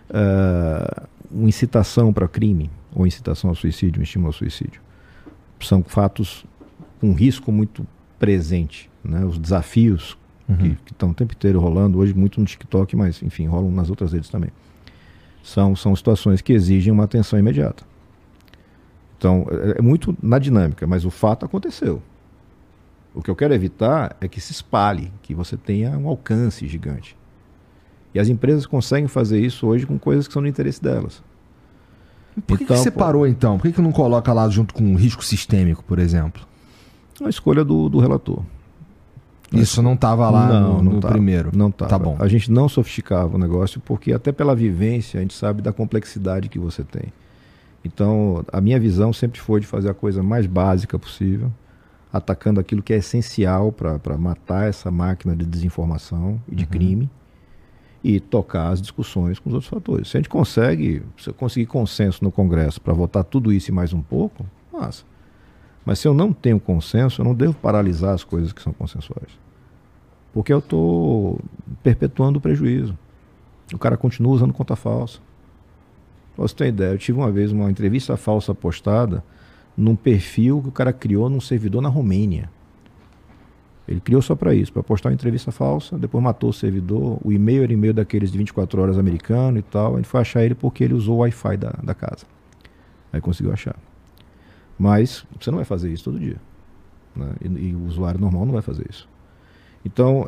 Uma incitação para crime, ou incitação ao suicídio, um estímulo ao suicídio. São fatos com risco muito presente, né? Os desafios que estão o tempo inteiro rolando, hoje muito no TikTok, mas enfim, rolam nas outras redes também. São situações que exigem uma atenção imediata. Então, é muito na dinâmica, mas o fato aconteceu. O que eu quero evitar é que se espalhe, que você tenha um alcance gigante. E as empresas conseguem fazer isso hoje com coisas que são do interesse delas. Por que você parou então? Por que não coloca lá junto com um risco sistêmico, por exemplo? A escolha do relator. Isso não estava lá no primeiro? Não estava. Tá bom. A gente não sofisticava o negócio porque até pela vivência a gente sabe da complexidade que você tem. Então a minha visão sempre foi de fazer a coisa mais básica possível, atacando aquilo que é essencial para matar essa máquina de desinformação e de crime e tocar as discussões com os outros fatores. Se a gente se eu conseguir consenso no Congresso para votar tudo isso e mais um pouco, massa. Mas se eu não tenho consenso, eu não devo paralisar as coisas que são consensuais. Porque eu estou perpetuando o prejuízo. O cara continua usando conta falsa. Pra você ter ideia, eu tive uma vez uma entrevista falsa postada num perfil que o cara criou num servidor na Romênia. Ele criou só para isso, para postar uma entrevista falsa, depois matou o servidor, o e-mail era e-mail daqueles de 24 horas americano e tal, a gente foi achar ele porque ele usou o Wi-Fi da casa. Aí conseguiu achar. Mas você não vai fazer isso todo dia, né? E o usuário normal não vai fazer isso. Então,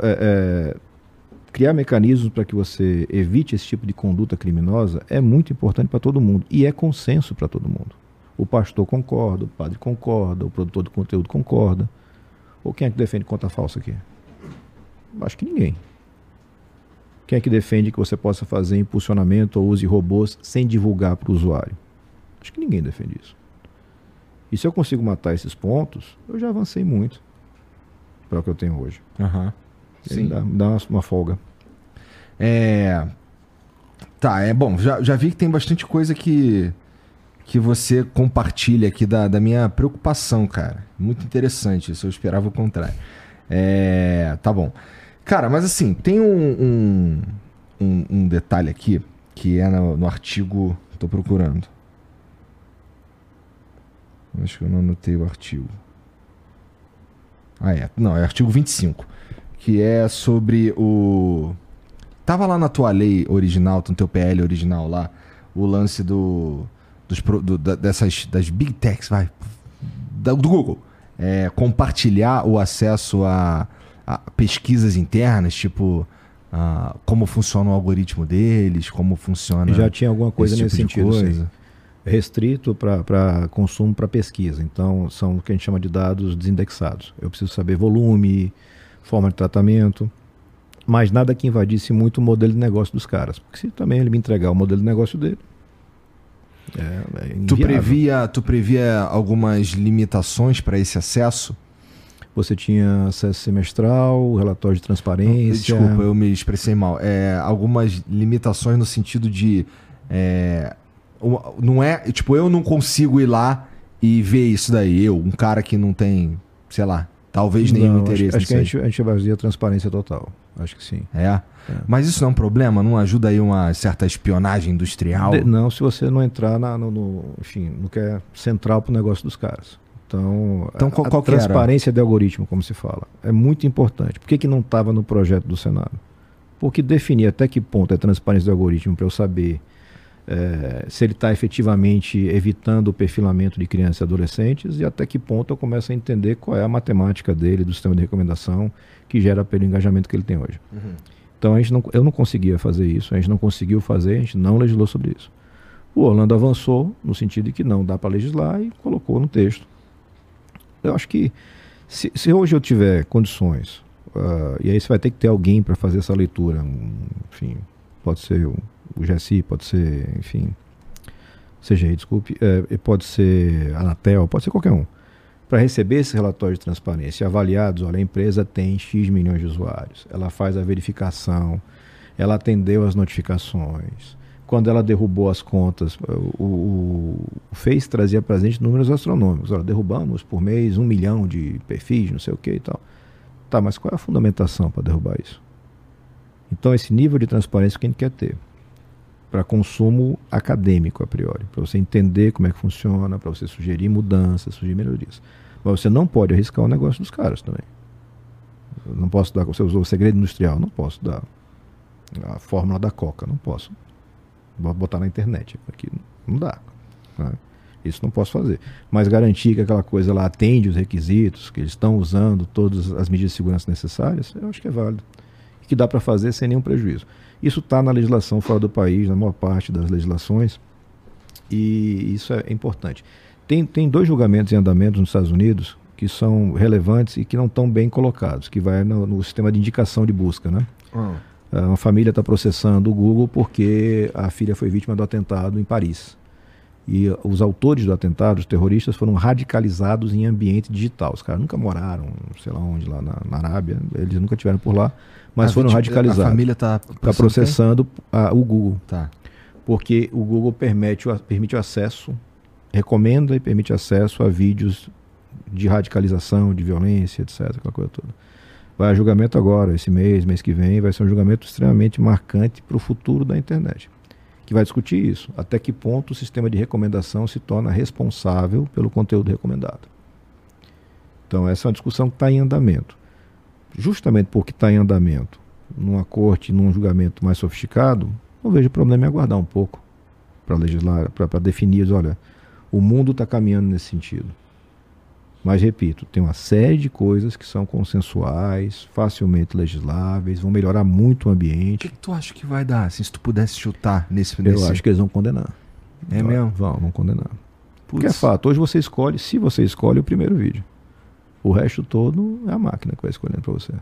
criar mecanismos para que você evite esse tipo de conduta criminosa é muito importante para todo mundo. E é consenso para todo mundo. O pastor concorda, o padre concorda, o produtor de conteúdo concorda. Ou quem é que defende conta falsa aqui? Acho que ninguém. Quem é que defende que você possa fazer impulsionamento ou use robôs sem divulgar para o usuário? Acho que ninguém defende isso. E se eu consigo matar esses pontos, eu já avancei muito para o que eu tenho hoje. Sim. Dá uma folga. Tá, bom. Já vi que tem bastante coisa que você compartilha aqui da minha preocupação, cara. Muito interessante isso, eu esperava o contrário. Tá bom. Cara, mas assim, tem um detalhe aqui, que é no artigo... Tô procurando. Acho que eu não anotei o artigo. Não, é artigo 25. Que é sobre o... Tava lá na tua lei original, no teu PL original lá, o lance das Big Techs, do Google. Compartilhar o acesso a pesquisas internas, tipo... como funciona o algoritmo deles, como funciona... Já tinha alguma coisa nesse sentido, coisa. Restrito para consumo para pesquisa. Então, são o que a gente chama de dados desindexados. Eu preciso saber volume, forma de tratamento, mas nada que invadisse muito o modelo de negócio dos caras. Porque se também ele me entregar o modelo de negócio dele, Tu previa algumas limitações para esse acesso? você tinha acesso semestral, relatório de transparência. Desculpa, eu me expressei mal. Algumas limitações no sentido de... não é... Tipo, eu não consigo ir lá e ver isso daí. Um cara que não tem, sei lá, talvez nenhum interesse. Acho que a gente fazia transparência total. Acho que sim. Mas isso não é um problema? Não ajuda aí uma certa espionagem industrial? Não, se você não entrar enfim, no que é central para o negócio dos caras. Então qual a transparência de algoritmo, como se fala, é muito importante. Por que não estava no projeto do Senado? Porque definir até que ponto é transparência do algoritmo para eu saber se ele está efetivamente evitando o perfilamento de crianças e adolescentes e até que ponto eu começo a entender qual é a matemática dele, do sistema de recomendação que gera pelo engajamento que ele tem hoje. Então eu não conseguia fazer isso, a gente não conseguiu fazer, a gente não legislou sobre isso. O Orlando avançou no sentido de que não dá para legislar e colocou no texto. Eu acho que se hoje eu tiver condições, e aí você vai ter que ter alguém para fazer essa leitura, enfim, pode ser o GSI, pode ser, enfim, CGI, desculpe, pode ser Anatel, pode ser qualquer um, para receber esse relatório de transparência, avaliados, olha, a empresa tem X milhões de usuários, ela faz a verificação, ela atendeu as notificações. Quando ela derrubou as contas, o Face trazia para a gente números astronômicos. Olha, derrubamos por mês 1 milhão de perfis, não sei o que e tal. Tá, mas qual é a fundamentação para derrubar isso? Então, esse nível de transparência que a gente quer ter para consumo acadêmico, a priori, para você entender como é que funciona, para você sugerir mudanças, sugerir melhorias. Mas você não pode arriscar o negócio dos caras também. Eu não posso dar, você usou o segredo industrial, não posso dar a fórmula da Coca, não posso botar na internet, aqui não dá, né? Isso não posso fazer, mas garantir que aquela coisa lá atende os requisitos, que eles estão usando todas as medidas de segurança necessárias, eu acho que é válido e que dá para fazer sem nenhum prejuízo. Isso está na legislação fora do país, na maior parte das legislações, e isso é importante. Tem 2 julgamentos em andamento nos Estados Unidos que são relevantes e que não estão bem colocados, que vai no sistema de indicação de busca, né? Uma família está processando o Google porque a filha foi vítima do atentado em Paris. E os autores do atentado, os terroristas, foram radicalizados em ambiente digital. Os caras nunca moraram, sei lá onde, lá na Arábia, eles nunca estiveram por lá, mas foram radicalizados. A família está processando o Google. Tá. Porque o Google permite o acesso, recomenda e permite acesso a vídeos de radicalização, de violência, etc. Aquela coisa toda. Vai a julgamento agora, esse mês que vem, vai ser um julgamento extremamente marcante para o futuro da internet, que vai discutir isso, até que ponto o sistema de recomendação se torna responsável pelo conteúdo recomendado. Então essa é uma discussão que está em andamento. Justamente porque está em andamento, numa corte, num julgamento mais sofisticado, não vejo problema em aguardar um pouco para legislar, para definir, olha, o mundo está caminhando nesse sentido. Mas, repito, tem uma série de coisas que são consensuais, facilmente legisláveis, vão melhorar muito o ambiente. O que tu acha que vai dar, assim, se tu pudesse chutar nesse... Eu acho que eles vão condenar. É mesmo? Vão condenar. Porque é fato, hoje você escolhe, se você escolhe o primeiro vídeo. O resto todo é a máquina que vai escolhendo para você.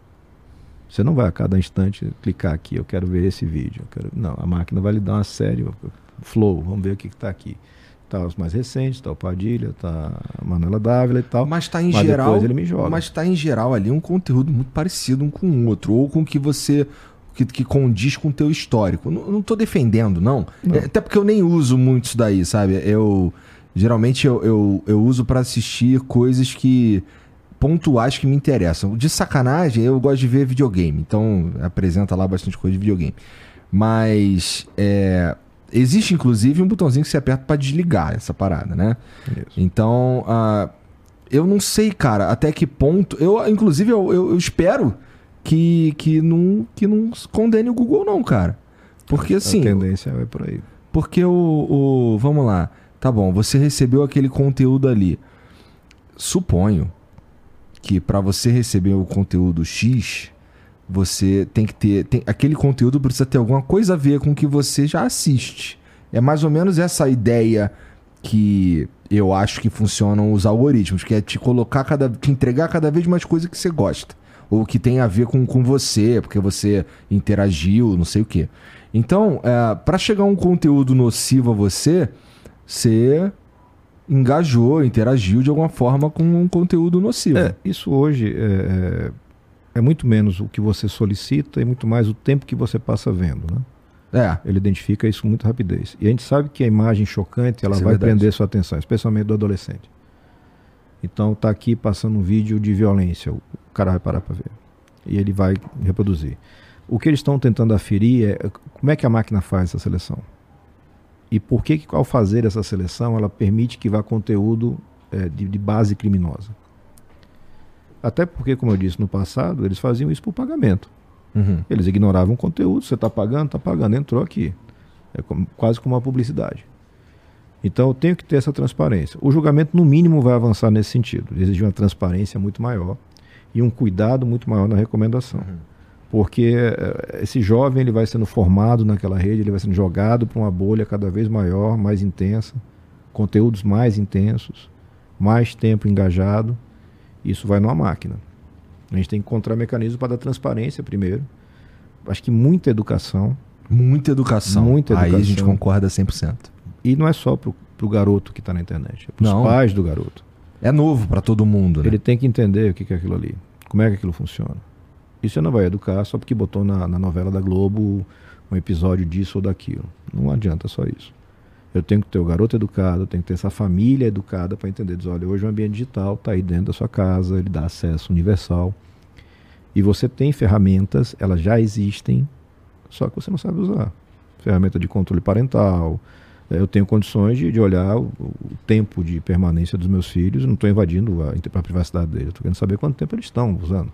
Você não vai a cada instante clicar aqui, eu quero ver esse vídeo. Não, a máquina vai lhe dar uma série, flow, vamos ver o que está aqui. Tá os mais recentes, tá o Padilha, tá a Manuela Dávila e tal. Mas tá em geral, depois ele me joga. Mas tá em geral ali um conteúdo muito parecido um com o outro, ou com que você que condiz com o teu histórico. Não tô defendendo, não. Até porque eu nem uso muito isso daí, sabe? Geralmente eu uso para assistir coisas pontuais que me interessam. De sacanagem, eu gosto de ver videogame, então apresenta lá bastante coisa de videogame. Mas existe, inclusive, um botãozinho que você aperta para desligar essa parada, né? Isso. Então, eu não sei, cara, até que ponto... Inclusive, eu espero que não condene o Google, não, cara. Porque, assim... A tendência vai por aí. Porque vamos lá. Tá bom, você recebeu aquele conteúdo ali. Suponho que para você receber o conteúdo X... Você tem que ter... aquele conteúdo precisa ter alguma coisa a ver com o que você já assiste. É mais ou menos essa ideia que eu acho que funcionam os algoritmos, que é te entregar cada vez mais coisa que você gosta. Ou que tem a ver com você, porque você interagiu, não sei o quê. Então, para chegar um conteúdo nocivo a você engajou, interagiu de alguma forma com um conteúdo nocivo. Isso hoje é muito menos o que você solicita e muito mais o tempo que você passa vendo, né? Ele identifica isso com muita rapidez. E a gente sabe que a imagem chocante, ela vai prender sua atenção, especialmente do adolescente. Então tá aqui passando um vídeo de violência, o cara vai parar para ver. E ele vai reproduzir. O que eles estão tentando aferir é como é que a máquina faz essa seleção. E por que ao fazer essa seleção, ela permite que vá conteúdo de base criminosa. Até porque, como eu disse no passado, eles faziam isso por pagamento. Eles ignoravam o conteúdo, você está pagando, entrou aqui. Quase como uma publicidade. Então eu tenho que ter essa transparência. O julgamento, no mínimo, vai avançar nesse sentido. Exige uma transparência muito maior e um cuidado muito maior na recomendação. Porque esse jovem ele vai sendo formado naquela rede, ele vai sendo jogado para uma bolha cada vez maior, mais intensa, conteúdos mais intensos, mais tempo engajado. Isso vai numa máquina. A gente tem que encontrar mecanismos para dar transparência primeiro. Acho que muita educação. Muita educação. Aí a gente concorda 100%. E não é só para o garoto que está na internet, é para os pais do garoto. É novo para todo mundo, né? Ele tem que entender o que é aquilo ali, como é que aquilo funciona. Isso você não vai educar só porque botou na novela da Globo um episódio disso ou daquilo. Não adianta só isso. Eu tenho que ter o garoto educado, eu tenho que ter essa família educada para entender. Diz, olha, hoje o ambiente digital está aí dentro da sua casa, ele dá acesso universal. E você tem ferramentas, elas já existem, só que você não sabe usar. Ferramenta de controle parental. Eu tenho condições de olhar o tempo de permanência dos meus filhos, não estou invadindo a privacidade deles. Estou querendo saber quanto tempo eles estão usando.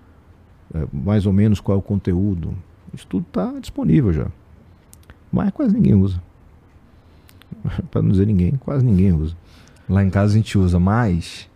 Mais ou menos qual é o conteúdo. Isso tudo está disponível já. Mas quase ninguém usa. Para não dizer ninguém, quase ninguém usa. Lá em casa a gente usa mais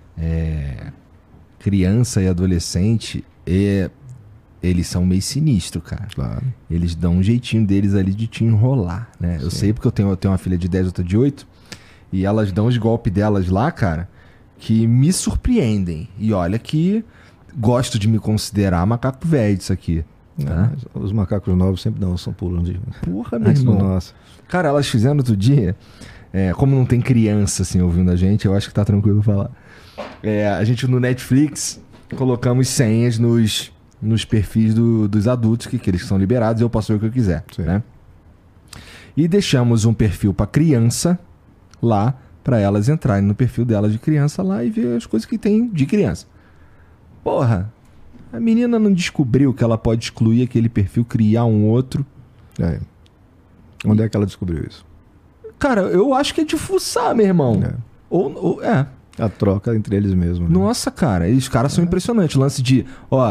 criança e adolescente, eles são meio sinistros, cara. Claro. Eles dão um jeitinho deles ali de te enrolar, né? Sim. Eu sei porque eu tenho uma filha de 10, outra de 8, e elas dão os golpes delas lá, cara, que me surpreendem. E olha que gosto de me considerar macaco velho disso aqui. Tá? Os macacos novos sempre dão, são pulos. Porra, meu irmão. Nossa. Cara, elas fizeram outro dia, como não tem criança assim ouvindo a gente, eu acho que tá tranquilo falar. A gente no Netflix colocamos senhas nos perfis dos adultos, que eles são liberados, eu posso ver o que eu quiser, né? E deixamos um perfil para criança lá, para elas entrarem no perfil delas de criança lá e ver as coisas que tem de criança. Porra, a menina não descobriu que ela pode excluir aquele perfil, criar um outro. Onde é que ela descobriu isso? Cara, eu acho que é de fuçar, meu irmão. A troca entre eles mesmos. Né? Nossa, cara, os caras são impressionantes. O lance de,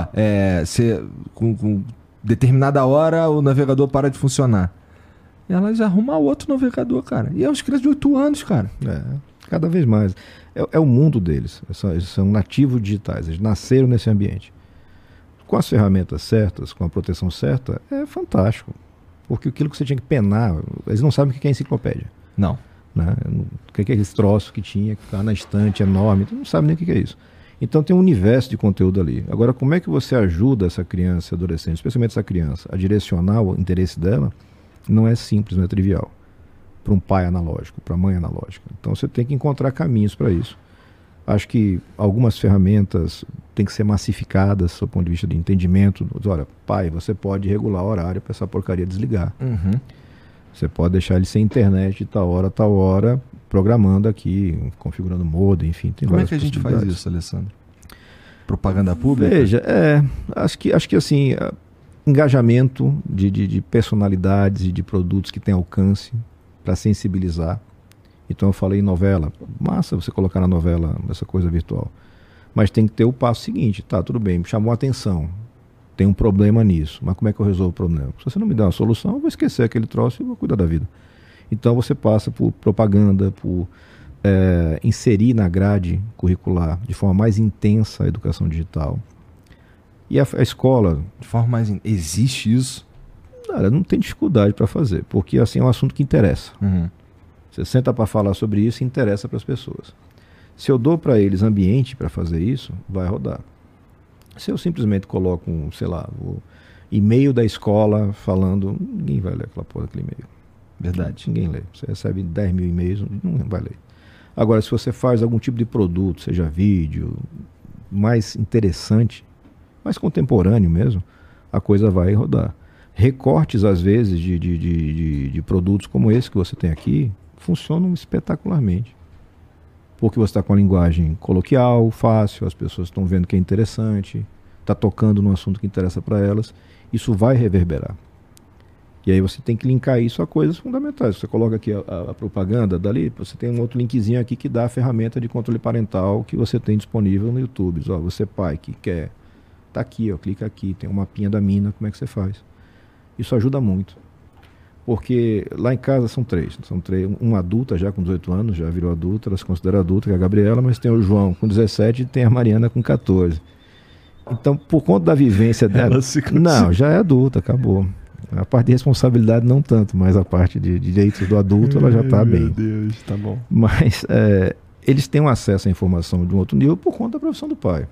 com determinada hora o navegador para de funcionar. E elas arrumam outro navegador, cara. E é uns crianças de 8 anos, cara. Cada vez mais. É o mundo deles. Eles são nativos digitais. Eles nasceram nesse ambiente. Com as ferramentas certas, com a proteção certa, é fantástico. Porque aquilo que você tinha que penar, eles não sabem o que é enciclopédia. Não. Né? O que é esse troço que tinha, que ficava na estante enorme, então não sabe nem o que é isso. Então tem um universo de conteúdo ali. Agora, como é que você ajuda essa criança e adolescente, especialmente essa criança, a direcionar o interesse dela? Não é simples, não é trivial. Para um pai analógico, para a mãe analógica. Então você tem que encontrar caminhos para isso. Acho que algumas ferramentas têm que ser massificadas do ponto de vista de entendimento. Olha, pai, você pode regular o horário para essa porcaria desligar. Você pode deixar ele sem internet de tal hora, programando aqui, configurando modem, enfim. Tem Como é que a gente faz isso, Alessandro? Propaganda pública? Veja, acho que assim, engajamento de personalidades e de produtos que têm alcance para sensibilizar. Então eu falei em novela, massa você colocar na novela essa coisa virtual. Mas tem que ter o passo seguinte, tá, tudo bem, me chamou a atenção. Tem um problema nisso, mas como é que eu resolvo o problema? Se você não me der uma solução, eu vou esquecer aquele troço e vou cuidar da vida. Então você passa por propaganda, por inserir na grade curricular de forma mais intensa a educação digital. E a escola... De forma mais... Existe isso? Não tem dificuldade para fazer, porque assim é um assunto que interessa. Você senta para falar sobre isso e interessa para as pessoas. Se eu dou para eles ambiente para fazer isso, vai rodar. Se eu simplesmente coloco o e-mail da escola falando, ninguém vai ler aquela porra daquele e-mail. Verdade. Ninguém lê. Você recebe 10 mil e-mails, não vai ler. Agora, se você faz algum tipo de produto, seja vídeo, mais interessante, mais contemporâneo mesmo, a coisa vai rodar. Recortes, às vezes, de produtos como esse que você tem aqui, funcionam espetacularmente. Porque você está com a linguagem coloquial, fácil, as pessoas estão vendo que é interessante, está tocando num assunto que interessa para elas, isso vai reverberar. E aí você tem que linkar isso a coisas fundamentais. Você coloca aqui a propaganda, dali você tem um outro linkzinho aqui que dá a ferramenta de controle parental que você tem disponível no YouTube. Ó, você pai que quer, tá aqui, ó, clica aqui, tem um mapinha da mina, como é que você faz? Isso ajuda muito. Porque lá em casa são três. Uma adulta já com 18 anos, já virou adulta, ela se considera adulta, que é a Gabriela, mas tem o João com 17 e tem a Mariana com 14. Então, por conta da vivência dela... Não, já é adulta, acabou. A parte de responsabilidade não tanto, mas a parte de direitos do adulto ela já está bem. Meu Deus, tá bom. Mas eles têm um acesso à informação de um outro nível por conta da profissão do pai.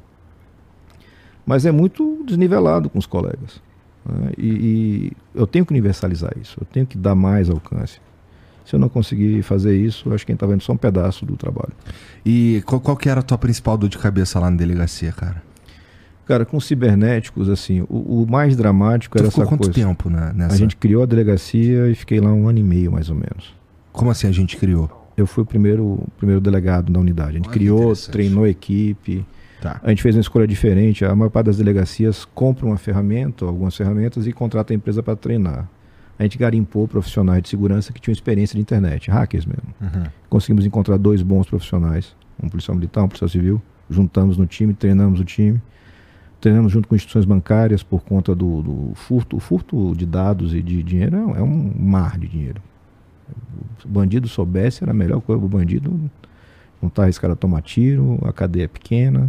Mas é muito desnivelado com os colegas. Né? E eu tenho que universalizar isso, eu tenho que dar mais alcance. Se eu não conseguir fazer isso, eu acho que quem está vendo só um pedaço do trabalho. E qual que era a tua principal dor de cabeça lá na delegacia, cara? Cara, com cibernéticos, assim, o mais dramático era essa coisa. Ficou quanto tempo nessa? A gente criou a delegacia e fiquei lá 1 ano e meio, mais ou menos. Como assim a gente criou? Eu fui o primeiro delegado da unidade. A gente criou, treinou a equipe. Tá. A gente fez uma escolha diferente. A maior parte das delegacias compra uma ferramenta, algumas ferramentas, e contrata a empresa para treinar. A gente garimpou profissionais de segurança que tinham experiência de internet, hackers mesmo. Uhum. Conseguimos encontrar 2 bons profissionais, um policial militar, um policial civil. Juntamos no time, treinamos o time. Treinamos junto com instituições bancárias por conta do furto. O furto de dados e de dinheiro é um mar de dinheiro. Se o bandido soubesse, era a melhor coisa. O bandido não está arriscado a tomar tiro, a cadeia é pequena.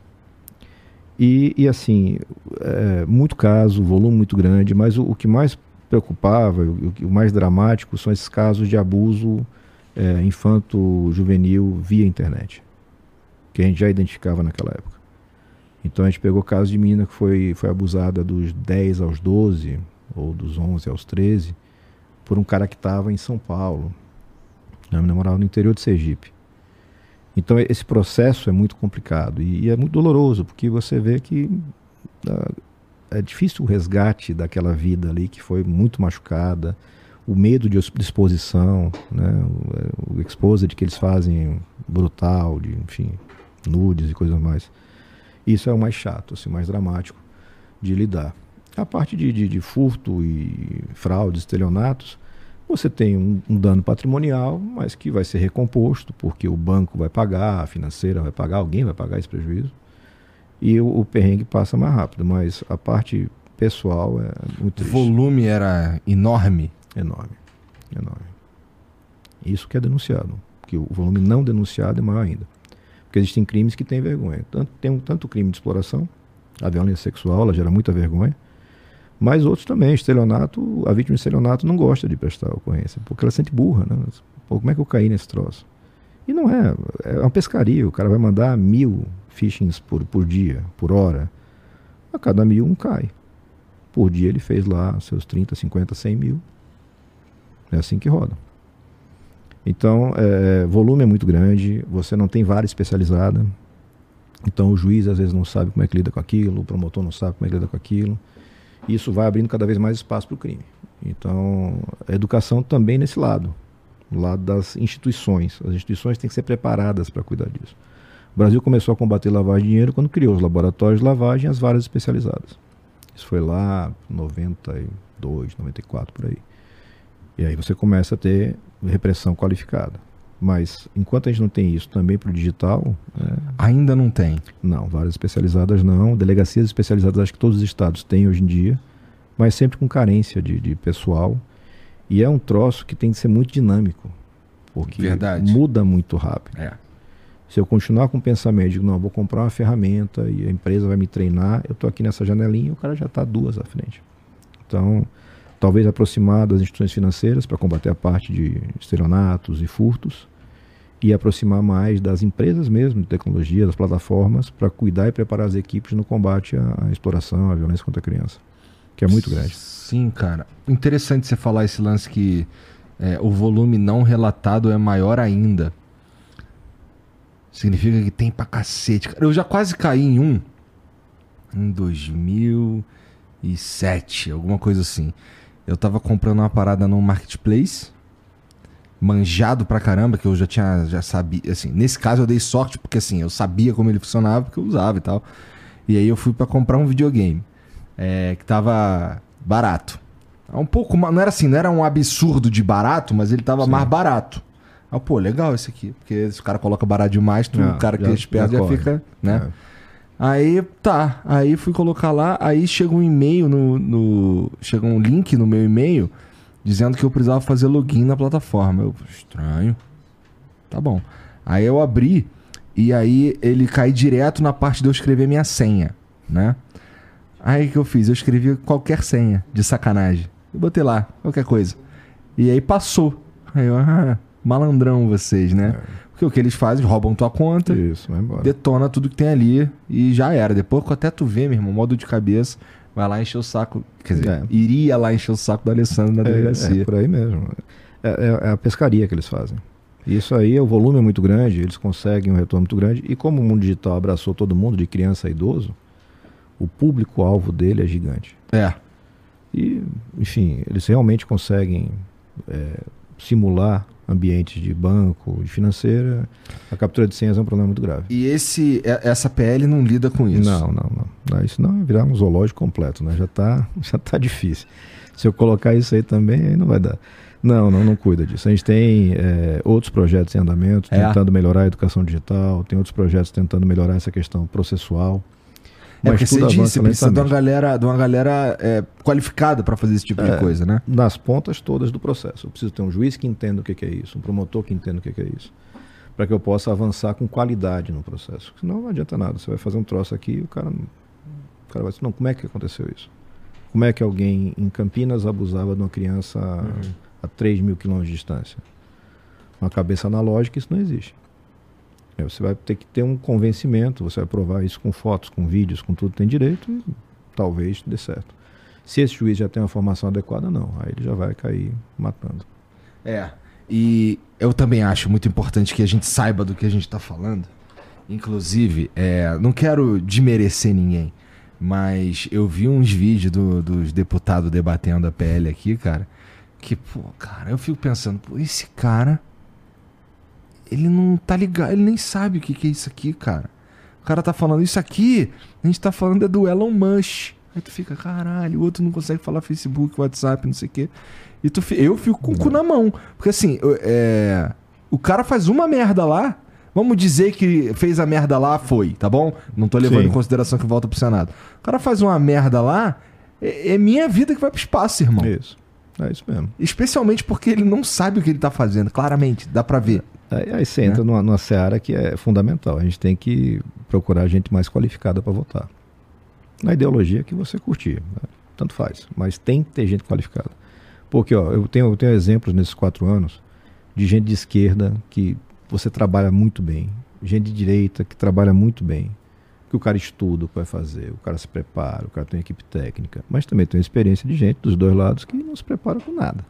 E assim, muito caso, volume muito grande, mas o que mais preocupava, o mais dramático, são esses casos de abuso infanto-juvenil via internet, que a gente já identificava naquela época. Então a gente pegou casos de menina que foi abusada dos 10 aos 12, ou dos 11 aos 13, por um cara que estava em São Paulo. A menina morava no interior de Sergipe. Então esse processo é muito complicado e é muito doloroso, porque você vê que é difícil o resgate daquela vida ali que foi muito machucada, o medo de exposição, né? O exposed que eles fazem brutal, enfim, nudes e coisas mais. Isso é o mais chato, assim, o mais dramático de lidar. A parte de furto e fraudes, estelionatos, você tem um dano patrimonial, mas que vai ser recomposto, porque o banco vai pagar, a financeira vai pagar, alguém vai pagar esse prejuízo, e o perrengue passa mais rápido, mas a parte pessoal é muito triste. O volume era enorme? Enorme. Isso que é denunciado, porque o volume não denunciado é maior ainda. Porque existem crimes que têm vergonha. Tem tanto crime de exploração, a violência sexual, ela gera muita vergonha, mas outros também. Estelionato, a vítima de estelionato não gosta de prestar ocorrência, porque ela se sente burra, né? Pô, como é que eu caí nesse troço? E não é uma pescaria, o cara vai mandar 1000 phishings por dia, por hora. A cada 1000 um cai. Por dia ele fez lá seus 30, 50, 100 mil. É assim que roda. Então, volume é muito grande, você não tem vara especializada, então o juiz às vezes não sabe como é que lida com aquilo, o promotor não sabe como é que lida com aquilo, e isso vai abrindo cada vez mais espaço para o crime. Então, a educação também nesse lado, do lado das instituições. As instituições têm que ser preparadas para cuidar disso. O Brasil começou a combater lavagem de dinheiro quando criou os laboratórios de lavagem e as varas especializadas. Isso foi lá em 92, 94, por aí. E aí você começa a ter repressão qualificada. Mas enquanto a gente não tem isso também para o digital... Ainda não tem? Não, varas especializadas não. Delegacias especializadas acho que todos os estados têm hoje em dia, mas sempre com carência de pessoal. E é um troço que tem que ser muito dinâmico, porque muda muito rápido. Se eu continuar com o pensamento de não, vou comprar uma ferramenta e a empresa vai me treinar, eu estou aqui nessa janelinha e o cara já está 2 à frente. Então... talvez aproximar das instituições financeiras para combater a parte de estelionatos e furtos e aproximar mais das empresas mesmo, de tecnologia, das plataformas, para cuidar e preparar as equipes no combate à exploração, à violência contra a criança, que é muito grande. Sim, cara. Interessante você falar esse lance que o volume não relatado é maior ainda. significa que tem pra cacete. Cara, eu já quase caí em um em 2007, alguma coisa assim. Eu tava comprando uma parada no Marketplace, manjado pra caramba, que eu já sabia, assim, nesse caso eu dei sorte, porque assim, eu sabia como ele funcionava, porque eu usava e tal. E aí eu fui pra comprar um videogame, que tava barato. Um pouco, não era assim, não era um absurdo de barato, mas ele tava mais barato. Ah, pô, legal esse aqui, porque se o cara coloca barato demais, o cara que é esperto já fica, né? Aí, tá, aí fui colocar lá, aí chega um e-mail chega um link no meu e-mail dizendo que eu precisava fazer login na plataforma. Eu, estranho. Tá bom. Aí eu abri e aí ele cai direto na parte de eu escrever minha senha, né? Aí o que eu fiz? Eu escrevi qualquer senha, de sacanagem. Eu botei lá, qualquer coisa. E aí passou. Aí eu, malandrão vocês, né? Porque o que eles fazem, roubam tua conta, isso, vai embora. Detona tudo que tem ali e já era. Depois que até tu vê, meu irmão, modo de cabeça, vai lá encher o saco. Quer dizer, iria lá encher o saco do Alessandro na delegacia. É por aí mesmo. É a pescaria que eles fazem. Isso aí, o volume é muito grande, eles conseguem um retorno muito grande. E como o mundo digital abraçou todo mundo, de criança a idoso, o público-alvo dele é gigante. E, enfim, eles realmente conseguem simular ambientes de banco, de financeira. A captura de senhas é um problema muito grave. E essa PL não lida com isso? Não. Isso não é virar um zoológico completo, né? Já tá difícil. Se eu colocar isso aí também, aí não vai dar. Não cuida disso. A gente tem outros projetos em andamento, tentando melhorar a educação digital, tem outros projetos tentando melhorar essa questão processual. Mas porque você disse, precisa de uma galera qualificada para fazer esse tipo de coisa, né? Nas pontas todas do processo. Eu preciso ter um juiz que entenda o que é isso, um promotor que entenda o que é isso, para que eu possa avançar com qualidade no processo. Senão não adianta nada. Você vai fazer um troço aqui e o cara vai dizer, não, como é que aconteceu isso? Como é que alguém em Campinas abusava de uma criança a 3.000 quilômetros de distância? Uma cabeça analógica, isso não existe. Você vai ter que ter um convencimento, você vai provar isso com fotos, com vídeos, com tudo que tem direito e talvez dê certo. Se esse juiz já tem uma formação adequada, não. Aí ele já vai cair matando. E eu também acho muito importante que a gente saiba do que a gente está falando. Inclusive, não quero desmerecer ninguém, mas eu vi uns vídeos dos deputados debatendo a PL aqui, cara, que, pô, cara, eu fico pensando, pô, esse cara... Ele não tá ligado, ele nem sabe o que é isso aqui, cara. O cara tá falando, isso aqui, a gente tá falando do Elon Musk. Aí tu fica, caralho, o outro não consegue falar Facebook, WhatsApp, não sei o quê. E eu fico com o cu na mão. Porque assim, o cara faz uma merda lá, vamos dizer que fez a merda lá, foi, tá bom? Não tô levando em consideração que volta pro Senado. O cara faz uma merda lá, é minha vida que vai pro espaço, irmão. Isso, é isso mesmo. Especialmente porque ele não sabe o que ele tá fazendo, claramente, dá pra ver. Aí você entra numa seara que é fundamental. A gente tem que procurar gente mais qualificada para votar. Na ideologia que você curtir, né? Tanto faz. Mas tem que ter gente qualificada. Porque eu tenho exemplos nesses 4 anos de gente de esquerda que você trabalha muito bem. Gente de direita que trabalha muito bem. Que o cara estuda o que vai fazer, o cara se prepara, o cara tem equipe técnica. Mas também tem a experiência de gente dos dois lados que não se prepara com nada.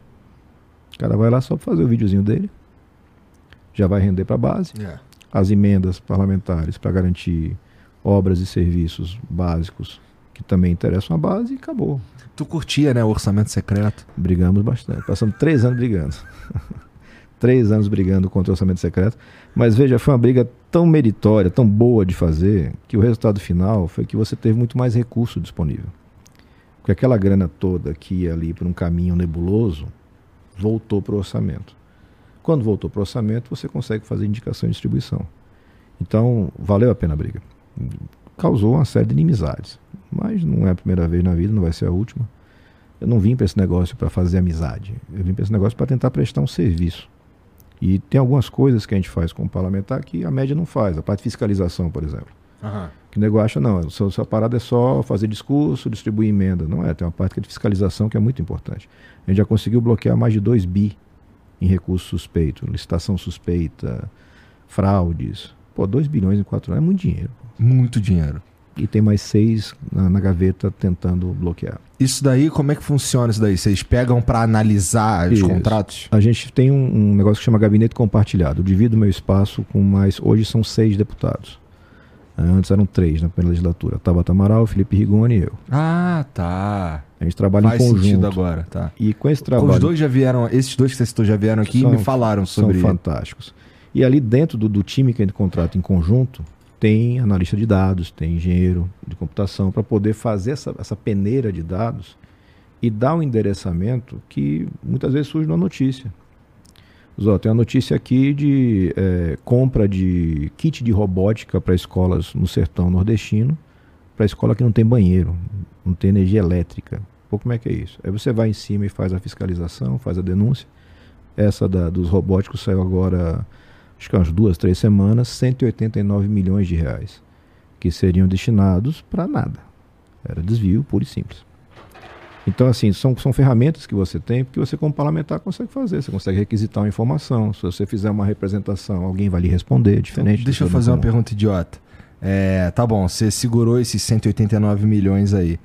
O cara vai lá só para fazer o videozinho dele. Já vai render para a base. As emendas parlamentares para garantir obras e serviços básicos que também interessam à base e acabou. Tu curtia, né, o orçamento secreto? Brigamos bastante. Passamos 3 anos brigando. 3 anos brigando contra o orçamento secreto. Mas veja, foi uma briga tão meritória, tão boa de fazer, que o resultado final foi que você teve muito mais recurso disponível. Porque aquela grana toda que ia ali por um caminho nebuloso, voltou para o orçamento. Quando voltou para o orçamento, você consegue fazer indicação e distribuição. Então, valeu a pena a briga. Causou uma série de inimizades. Mas não é a primeira vez na vida, não vai ser a última. Eu não vim para esse negócio para fazer amizade. Eu vim para esse negócio para tentar prestar um serviço. E tem algumas coisas que a gente faz como parlamentar que a média não faz. A parte de fiscalização, por exemplo. Que o negócio acha, não, sua parada é só fazer discurso, distribuir emenda. Não é, tem uma parte que é de fiscalização que é muito importante. A gente já conseguiu bloquear mais de 2 bi em recurso suspeito, licitação suspeita, fraudes. Pô, 2 bilhões em 4 anos é muito dinheiro. Muito dinheiro. e tem mais 6 na gaveta tentando bloquear. Isso daí, como é que funciona isso daí? Vocês pegam para analisar os contratos? A gente tem um negócio que chama gabinete compartilhado. Eu divido meu espaço com mais... Hoje são 6 deputados. Antes eram 3 na primeira legislatura. Tabata Amaral, Felipe Rigoni e eu. Ah, tá. A gente trabalha Faz em conjunto. sentido agora, tá. E com esse trabalho... Os dois já vieram, esses dois que você citou já vieram aqui e me falaram sobre... São fantásticos. E ali dentro do time que a gente contrata em conjunto, tem analista de dados, tem engenheiro de computação, para poder fazer essa peneira de dados e dar um endereçamento que muitas vezes surge numa notícia. Tem uma notícia aqui de compra de kit de robótica para escolas no sertão nordestino, para escola que não tem banheiro, não tem energia elétrica. Pô, como é que é isso? Aí você vai em cima e faz a fiscalização, faz a denúncia. Essa dos robóticos saiu agora, acho que há umas 2, 3 semanas, 189 milhões de reais, que seriam destinados para nada. Era desvio puro e simples. Então, assim, são ferramentas que você tem, porque você, como parlamentar, consegue fazer. Você consegue requisitar uma informação. Se você fizer uma representação, alguém vai lhe responder, diferente. Então, deixa eu fazer uma pergunta idiota. Tá bom, você segurou esses 189 milhões aí.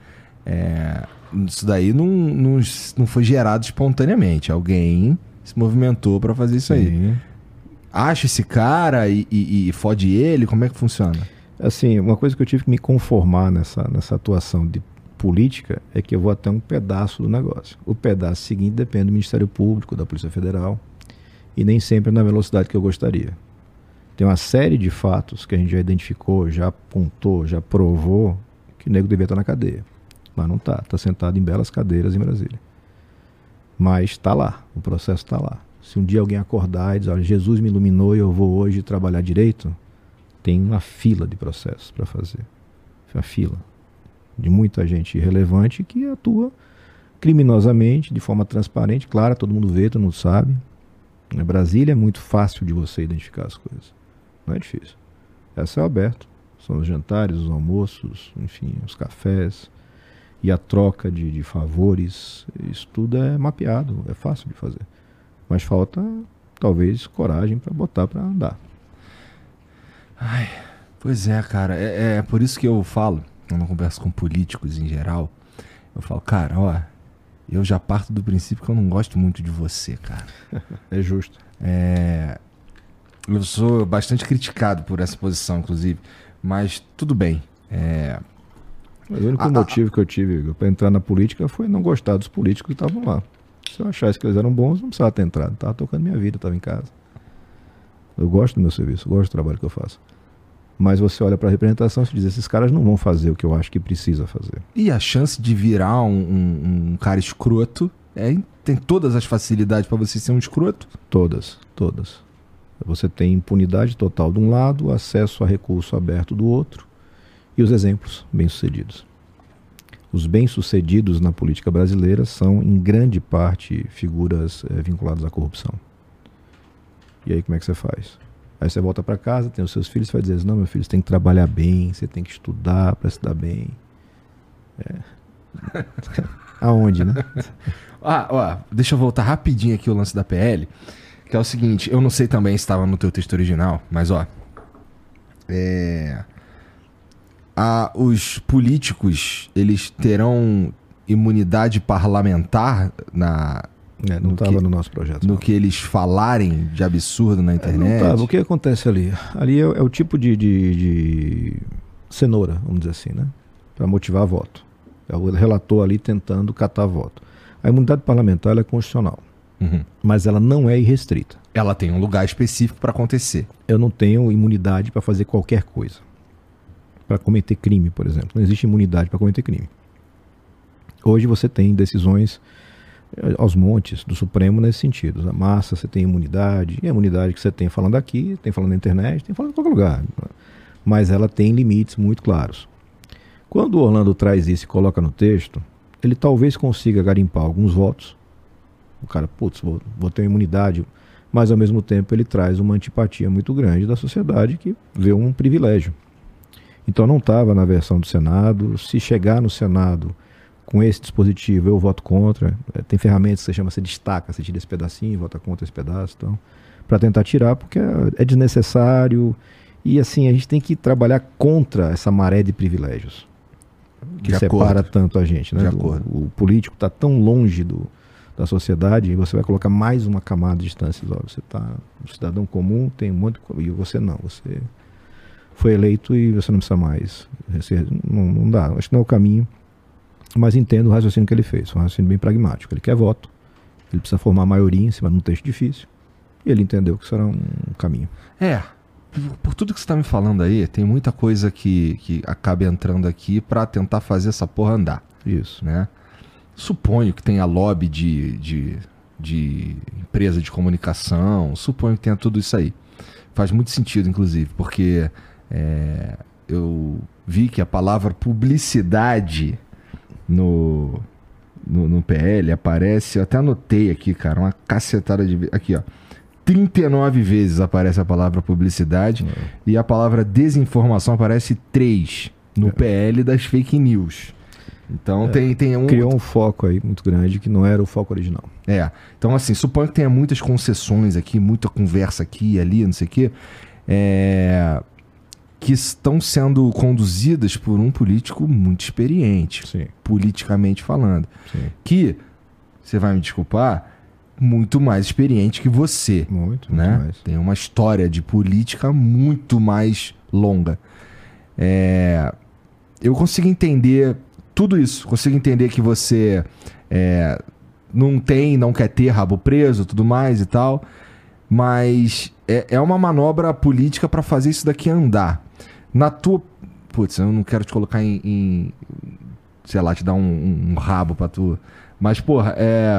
Isso daí não foi gerado espontaneamente. Alguém se movimentou para fazer isso aí. Acha esse cara e fode ele? Como é que funciona? Assim, uma coisa que eu tive que me conformar nessa atuação de política é que eu vou até um pedaço do negócio. O pedaço seguinte depende do Ministério Público, da Polícia Federal, e nem sempre na velocidade que eu gostaria. Tem uma série de fatos que a gente já identificou, já apontou, já provou que o nego devia estar na cadeia. Mas não está. Está sentado em belas cadeiras em Brasília. Mas está lá, o processo está lá. Se um dia alguém acordar e dizer, olha, Jesus me iluminou e eu vou hoje trabalhar direito, tem uma fila de processos para fazer. Uma fila de muita gente irrelevante que atua criminosamente, de forma transparente. Claro, todo mundo vê, todo mundo sabe. Na Brasília é muito fácil de você identificar as coisas. Não é difícil. É céu aberto. São os jantares, os almoços, enfim, os cafés. E a troca de favores. Isso tudo é mapeado, é fácil de fazer. Mas falta, talvez, coragem para botar para andar. Ai, pois é, cara. É por isso que eu falo, quando eu converso com políticos em geral, eu falo, cara, ó, eu já parto do princípio que eu não gosto muito de você, cara. É justo. Eu sou bastante criticado por essa posição, inclusive, mas tudo bem. Mas o único motivo que eu tive para entrar na política foi não gostar dos políticos que estavam lá. Se eu achasse que eles eram bons, não precisava ter entrado. Estava tocando minha vida, estava em casa. Eu gosto do meu serviço, gosto do trabalho que eu faço. Mas você olha para a representação e diz, esses caras não vão fazer o que eu acho que precisa fazer. E a chance de virar um cara escroto, tem todas as facilidades para você ser um escroto? Todas. Você tem impunidade total de um lado, acesso a recurso aberto do outro, e os exemplos bem-sucedidos. Os bem-sucedidos na política brasileira são, em grande parte, figuras vinculadas à corrupção. E aí como é que você faz? Aí você volta para casa, tem os seus filhos, vai dizer, não, meu filho, você tem que trabalhar bem, você tem que estudar para se dar bem. Aonde, né? Deixa eu voltar rapidinho aqui o lance da PL, que é o seguinte, eu não sei também se estava no teu texto original, mas os políticos, eles terão imunidade parlamentar não estava no nosso projeto. No que eles falarem de absurdo na internet? Não tava. O que acontece ali? Ali é o tipo de cenoura, vamos dizer assim, né? Para motivar voto. É o relator ali tentando catar voto. A imunidade parlamentar ela é constitucional, mas ela não é irrestrita. Ela tem um lugar específico para acontecer. Eu não tenho imunidade para fazer qualquer coisa. Para cometer crime, por exemplo. Não existe imunidade para cometer crime. Hoje você tem decisões aos montes do Supremo nesse sentido. A massa você tem imunidade, e a imunidade que você tem falando aqui, tem falando na internet, tem falando em qualquer lugar. Mas ela tem limites muito claros. Quando o Orlando traz isso e coloca no texto, ele talvez consiga garimpar alguns votos. O cara, vou ter uma imunidade, mas ao mesmo tempo ele traz uma antipatia muito grande da sociedade que vê um privilégio. Então não estava na versão do Senado. Se chegar no Senado com esse dispositivo, eu voto contra. Tem ferramentas que você destaca, você tira esse pedacinho, vota contra esse pedaço, então, para tentar tirar, porque é desnecessário E assim, a gente tem que trabalhar contra essa maré de privilégios que separa tanto a gente, né? O político está tão longe da sociedade, e você vai colocar mais uma camada de distâncias. Olha, você está um cidadão comum, tem um monte de... E você não, você foi eleito e você não precisa mais. Não dá, acho que não é o caminho. Mas entendo o raciocínio que ele fez, um raciocínio bem pragmático. Ele quer voto, ele precisa formar a maioria em cima de um texto difícil, e ele entendeu que isso era um caminho. Por tudo que você está me falando aí, tem muita coisa que acaba entrando aqui para tentar fazer essa porra andar. Isso. Né? Suponho que tenha lobby de empresa de comunicação, suponho que tenha tudo isso aí. Faz muito sentido, inclusive, porque eu vi que a palavra publicidade no PL aparece, eu até anotei aqui, cara, uma cacetada de... Aqui, ó. 39 vezes aparece a palavra publicidade e a palavra desinformação aparece 3 no PL das fake news. Então tem um... Criou um foco aí muito grande que não era o foco original. Então assim, suponho que tenha muitas concessões aqui, muita conversa aqui e ali, não sei o quê, que estão sendo conduzidas por um político muito experiente, Sim. politicamente falando. Sim. Que, você vai me desculpar, muito mais experiente que você. Muito né? mais. Tem uma história de política muito mais longa. Eu consigo entender tudo isso. Consigo entender que você não quer ter rabo preso, tudo mais e tal. Mas é uma manobra política para fazer isso daqui andar. Na tua... Putz, eu não quero te colocar sei lá, te dar um rabo pra tu... Mas, porra,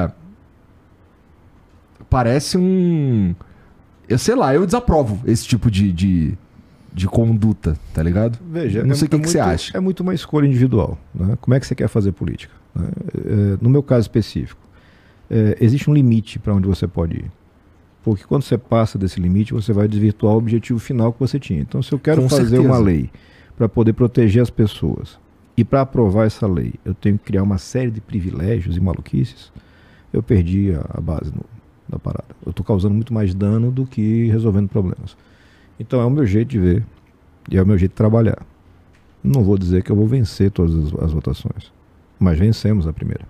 parece eu sei lá, eu desaprovo esse tipo de conduta, tá ligado? Veja, não sei o que você acha. É muito uma escolha individual, né? Como é que você quer fazer política? Né? No meu caso específico, existe um limite para onde você pode ir. Porque quando você passa desse limite, você vai desvirtuar o objetivo final que você tinha. Então, se eu quero fazer uma lei para poder proteger as pessoas, e para aprovar essa lei, eu tenho que criar uma série de privilégios e maluquices, eu perdi a base da parada. Eu estou causando muito mais dano do que resolvendo problemas. Então é o meu jeito de ver e é o meu jeito de trabalhar. Não vou dizer que eu vou vencer todas as votações, mas vencemos a primeira.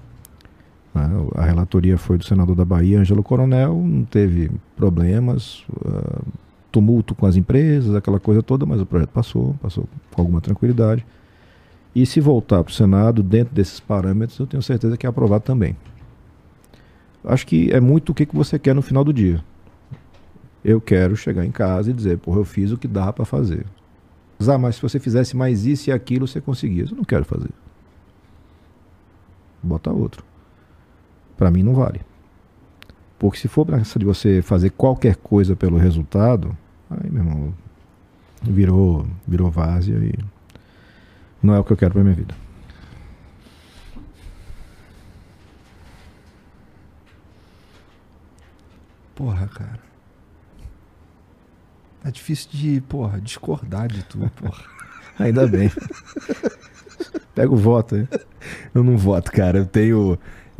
A relatoria foi do senador da Bahia, Ângelo Coronel, não teve problemas, tumulto com as empresas, aquela coisa toda, mas o projeto passou com alguma tranquilidade. E se voltar para o Senado, dentro desses parâmetros, eu tenho certeza que é aprovado também. Acho que é muito o que você quer no final do dia. Eu quero chegar em casa e dizer, porra, eu fiz o que dá para fazer. Mas se você fizesse mais isso e aquilo, você conseguia. Eu não quero fazer. Bota outro. Para mim não vale. Porque se for para de você fazer qualquer coisa pelo resultado, aí, meu irmão, virou várzea e não é o que eu quero para minha vida. Porra, cara. É difícil de, discordar de tu, porra. Ainda bem. Pega o voto aí. Eu não voto, cara. Eu tenho...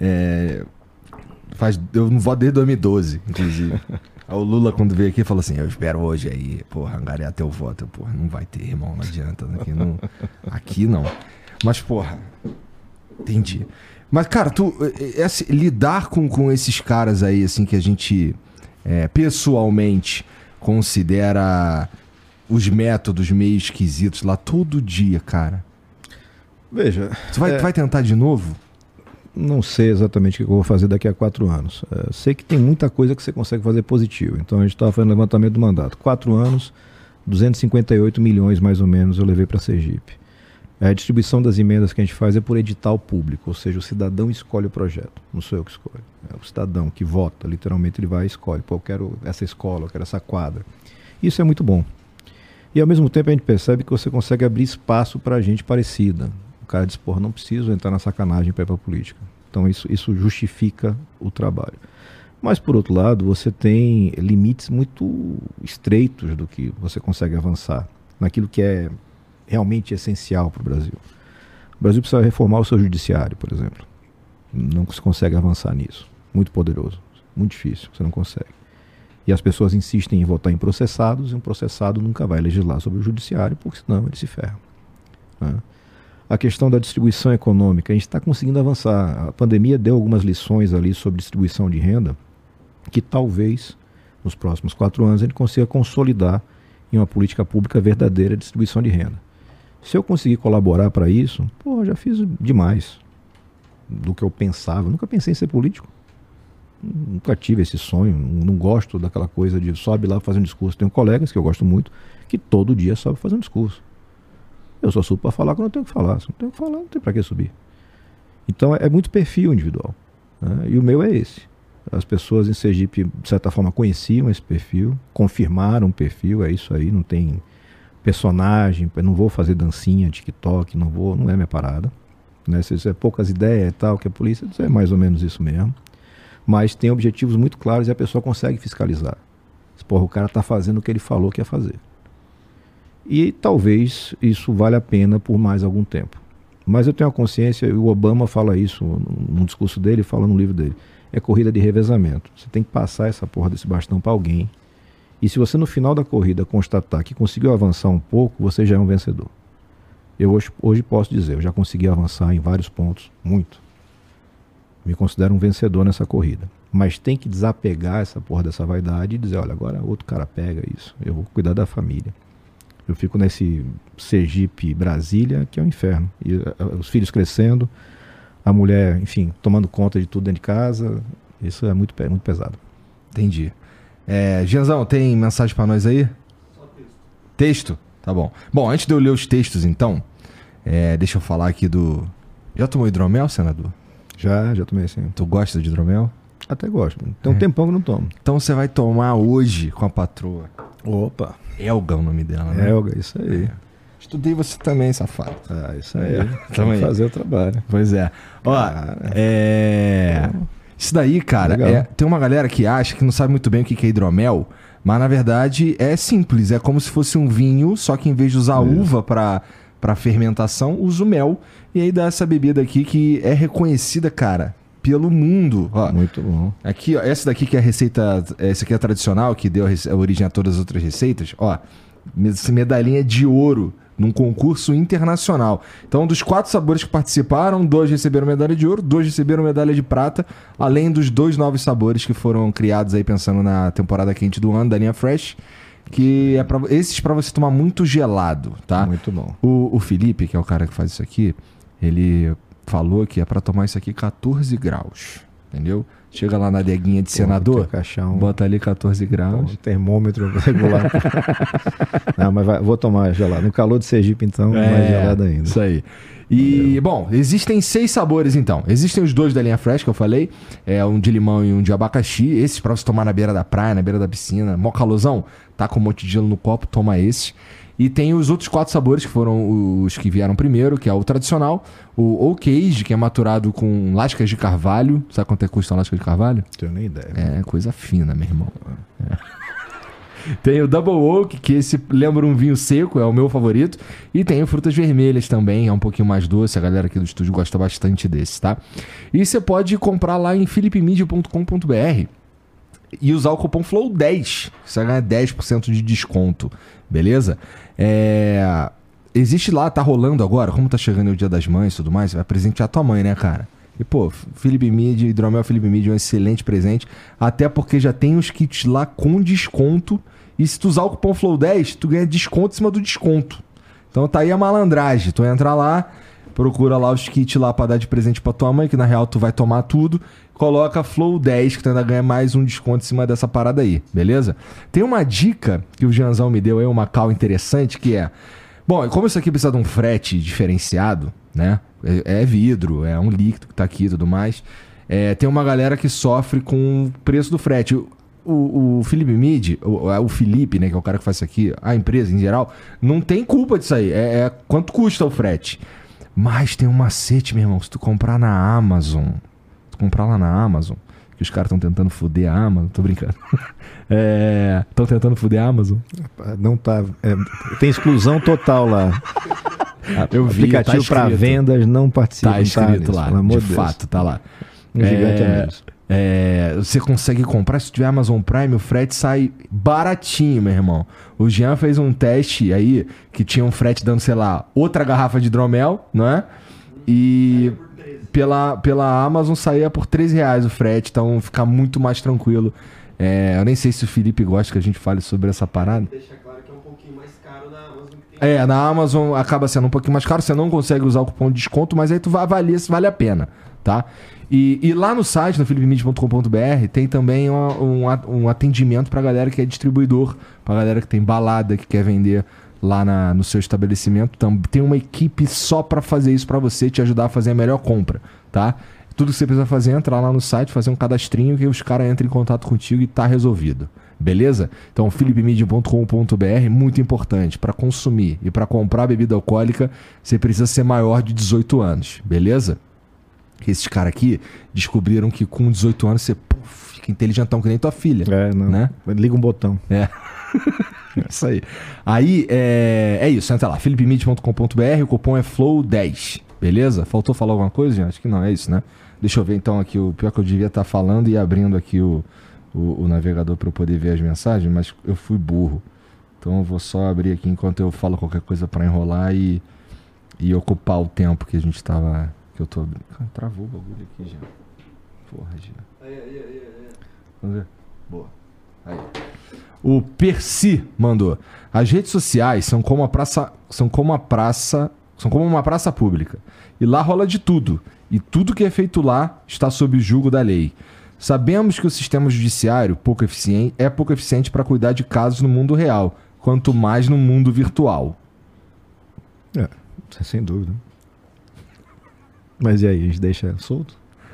eu não voto desde 2012, inclusive. Aí o Lula, quando veio aqui, falou assim, eu espero hoje aí, angariar teu voto. Não vai ter, irmão, não adianta. Aqui não. Mas, entendi. Mas, cara, lidar com esses caras aí, assim, que a gente pessoalmente considera os métodos meio esquisitos lá todo dia, cara. Veja... Tu vai tentar de novo? Não sei exatamente o que eu vou fazer daqui a 4 anos. Sei que tem muita coisa que você consegue fazer positivo. Então a gente estava fazendo levantamento do mandato. 4 anos, 258 milhões mais ou menos eu levei para Sergipe. A distribuição das emendas que a gente faz é por edital público, ou seja, o cidadão escolhe o projeto, não sou eu que escolho. É o cidadão que vota, literalmente ele vai e escolhe. Eu quero essa escola, eu quero essa quadra. Isso é muito bom. E ao mesmo tempo a gente percebe que você consegue abrir espaço para gente parecida. O cara diz, não preciso entrar na sacanagem para ir para a política. Então isso justifica o trabalho. Mas por outro lado, você tem limites muito estreitos do que você consegue avançar naquilo que é realmente essencial para o Brasil. O Brasil precisa reformar o seu judiciário, por exemplo. Não se consegue avançar nisso. Muito poderoso, muito difícil, você não consegue. E as pessoas insistem em votar em processados, e um processado nunca vai legislar sobre o judiciário, porque senão ele se ferra, né? A questão da distribuição econômica, a gente está conseguindo avançar. A pandemia deu algumas lições ali sobre distribuição de renda, que talvez, nos próximos 4 anos, a gente consiga consolidar em uma política pública verdadeira de distribuição de renda. Se eu conseguir colaborar para isso, pô, já fiz demais do que eu pensava. Eu nunca pensei em ser político. Nunca tive esse sonho. Não gosto daquela coisa de sobe lá fazer um discurso. Tenho colegas que eu gosto muito que todo dia sobe fazer um discurso. Eu só subo para falar quando eu tenho que falar. Se não tenho que falar, não tem para que subir. Então é muito perfil individual, né? E o meu é esse. As pessoas em Sergipe, de certa forma, conheciam esse perfil, confirmaram o perfil, é isso aí, não tem personagem, eu não vou fazer dancinha, TikTok, não é minha parada, né? Se isso é poucas ideias e tal, que a polícia diz, é mais ou menos isso mesmo. Mas tem objetivos muito claros e a pessoa consegue fiscalizar. Porra, o cara está fazendo o que ele falou que ia fazer. E talvez isso valha a pena por mais algum tempo. Mas eu tenho a consciência, e o Obama fala isso num discurso dele, fala no livro dele, é corrida de revezamento. Você tem que passar essa porra desse bastão para alguém. E se você no final da corrida constatar que conseguiu avançar um pouco, você já é um vencedor. Eu hoje posso dizer, eu já consegui avançar em vários pontos, muito. Me considero um vencedor nessa corrida. Mas tem que desapegar essa porra dessa vaidade e dizer, olha, agora outro cara pega isso, eu vou cuidar da família. Eu fico nesse Sergipe, Brasília, que é um inferno. E os filhos crescendo, a mulher, enfim, tomando conta de tudo dentro de casa. Isso é muito pesado. Entendi. Gianzão, tem mensagem pra nós aí? Só texto. Texto? Tá bom. Bom, antes de eu ler os textos, então, deixa eu falar aqui do... Já tomou hidromel, senador? Já tomei, sim. Tu gosta de hidromel? Até gosto. Tem um tempão que não tomo. Então você vai tomar hoje com a patroa. Opa. Elga é o nome dela, né? Elga, isso aí. Estudei você também, safado. Ah, isso aí. Vamos fazer o trabalho. Pois é. Ó, isso daí, cara, tem uma galera que acha que não sabe muito bem o que é hidromel, mas na verdade é simples. É como se fosse um vinho, só que em vez de usar uva pra fermentação, usa o mel. E aí dá essa bebida aqui que é reconhecida, cara, pelo mundo. Ó, muito bom. Aqui, ó, essa daqui que é a receita, essa aqui é a tradicional, que deu a origem a todas as outras receitas. Ó, essa medalhinha de ouro num concurso internacional. Então, dos 4 sabores que participaram, 2 receberam medalha de ouro, 2 receberam medalha de prata, além dos 2 novos sabores que foram criados aí pensando na temporada quente do ano da linha Fresh, que é esses pra você tomar muito gelado, tá? Muito bom. O Felipe, que é o cara que faz isso aqui, ele falou que é pra tomar isso aqui 14 graus, entendeu? Chega lá na adeguinha de senador, bota ali 14 graus. Um termômetro regular. Não, mas vou tomar gelado. No calor de Sergipe, então, mais gelado ainda. Isso aí. E, bom, existem 6 sabores, então. Existem os 2 da linha Fresh, que eu falei. Um de limão e um de abacaxi. Esses pra você tomar na beira da praia, na beira da piscina. Mó calorzão, tá com um monte de gelo no copo, toma esses. E tem os outros 4 sabores, que foram os que vieram primeiro, que é o tradicional, o Oak Age, que é maturado com lascas de carvalho. Sabe quanto custa uma lasca de carvalho? Não tenho nem ideia. É coisa fina, meu irmão. Tem o Double Oak, que esse lembra um vinho seco, é o meu favorito. E tem o Frutas Vermelhas também, é um pouquinho mais doce. A galera aqui do estúdio gosta bastante desse, tá? E você pode comprar lá em philipmedia.com.br e usar o cupom FLOW10. Você vai ganhar 10% de desconto, beleza? Existe lá, tá rolando agora, como tá chegando o Dia das Mães e tudo mais, você vai presentear a tua mãe, né, cara? E, pô, Philip Media, hidromel Philip Media é um excelente presente, até porque já tem os kits lá com desconto, e se tu usar o cupom FLOW10, tu ganha desconto em cima do desconto. Então tá aí a malandragem, tu entra lá, procura lá os kits lá pra dar de presente pra tua mãe, que na real tu vai tomar tudo, coloca FLOW10, que tu ainda ganha mais um desconto em cima dessa parada aí, beleza? Tem uma dica que o Gianzão me deu aí, uma cal interessante, que é... Bom, como isso aqui precisa de um frete diferenciado, né? É vidro, é um líquido que tá aqui e tudo mais. Tem uma galera que sofre com o preço do frete. O Philip Mead, o Felipe, né, que é o cara que faz isso aqui, a empresa em geral, não tem culpa disso aí. Quanto custa o frete. Mas tem um macete, meu irmão. Se tu comprar na Amazon, comprar lá na Amazon, que os caras estão tentando foder a Amazon, tô brincando. Estão tentando foder a Amazon? Não tá. Tem exclusão total lá. Eu vi, aplicativo para vendas não participa. Tá escrito lá, de fato, tá lá. Um gigante é mesmo. Você consegue comprar, se tiver Amazon Prime, o frete sai baratinho, meu irmão. O Jean fez um teste aí, que tinha um frete dando, sei lá, outra garrafa de hidromel, não é? E pela Amazon saía por R$13 o frete, então fica muito mais tranquilo. Eu nem sei se o Felipe gosta que a gente fale sobre essa parada. Deixa claro que é um pouquinho mais caro na Amazon. Que tem... Na Amazon acaba sendo um pouquinho mais caro, você não consegue usar o cupom de desconto, mas aí tu vai avaliar se vale a pena, tá? E lá no site, no philipemid.com.br, tem também um atendimento pra galera que é distribuidor, pra galera que tem balada, que quer vender lá no seu estabelecimento. Então, tem uma equipe só pra fazer isso pra você, te ajudar a fazer a melhor compra, tá? Tudo que você precisa fazer é entrar lá no site, fazer um cadastrinho, que os caras entram em contato contigo e tá resolvido. Beleza? Então, philipemid.com.br, muito importante. Pra consumir e pra comprar bebida alcoólica, você precisa ser maior de 18 anos. Beleza? Esses caras aqui descobriram que com 18 anos você fica inteligentão que nem tua filha. Né? Liga um botão. Isso aí. Aí, é isso. Entra lá, philipemid.com.br, o cupom é FLOW10. Beleza? Faltou falar alguma coisa, gente? Acho que não, é isso, né? Deixa eu ver então aqui, o pior que eu devia estar falando e abrindo aqui o navegador para eu poder ver as mensagens, mas eu fui burro. Então eu vou só abrir aqui enquanto eu falo qualquer coisa para enrolar e ocupar o tempo que a gente tava... que eu tô... Travou o bagulho aqui, já. Porra, já. Aí. Vamos ver? Boa. Aí. O Percy mandou: as redes sociais são como uma praça pública. E lá rola de tudo. E tudo que é feito lá está sob o julgo da lei. Sabemos que o sistema judiciário é pouco eficiente para cuidar de casos no mundo real, quanto mais no mundo virtual. Sem dúvida. Mas e aí, a gente deixa solto?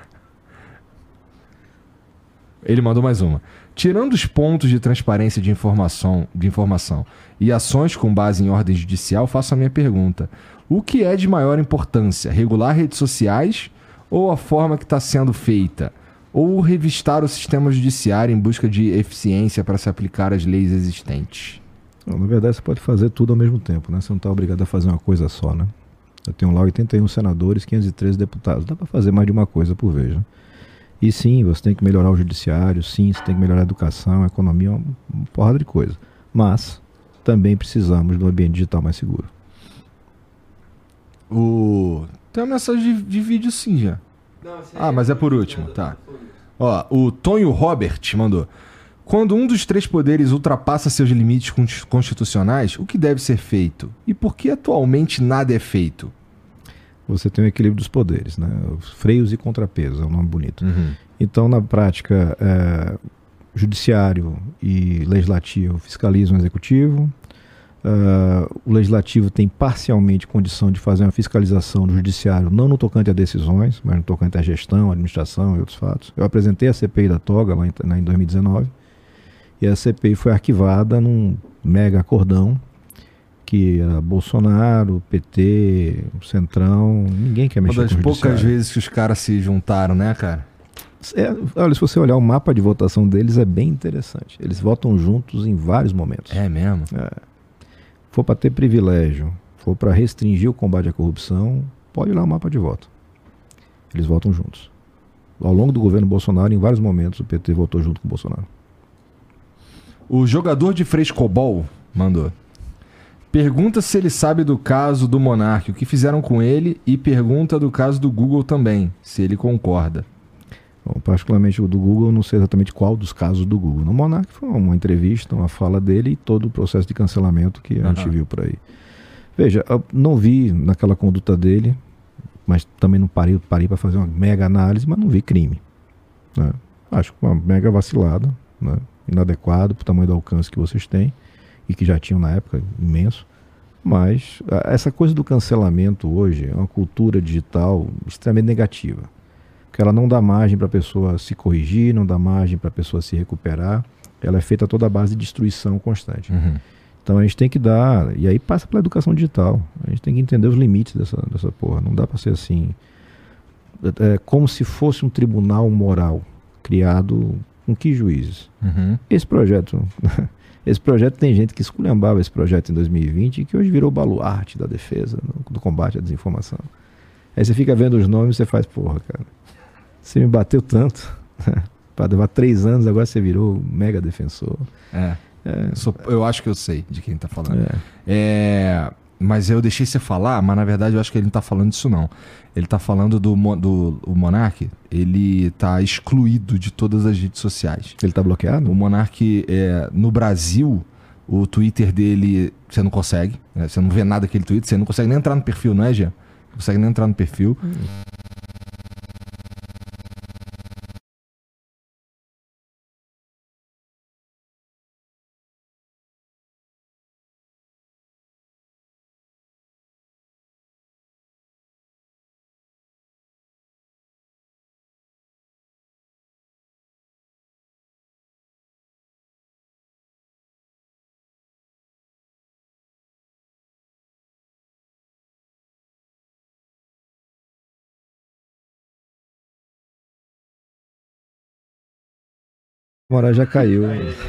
Ele mandou mais uma. Tirando os pontos de transparência de informação e ações com base em ordem judicial, faço a minha pergunta. O que é de maior importância? Regular redes sociais ou a forma que está sendo feita? Ou revistar o sistema judiciário em busca de eficiência para se aplicar às leis existentes? Não, na verdade, você pode fazer tudo ao mesmo tempo, né? Você não está obrigado a fazer uma coisa só, né? Eu tenho lá 81 senadores, 513 deputados. Dá para fazer mais de uma coisa por vez, né? E sim, você tem que melhorar o judiciário, sim, você tem que melhorar a educação, a economia, uma porrada de coisa. Mas também precisamos de um ambiente digital mais seguro. Tem uma mensagem de vídeo sim já. Não, mas é por último, tá. Ó, o Tonho Robert mandou: quando um dos três poderes ultrapassa seus limites constitucionais, o que deve ser feito? E por que atualmente nada é feito? Você tem o equilíbrio dos poderes, né? Os freios e contrapesos, é um nome bonito. Uhum. Então, na prática, judiciário e legislativo fiscalizam o executivo. O legislativo tem parcialmente condição de fazer uma fiscalização do judiciário, não no tocante a decisões, mas no tocante à gestão, administração e outros fatos. Eu apresentei a CPI da toga lá em 2019 e a CPI foi arquivada num mega acordão que era Bolsonaro, PT, Centrão, ninguém quer mexer com o judiciário. Uma das poucas vezes que os caras se juntaram, né, cara? Olha, se você olhar o mapa de votação deles, é bem interessante. Eles votam juntos em vários momentos. É mesmo? For para ter privilégio, for para restringir o combate à corrupção, pode olhar o mapa de voto. Eles votam juntos. Ao longo do governo Bolsonaro, em vários momentos, o PT votou junto com o Bolsonaro. O jogador de frescobol mandou: pergunta se ele sabe do caso do Monark, o que fizeram com ele, e pergunta do caso do Google também, se ele concorda. Bom, particularmente o do Google, não sei exatamente qual dos casos do Google. No Monark foi uma entrevista, uma fala dele e todo o processo de cancelamento que a gente viu por aí. Veja, eu não vi naquela conduta dele, mas também não parei para fazer uma mega análise, mas não vi crime. Né? Acho uma mega vacilada, né? Inadequado para o tamanho do alcance que vocês têm e que já tinham na época, imenso. Mas essa coisa do cancelamento hoje é uma cultura digital extremamente negativa. Porque ela não dá margem para a pessoa se corrigir, não dá margem para a pessoa se recuperar. Ela é feita toda a base de destruição constante. Uhum. Então a gente tem que dar... E aí passa pela educação digital. A gente tem que entender os limites dessa porra. Não dá para ser assim... É como se fosse um tribunal moral criado com que juízes? Uhum. Esse projeto tem gente que esculhambava esse projeto em 2020 e que hoje virou baluarte da defesa, do combate à desinformação. Aí você fica vendo os nomes e você faz, porra, cara, você me bateu tanto, Para levar 3 anos, agora você virou mega defensor. Eu acho que eu sei de quem tá falando. Mas eu deixei você falar, mas na verdade eu acho que ele não tá falando disso não. Ele tá falando do Monark, ele tá excluído de todas as redes sociais. Ele tá bloqueado? O Monark, no Brasil, o Twitter dele, você não consegue, né? Você não vê nada daquele Twitter, você não consegue nem entrar no perfil, não é, Jean? Não consegue nem entrar no perfil. Moraes já caiu.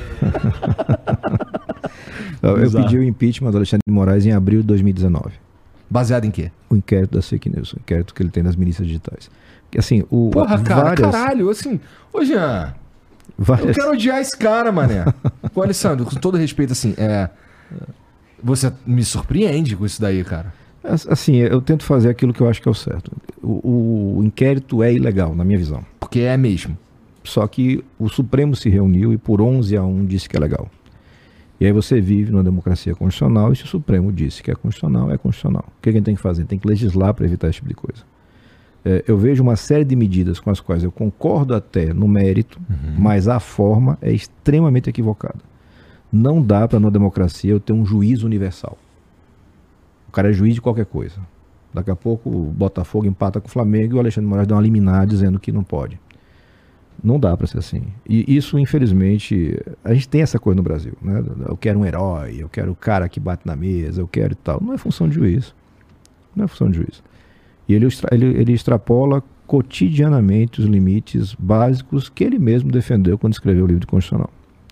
Eu pedi o impeachment do Alexandre de Moraes em abril de 2019. Baseado em quê? O inquérito das fake news, o inquérito que ele tem nas milícias digitais. Assim, Porra, cara, caralho, assim... Ô, Jean, eu quero odiar esse cara, mané. Ô, Alessandro, com todo respeito, assim, você me surpreende com isso daí, cara. Assim, eu tento fazer aquilo que eu acho que é o certo. O inquérito é ilegal, na minha visão. Porque é mesmo. Só que o Supremo se reuniu e por 11-1 disse que é legal. E aí você vive numa democracia constitucional e se o Supremo disse que é constitucional, é constitucional. O que a gente tem que fazer? Tem que legislar para evitar esse tipo de coisa. Eu vejo uma série de medidas com as quais eu concordo até no mérito, mas a forma é extremamente equivocada. Não dá para numa democracia eu ter um juiz universal. O cara é juiz de qualquer coisa. Daqui a pouco o Botafogo empata com o Flamengo e o Alexandre de Moraes dá uma liminar dizendo que não pode. Não dá para ser assim. E isso, infelizmente, a gente tem essa coisa no Brasil, né? Eu quero um herói, eu quero o cara que bate na mesa, eu quero e tal. Não é função de juiz. Não é função de juiz. E ele extrapola cotidianamente os limites básicos que ele mesmo defendeu quando escreveu o livro de Constitucional.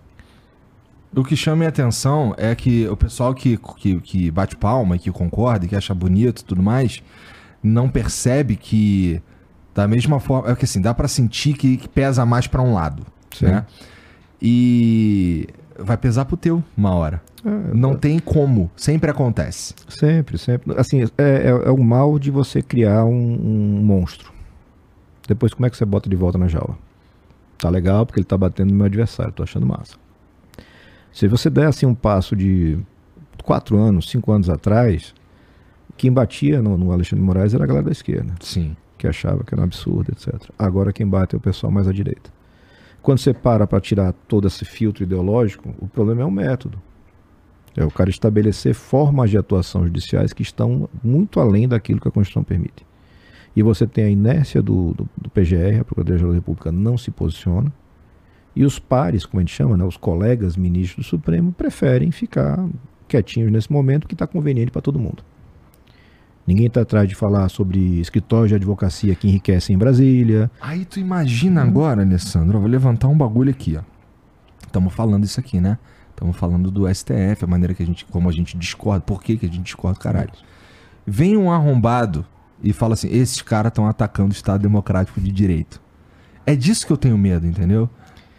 O que chama a atenção é que o pessoal que bate palma, que concorda, que acha bonito e tudo mais, não percebe que... Da mesma forma, é que assim, dá pra sentir que pesa mais pra um lado, né? E vai pesar pro teu uma hora. Não tem como, sempre acontece. Sempre. Assim, é o mal de você criar um monstro. Depois, como é que você bota de volta na jaula? Tá legal porque ele tá batendo no meu adversário, tô achando massa. Se você der assim um passo de 4 anos, 5 anos atrás, quem batia no Alexandre de Moraes era a galera da esquerda. Sim. Que achava que era um absurdo, etc. Agora quem bate é o pessoal mais à direita. Quando você para tirar todo esse filtro ideológico, o problema é o método. É o cara estabelecer formas de atuação judiciais que estão muito além daquilo que a Constituição permite. E você tem a inércia do PGR, a Procuradoria-Geral da República não se posiciona, e os pares, como a gente chama, né, os colegas ministros do Supremo, preferem ficar quietinhos nesse momento que está conveniente para todo mundo. Ninguém está atrás de falar sobre escritórios de advocacia que enriquecem em Brasília. Aí tu imagina agora, Alessandro, eu vou levantar um bagulho aqui, ó. Estamos falando isso aqui, né? Estamos falando do STF, a maneira que como a gente discorda, por que a gente discorda, caralho. Vem um arrombado e fala assim, esses caras estão atacando o Estado Democrático de Direito. É disso que eu tenho medo, entendeu?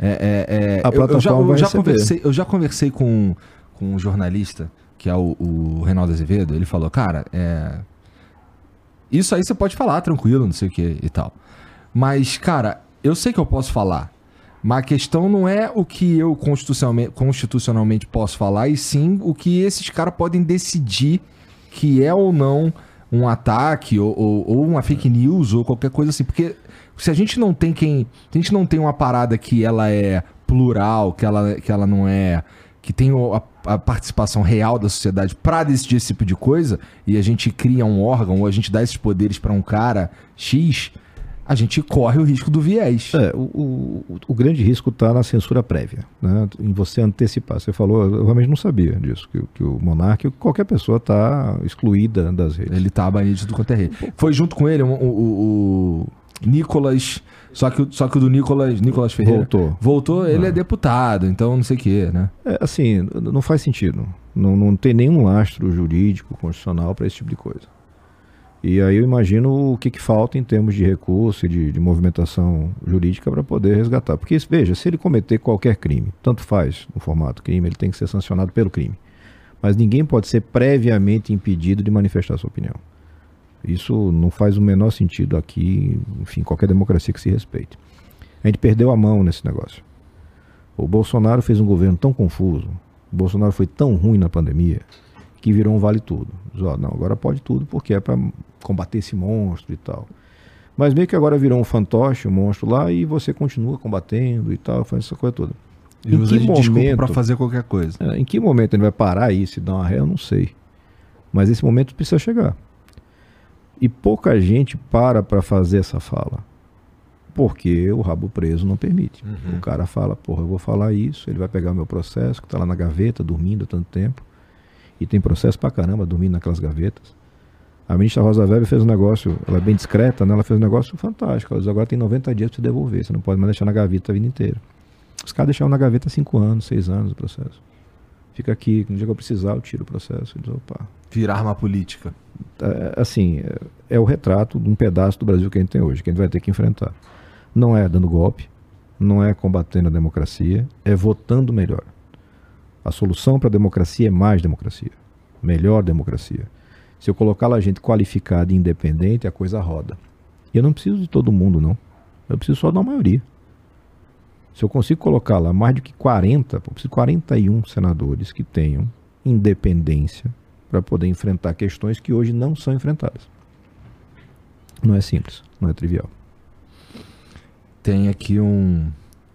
Eu já conversei com um jornalista, que é o Reinaldo Azevedo, ele falou, cara, isso aí você pode falar tranquilo, não sei o que e tal. Mas, cara, eu sei que eu posso falar. Mas a questão não é o que eu constitucionalmente posso falar, e sim o que esses caras podem decidir que é ou não um ataque, ou uma fake news, ou qualquer coisa assim. Porque se a gente não tem se a gente não tem uma parada que ela é plural, que ela não é... que tem a participação real da sociedade para decidir esse tipo de coisa, e a gente cria um órgão, ou a gente dá esses poderes para um cara X, a gente corre o risco do viés. O grande risco está na censura prévia, né? Em você antecipar. Você falou, eu realmente não sabia disso, que o Monark, qualquer pessoa está excluída das redes. Ele está banido de tudo quanto é rede. Foi junto com ele o Nicolas... Só que o do Nicolas Ferreira voltou, ele é deputado, então não sei o que, né? Assim, não faz sentido. Não tem nenhum lastro jurídico, constitucional para esse tipo de coisa. E aí eu imagino o que falta em termos de recurso e de movimentação jurídica para poder resgatar. Porque, veja, se ele cometer qualquer crime, tanto faz no formato crime, ele tem que ser sancionado pelo crime. Mas ninguém pode ser previamente impedido de manifestar sua opinião. Isso não faz o menor sentido aqui, enfim, qualquer democracia que se respeite. A gente perdeu a mão nesse negócio. O Bolsonaro fez um governo tão confuso, o Bolsonaro foi tão ruim na pandemia, que virou um vale tudo. Diz, ó, não, agora pode tudo porque é para combater esse monstro e tal. Mas meio que agora virou um fantoche, um monstro lá, e você continua combatendo e tal, faz essa coisa toda. E usa de desculpa para fazer qualquer coisa. Em que momento ele vai parar isso e dar uma ré, eu não sei. Mas esse momento precisa chegar. E pouca gente para fazer essa fala. Porque o rabo preso não permite. O cara fala, porra, eu vou falar isso, ele vai pegar o meu processo, que está lá na gaveta, dormindo há tanto tempo. E tem processo pra caramba, dormindo naquelas gavetas. A ministra Rosa Weber fez um negócio, ela é bem discreta, né? Ela fez um negócio fantástico. Ela diz, agora tem 90 dias para você devolver, você não pode mais deixar na gaveta a vida inteira. Os caras deixaram na gaveta 5 anos, 6 anos o processo. Fica aqui, no dia que eu precisar eu tiro o processo. Diz, opa. Virar arma política. É o retrato de um pedaço do Brasil que a gente tem hoje, que a gente vai ter que enfrentar. Não é dando golpe, não é combatendo a democracia, é votando melhor. A solução para a democracia é mais democracia, melhor democracia. Se eu colocar lá gente qualificada e independente, a coisa roda. E eu não preciso de todo mundo, não. Eu preciso só da maioria. Se eu consigo colocar lá mais do que 40, eu preciso de 41 senadores que tenham independência para poder enfrentar questões que hoje não são enfrentadas. Não é simples, não é trivial. Tem aqui um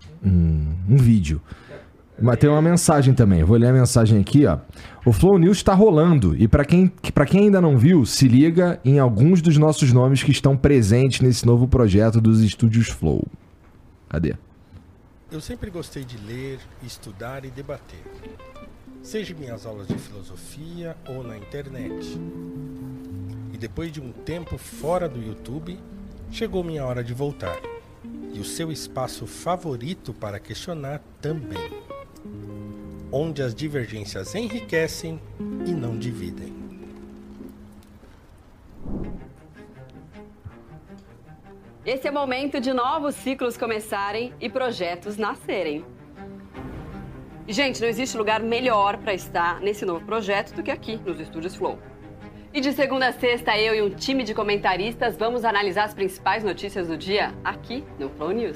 vídeo. Mas tem uma mensagem também. Eu vou ler a mensagem aqui, ó. O Flow News está rolando. E para quem ainda não viu, se liga em alguns dos nossos nomes que estão presentes nesse novo projeto dos estúdios Flow. Cadê? Eu sempre gostei de ler, estudar e debater. Seja em minhas aulas de filosofia ou na internet. E depois de um tempo fora do YouTube, chegou minha hora de voltar. E o seu espaço favorito para questionar também. Onde as divergências enriquecem e não dividem. Esse é o momento de novos ciclos começarem e projetos nascerem. E, gente, não existe lugar melhor para estar nesse novo projeto do que aqui, nos Estúdios Flow. E de segunda a sexta, eu e um time de comentaristas vamos analisar as principais notícias do dia aqui no Flow News.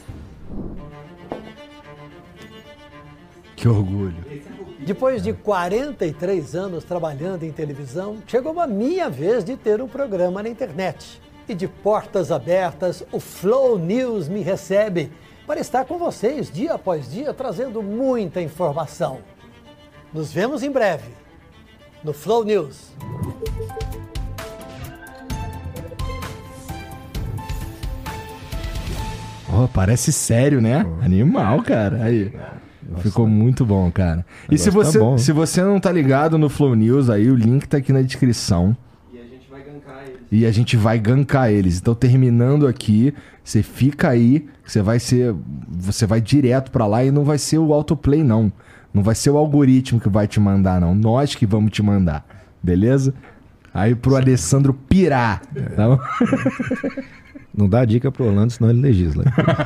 Que orgulho. Depois de 43 anos trabalhando em televisão, chegou a minha vez de ter um programa na internet. E de portas abertas, o Flow News me recebe para estar com vocês dia após dia, trazendo muita informação. Nos vemos em breve no Flow News. Oh, parece sério, né? Animal, cara. Aí. Nossa, ficou muito bom, cara. E se você não tá ligado no Flow News, aí o link tá aqui na descrição. E a gente vai gankar eles. E a gente vai gankar eles. Então, terminando aqui, você fica aí, você vai direto pra lá e não vai ser o autoplay, não. Não vai ser o algoritmo que vai te mandar, não. Nós que vamos te mandar. Beleza? Aí pro Alessandro pirar. Tá bom? Não dá dica pro Orlando, senão ele legisla.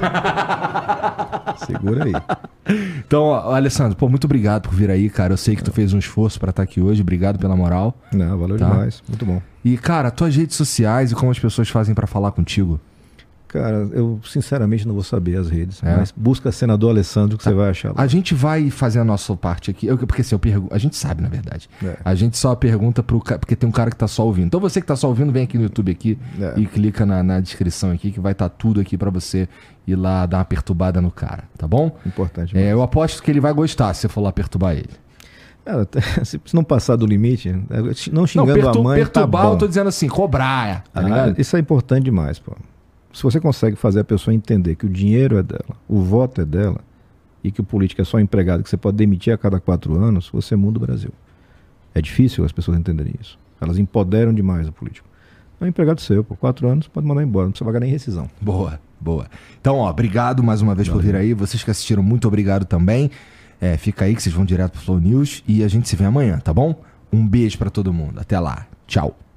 Segura aí. Então, ó, Alessandro, pô, muito obrigado por vir aí, cara. Eu sei que tu fez um esforço pra estar aqui hoje. Obrigado pela moral. Não, valeu demais. Muito bom. E, cara, tuas redes sociais e como as pessoas fazem pra falar contigo? Cara, eu sinceramente não vou saber as redes, mas busca Senador Alessandro que você vai achar lá. A gente vai fazer a nossa parte aqui, porque assim, a gente sabe, na verdade. A gente só pergunta porque tem um cara que tá só ouvindo. Então você que tá só ouvindo, vem aqui no YouTube aqui e clica na descrição aqui que vai estar tudo aqui pra você ir lá dar uma perturbada no cara, tá bom? Importante. Eu aposto que ele vai gostar se você for lá perturbar ele. Se não passar do limite, não xingando a mãe, perturbar, tá bom. eu tô dizendo assim, cobrar, tá ligado? Isso é importante demais, pô. Se você consegue fazer a pessoa entender que o dinheiro é dela, o voto é dela, e que o político é só um empregado que você pode demitir a cada 4 anos, você muda o Brasil. É difícil as pessoas entenderem isso. Elas empoderam demais o político. É um empregado seu, por 4 anos, pode mandar embora, não precisa pagar nem rescisão. Boa. Então, ó, obrigado mais uma vez por vir aí. Vocês que assistiram, muito obrigado também. Fica aí que vocês vão direto pro Flow News e a gente se vê amanhã, tá bom? Um beijo pra todo mundo. Até lá. Tchau.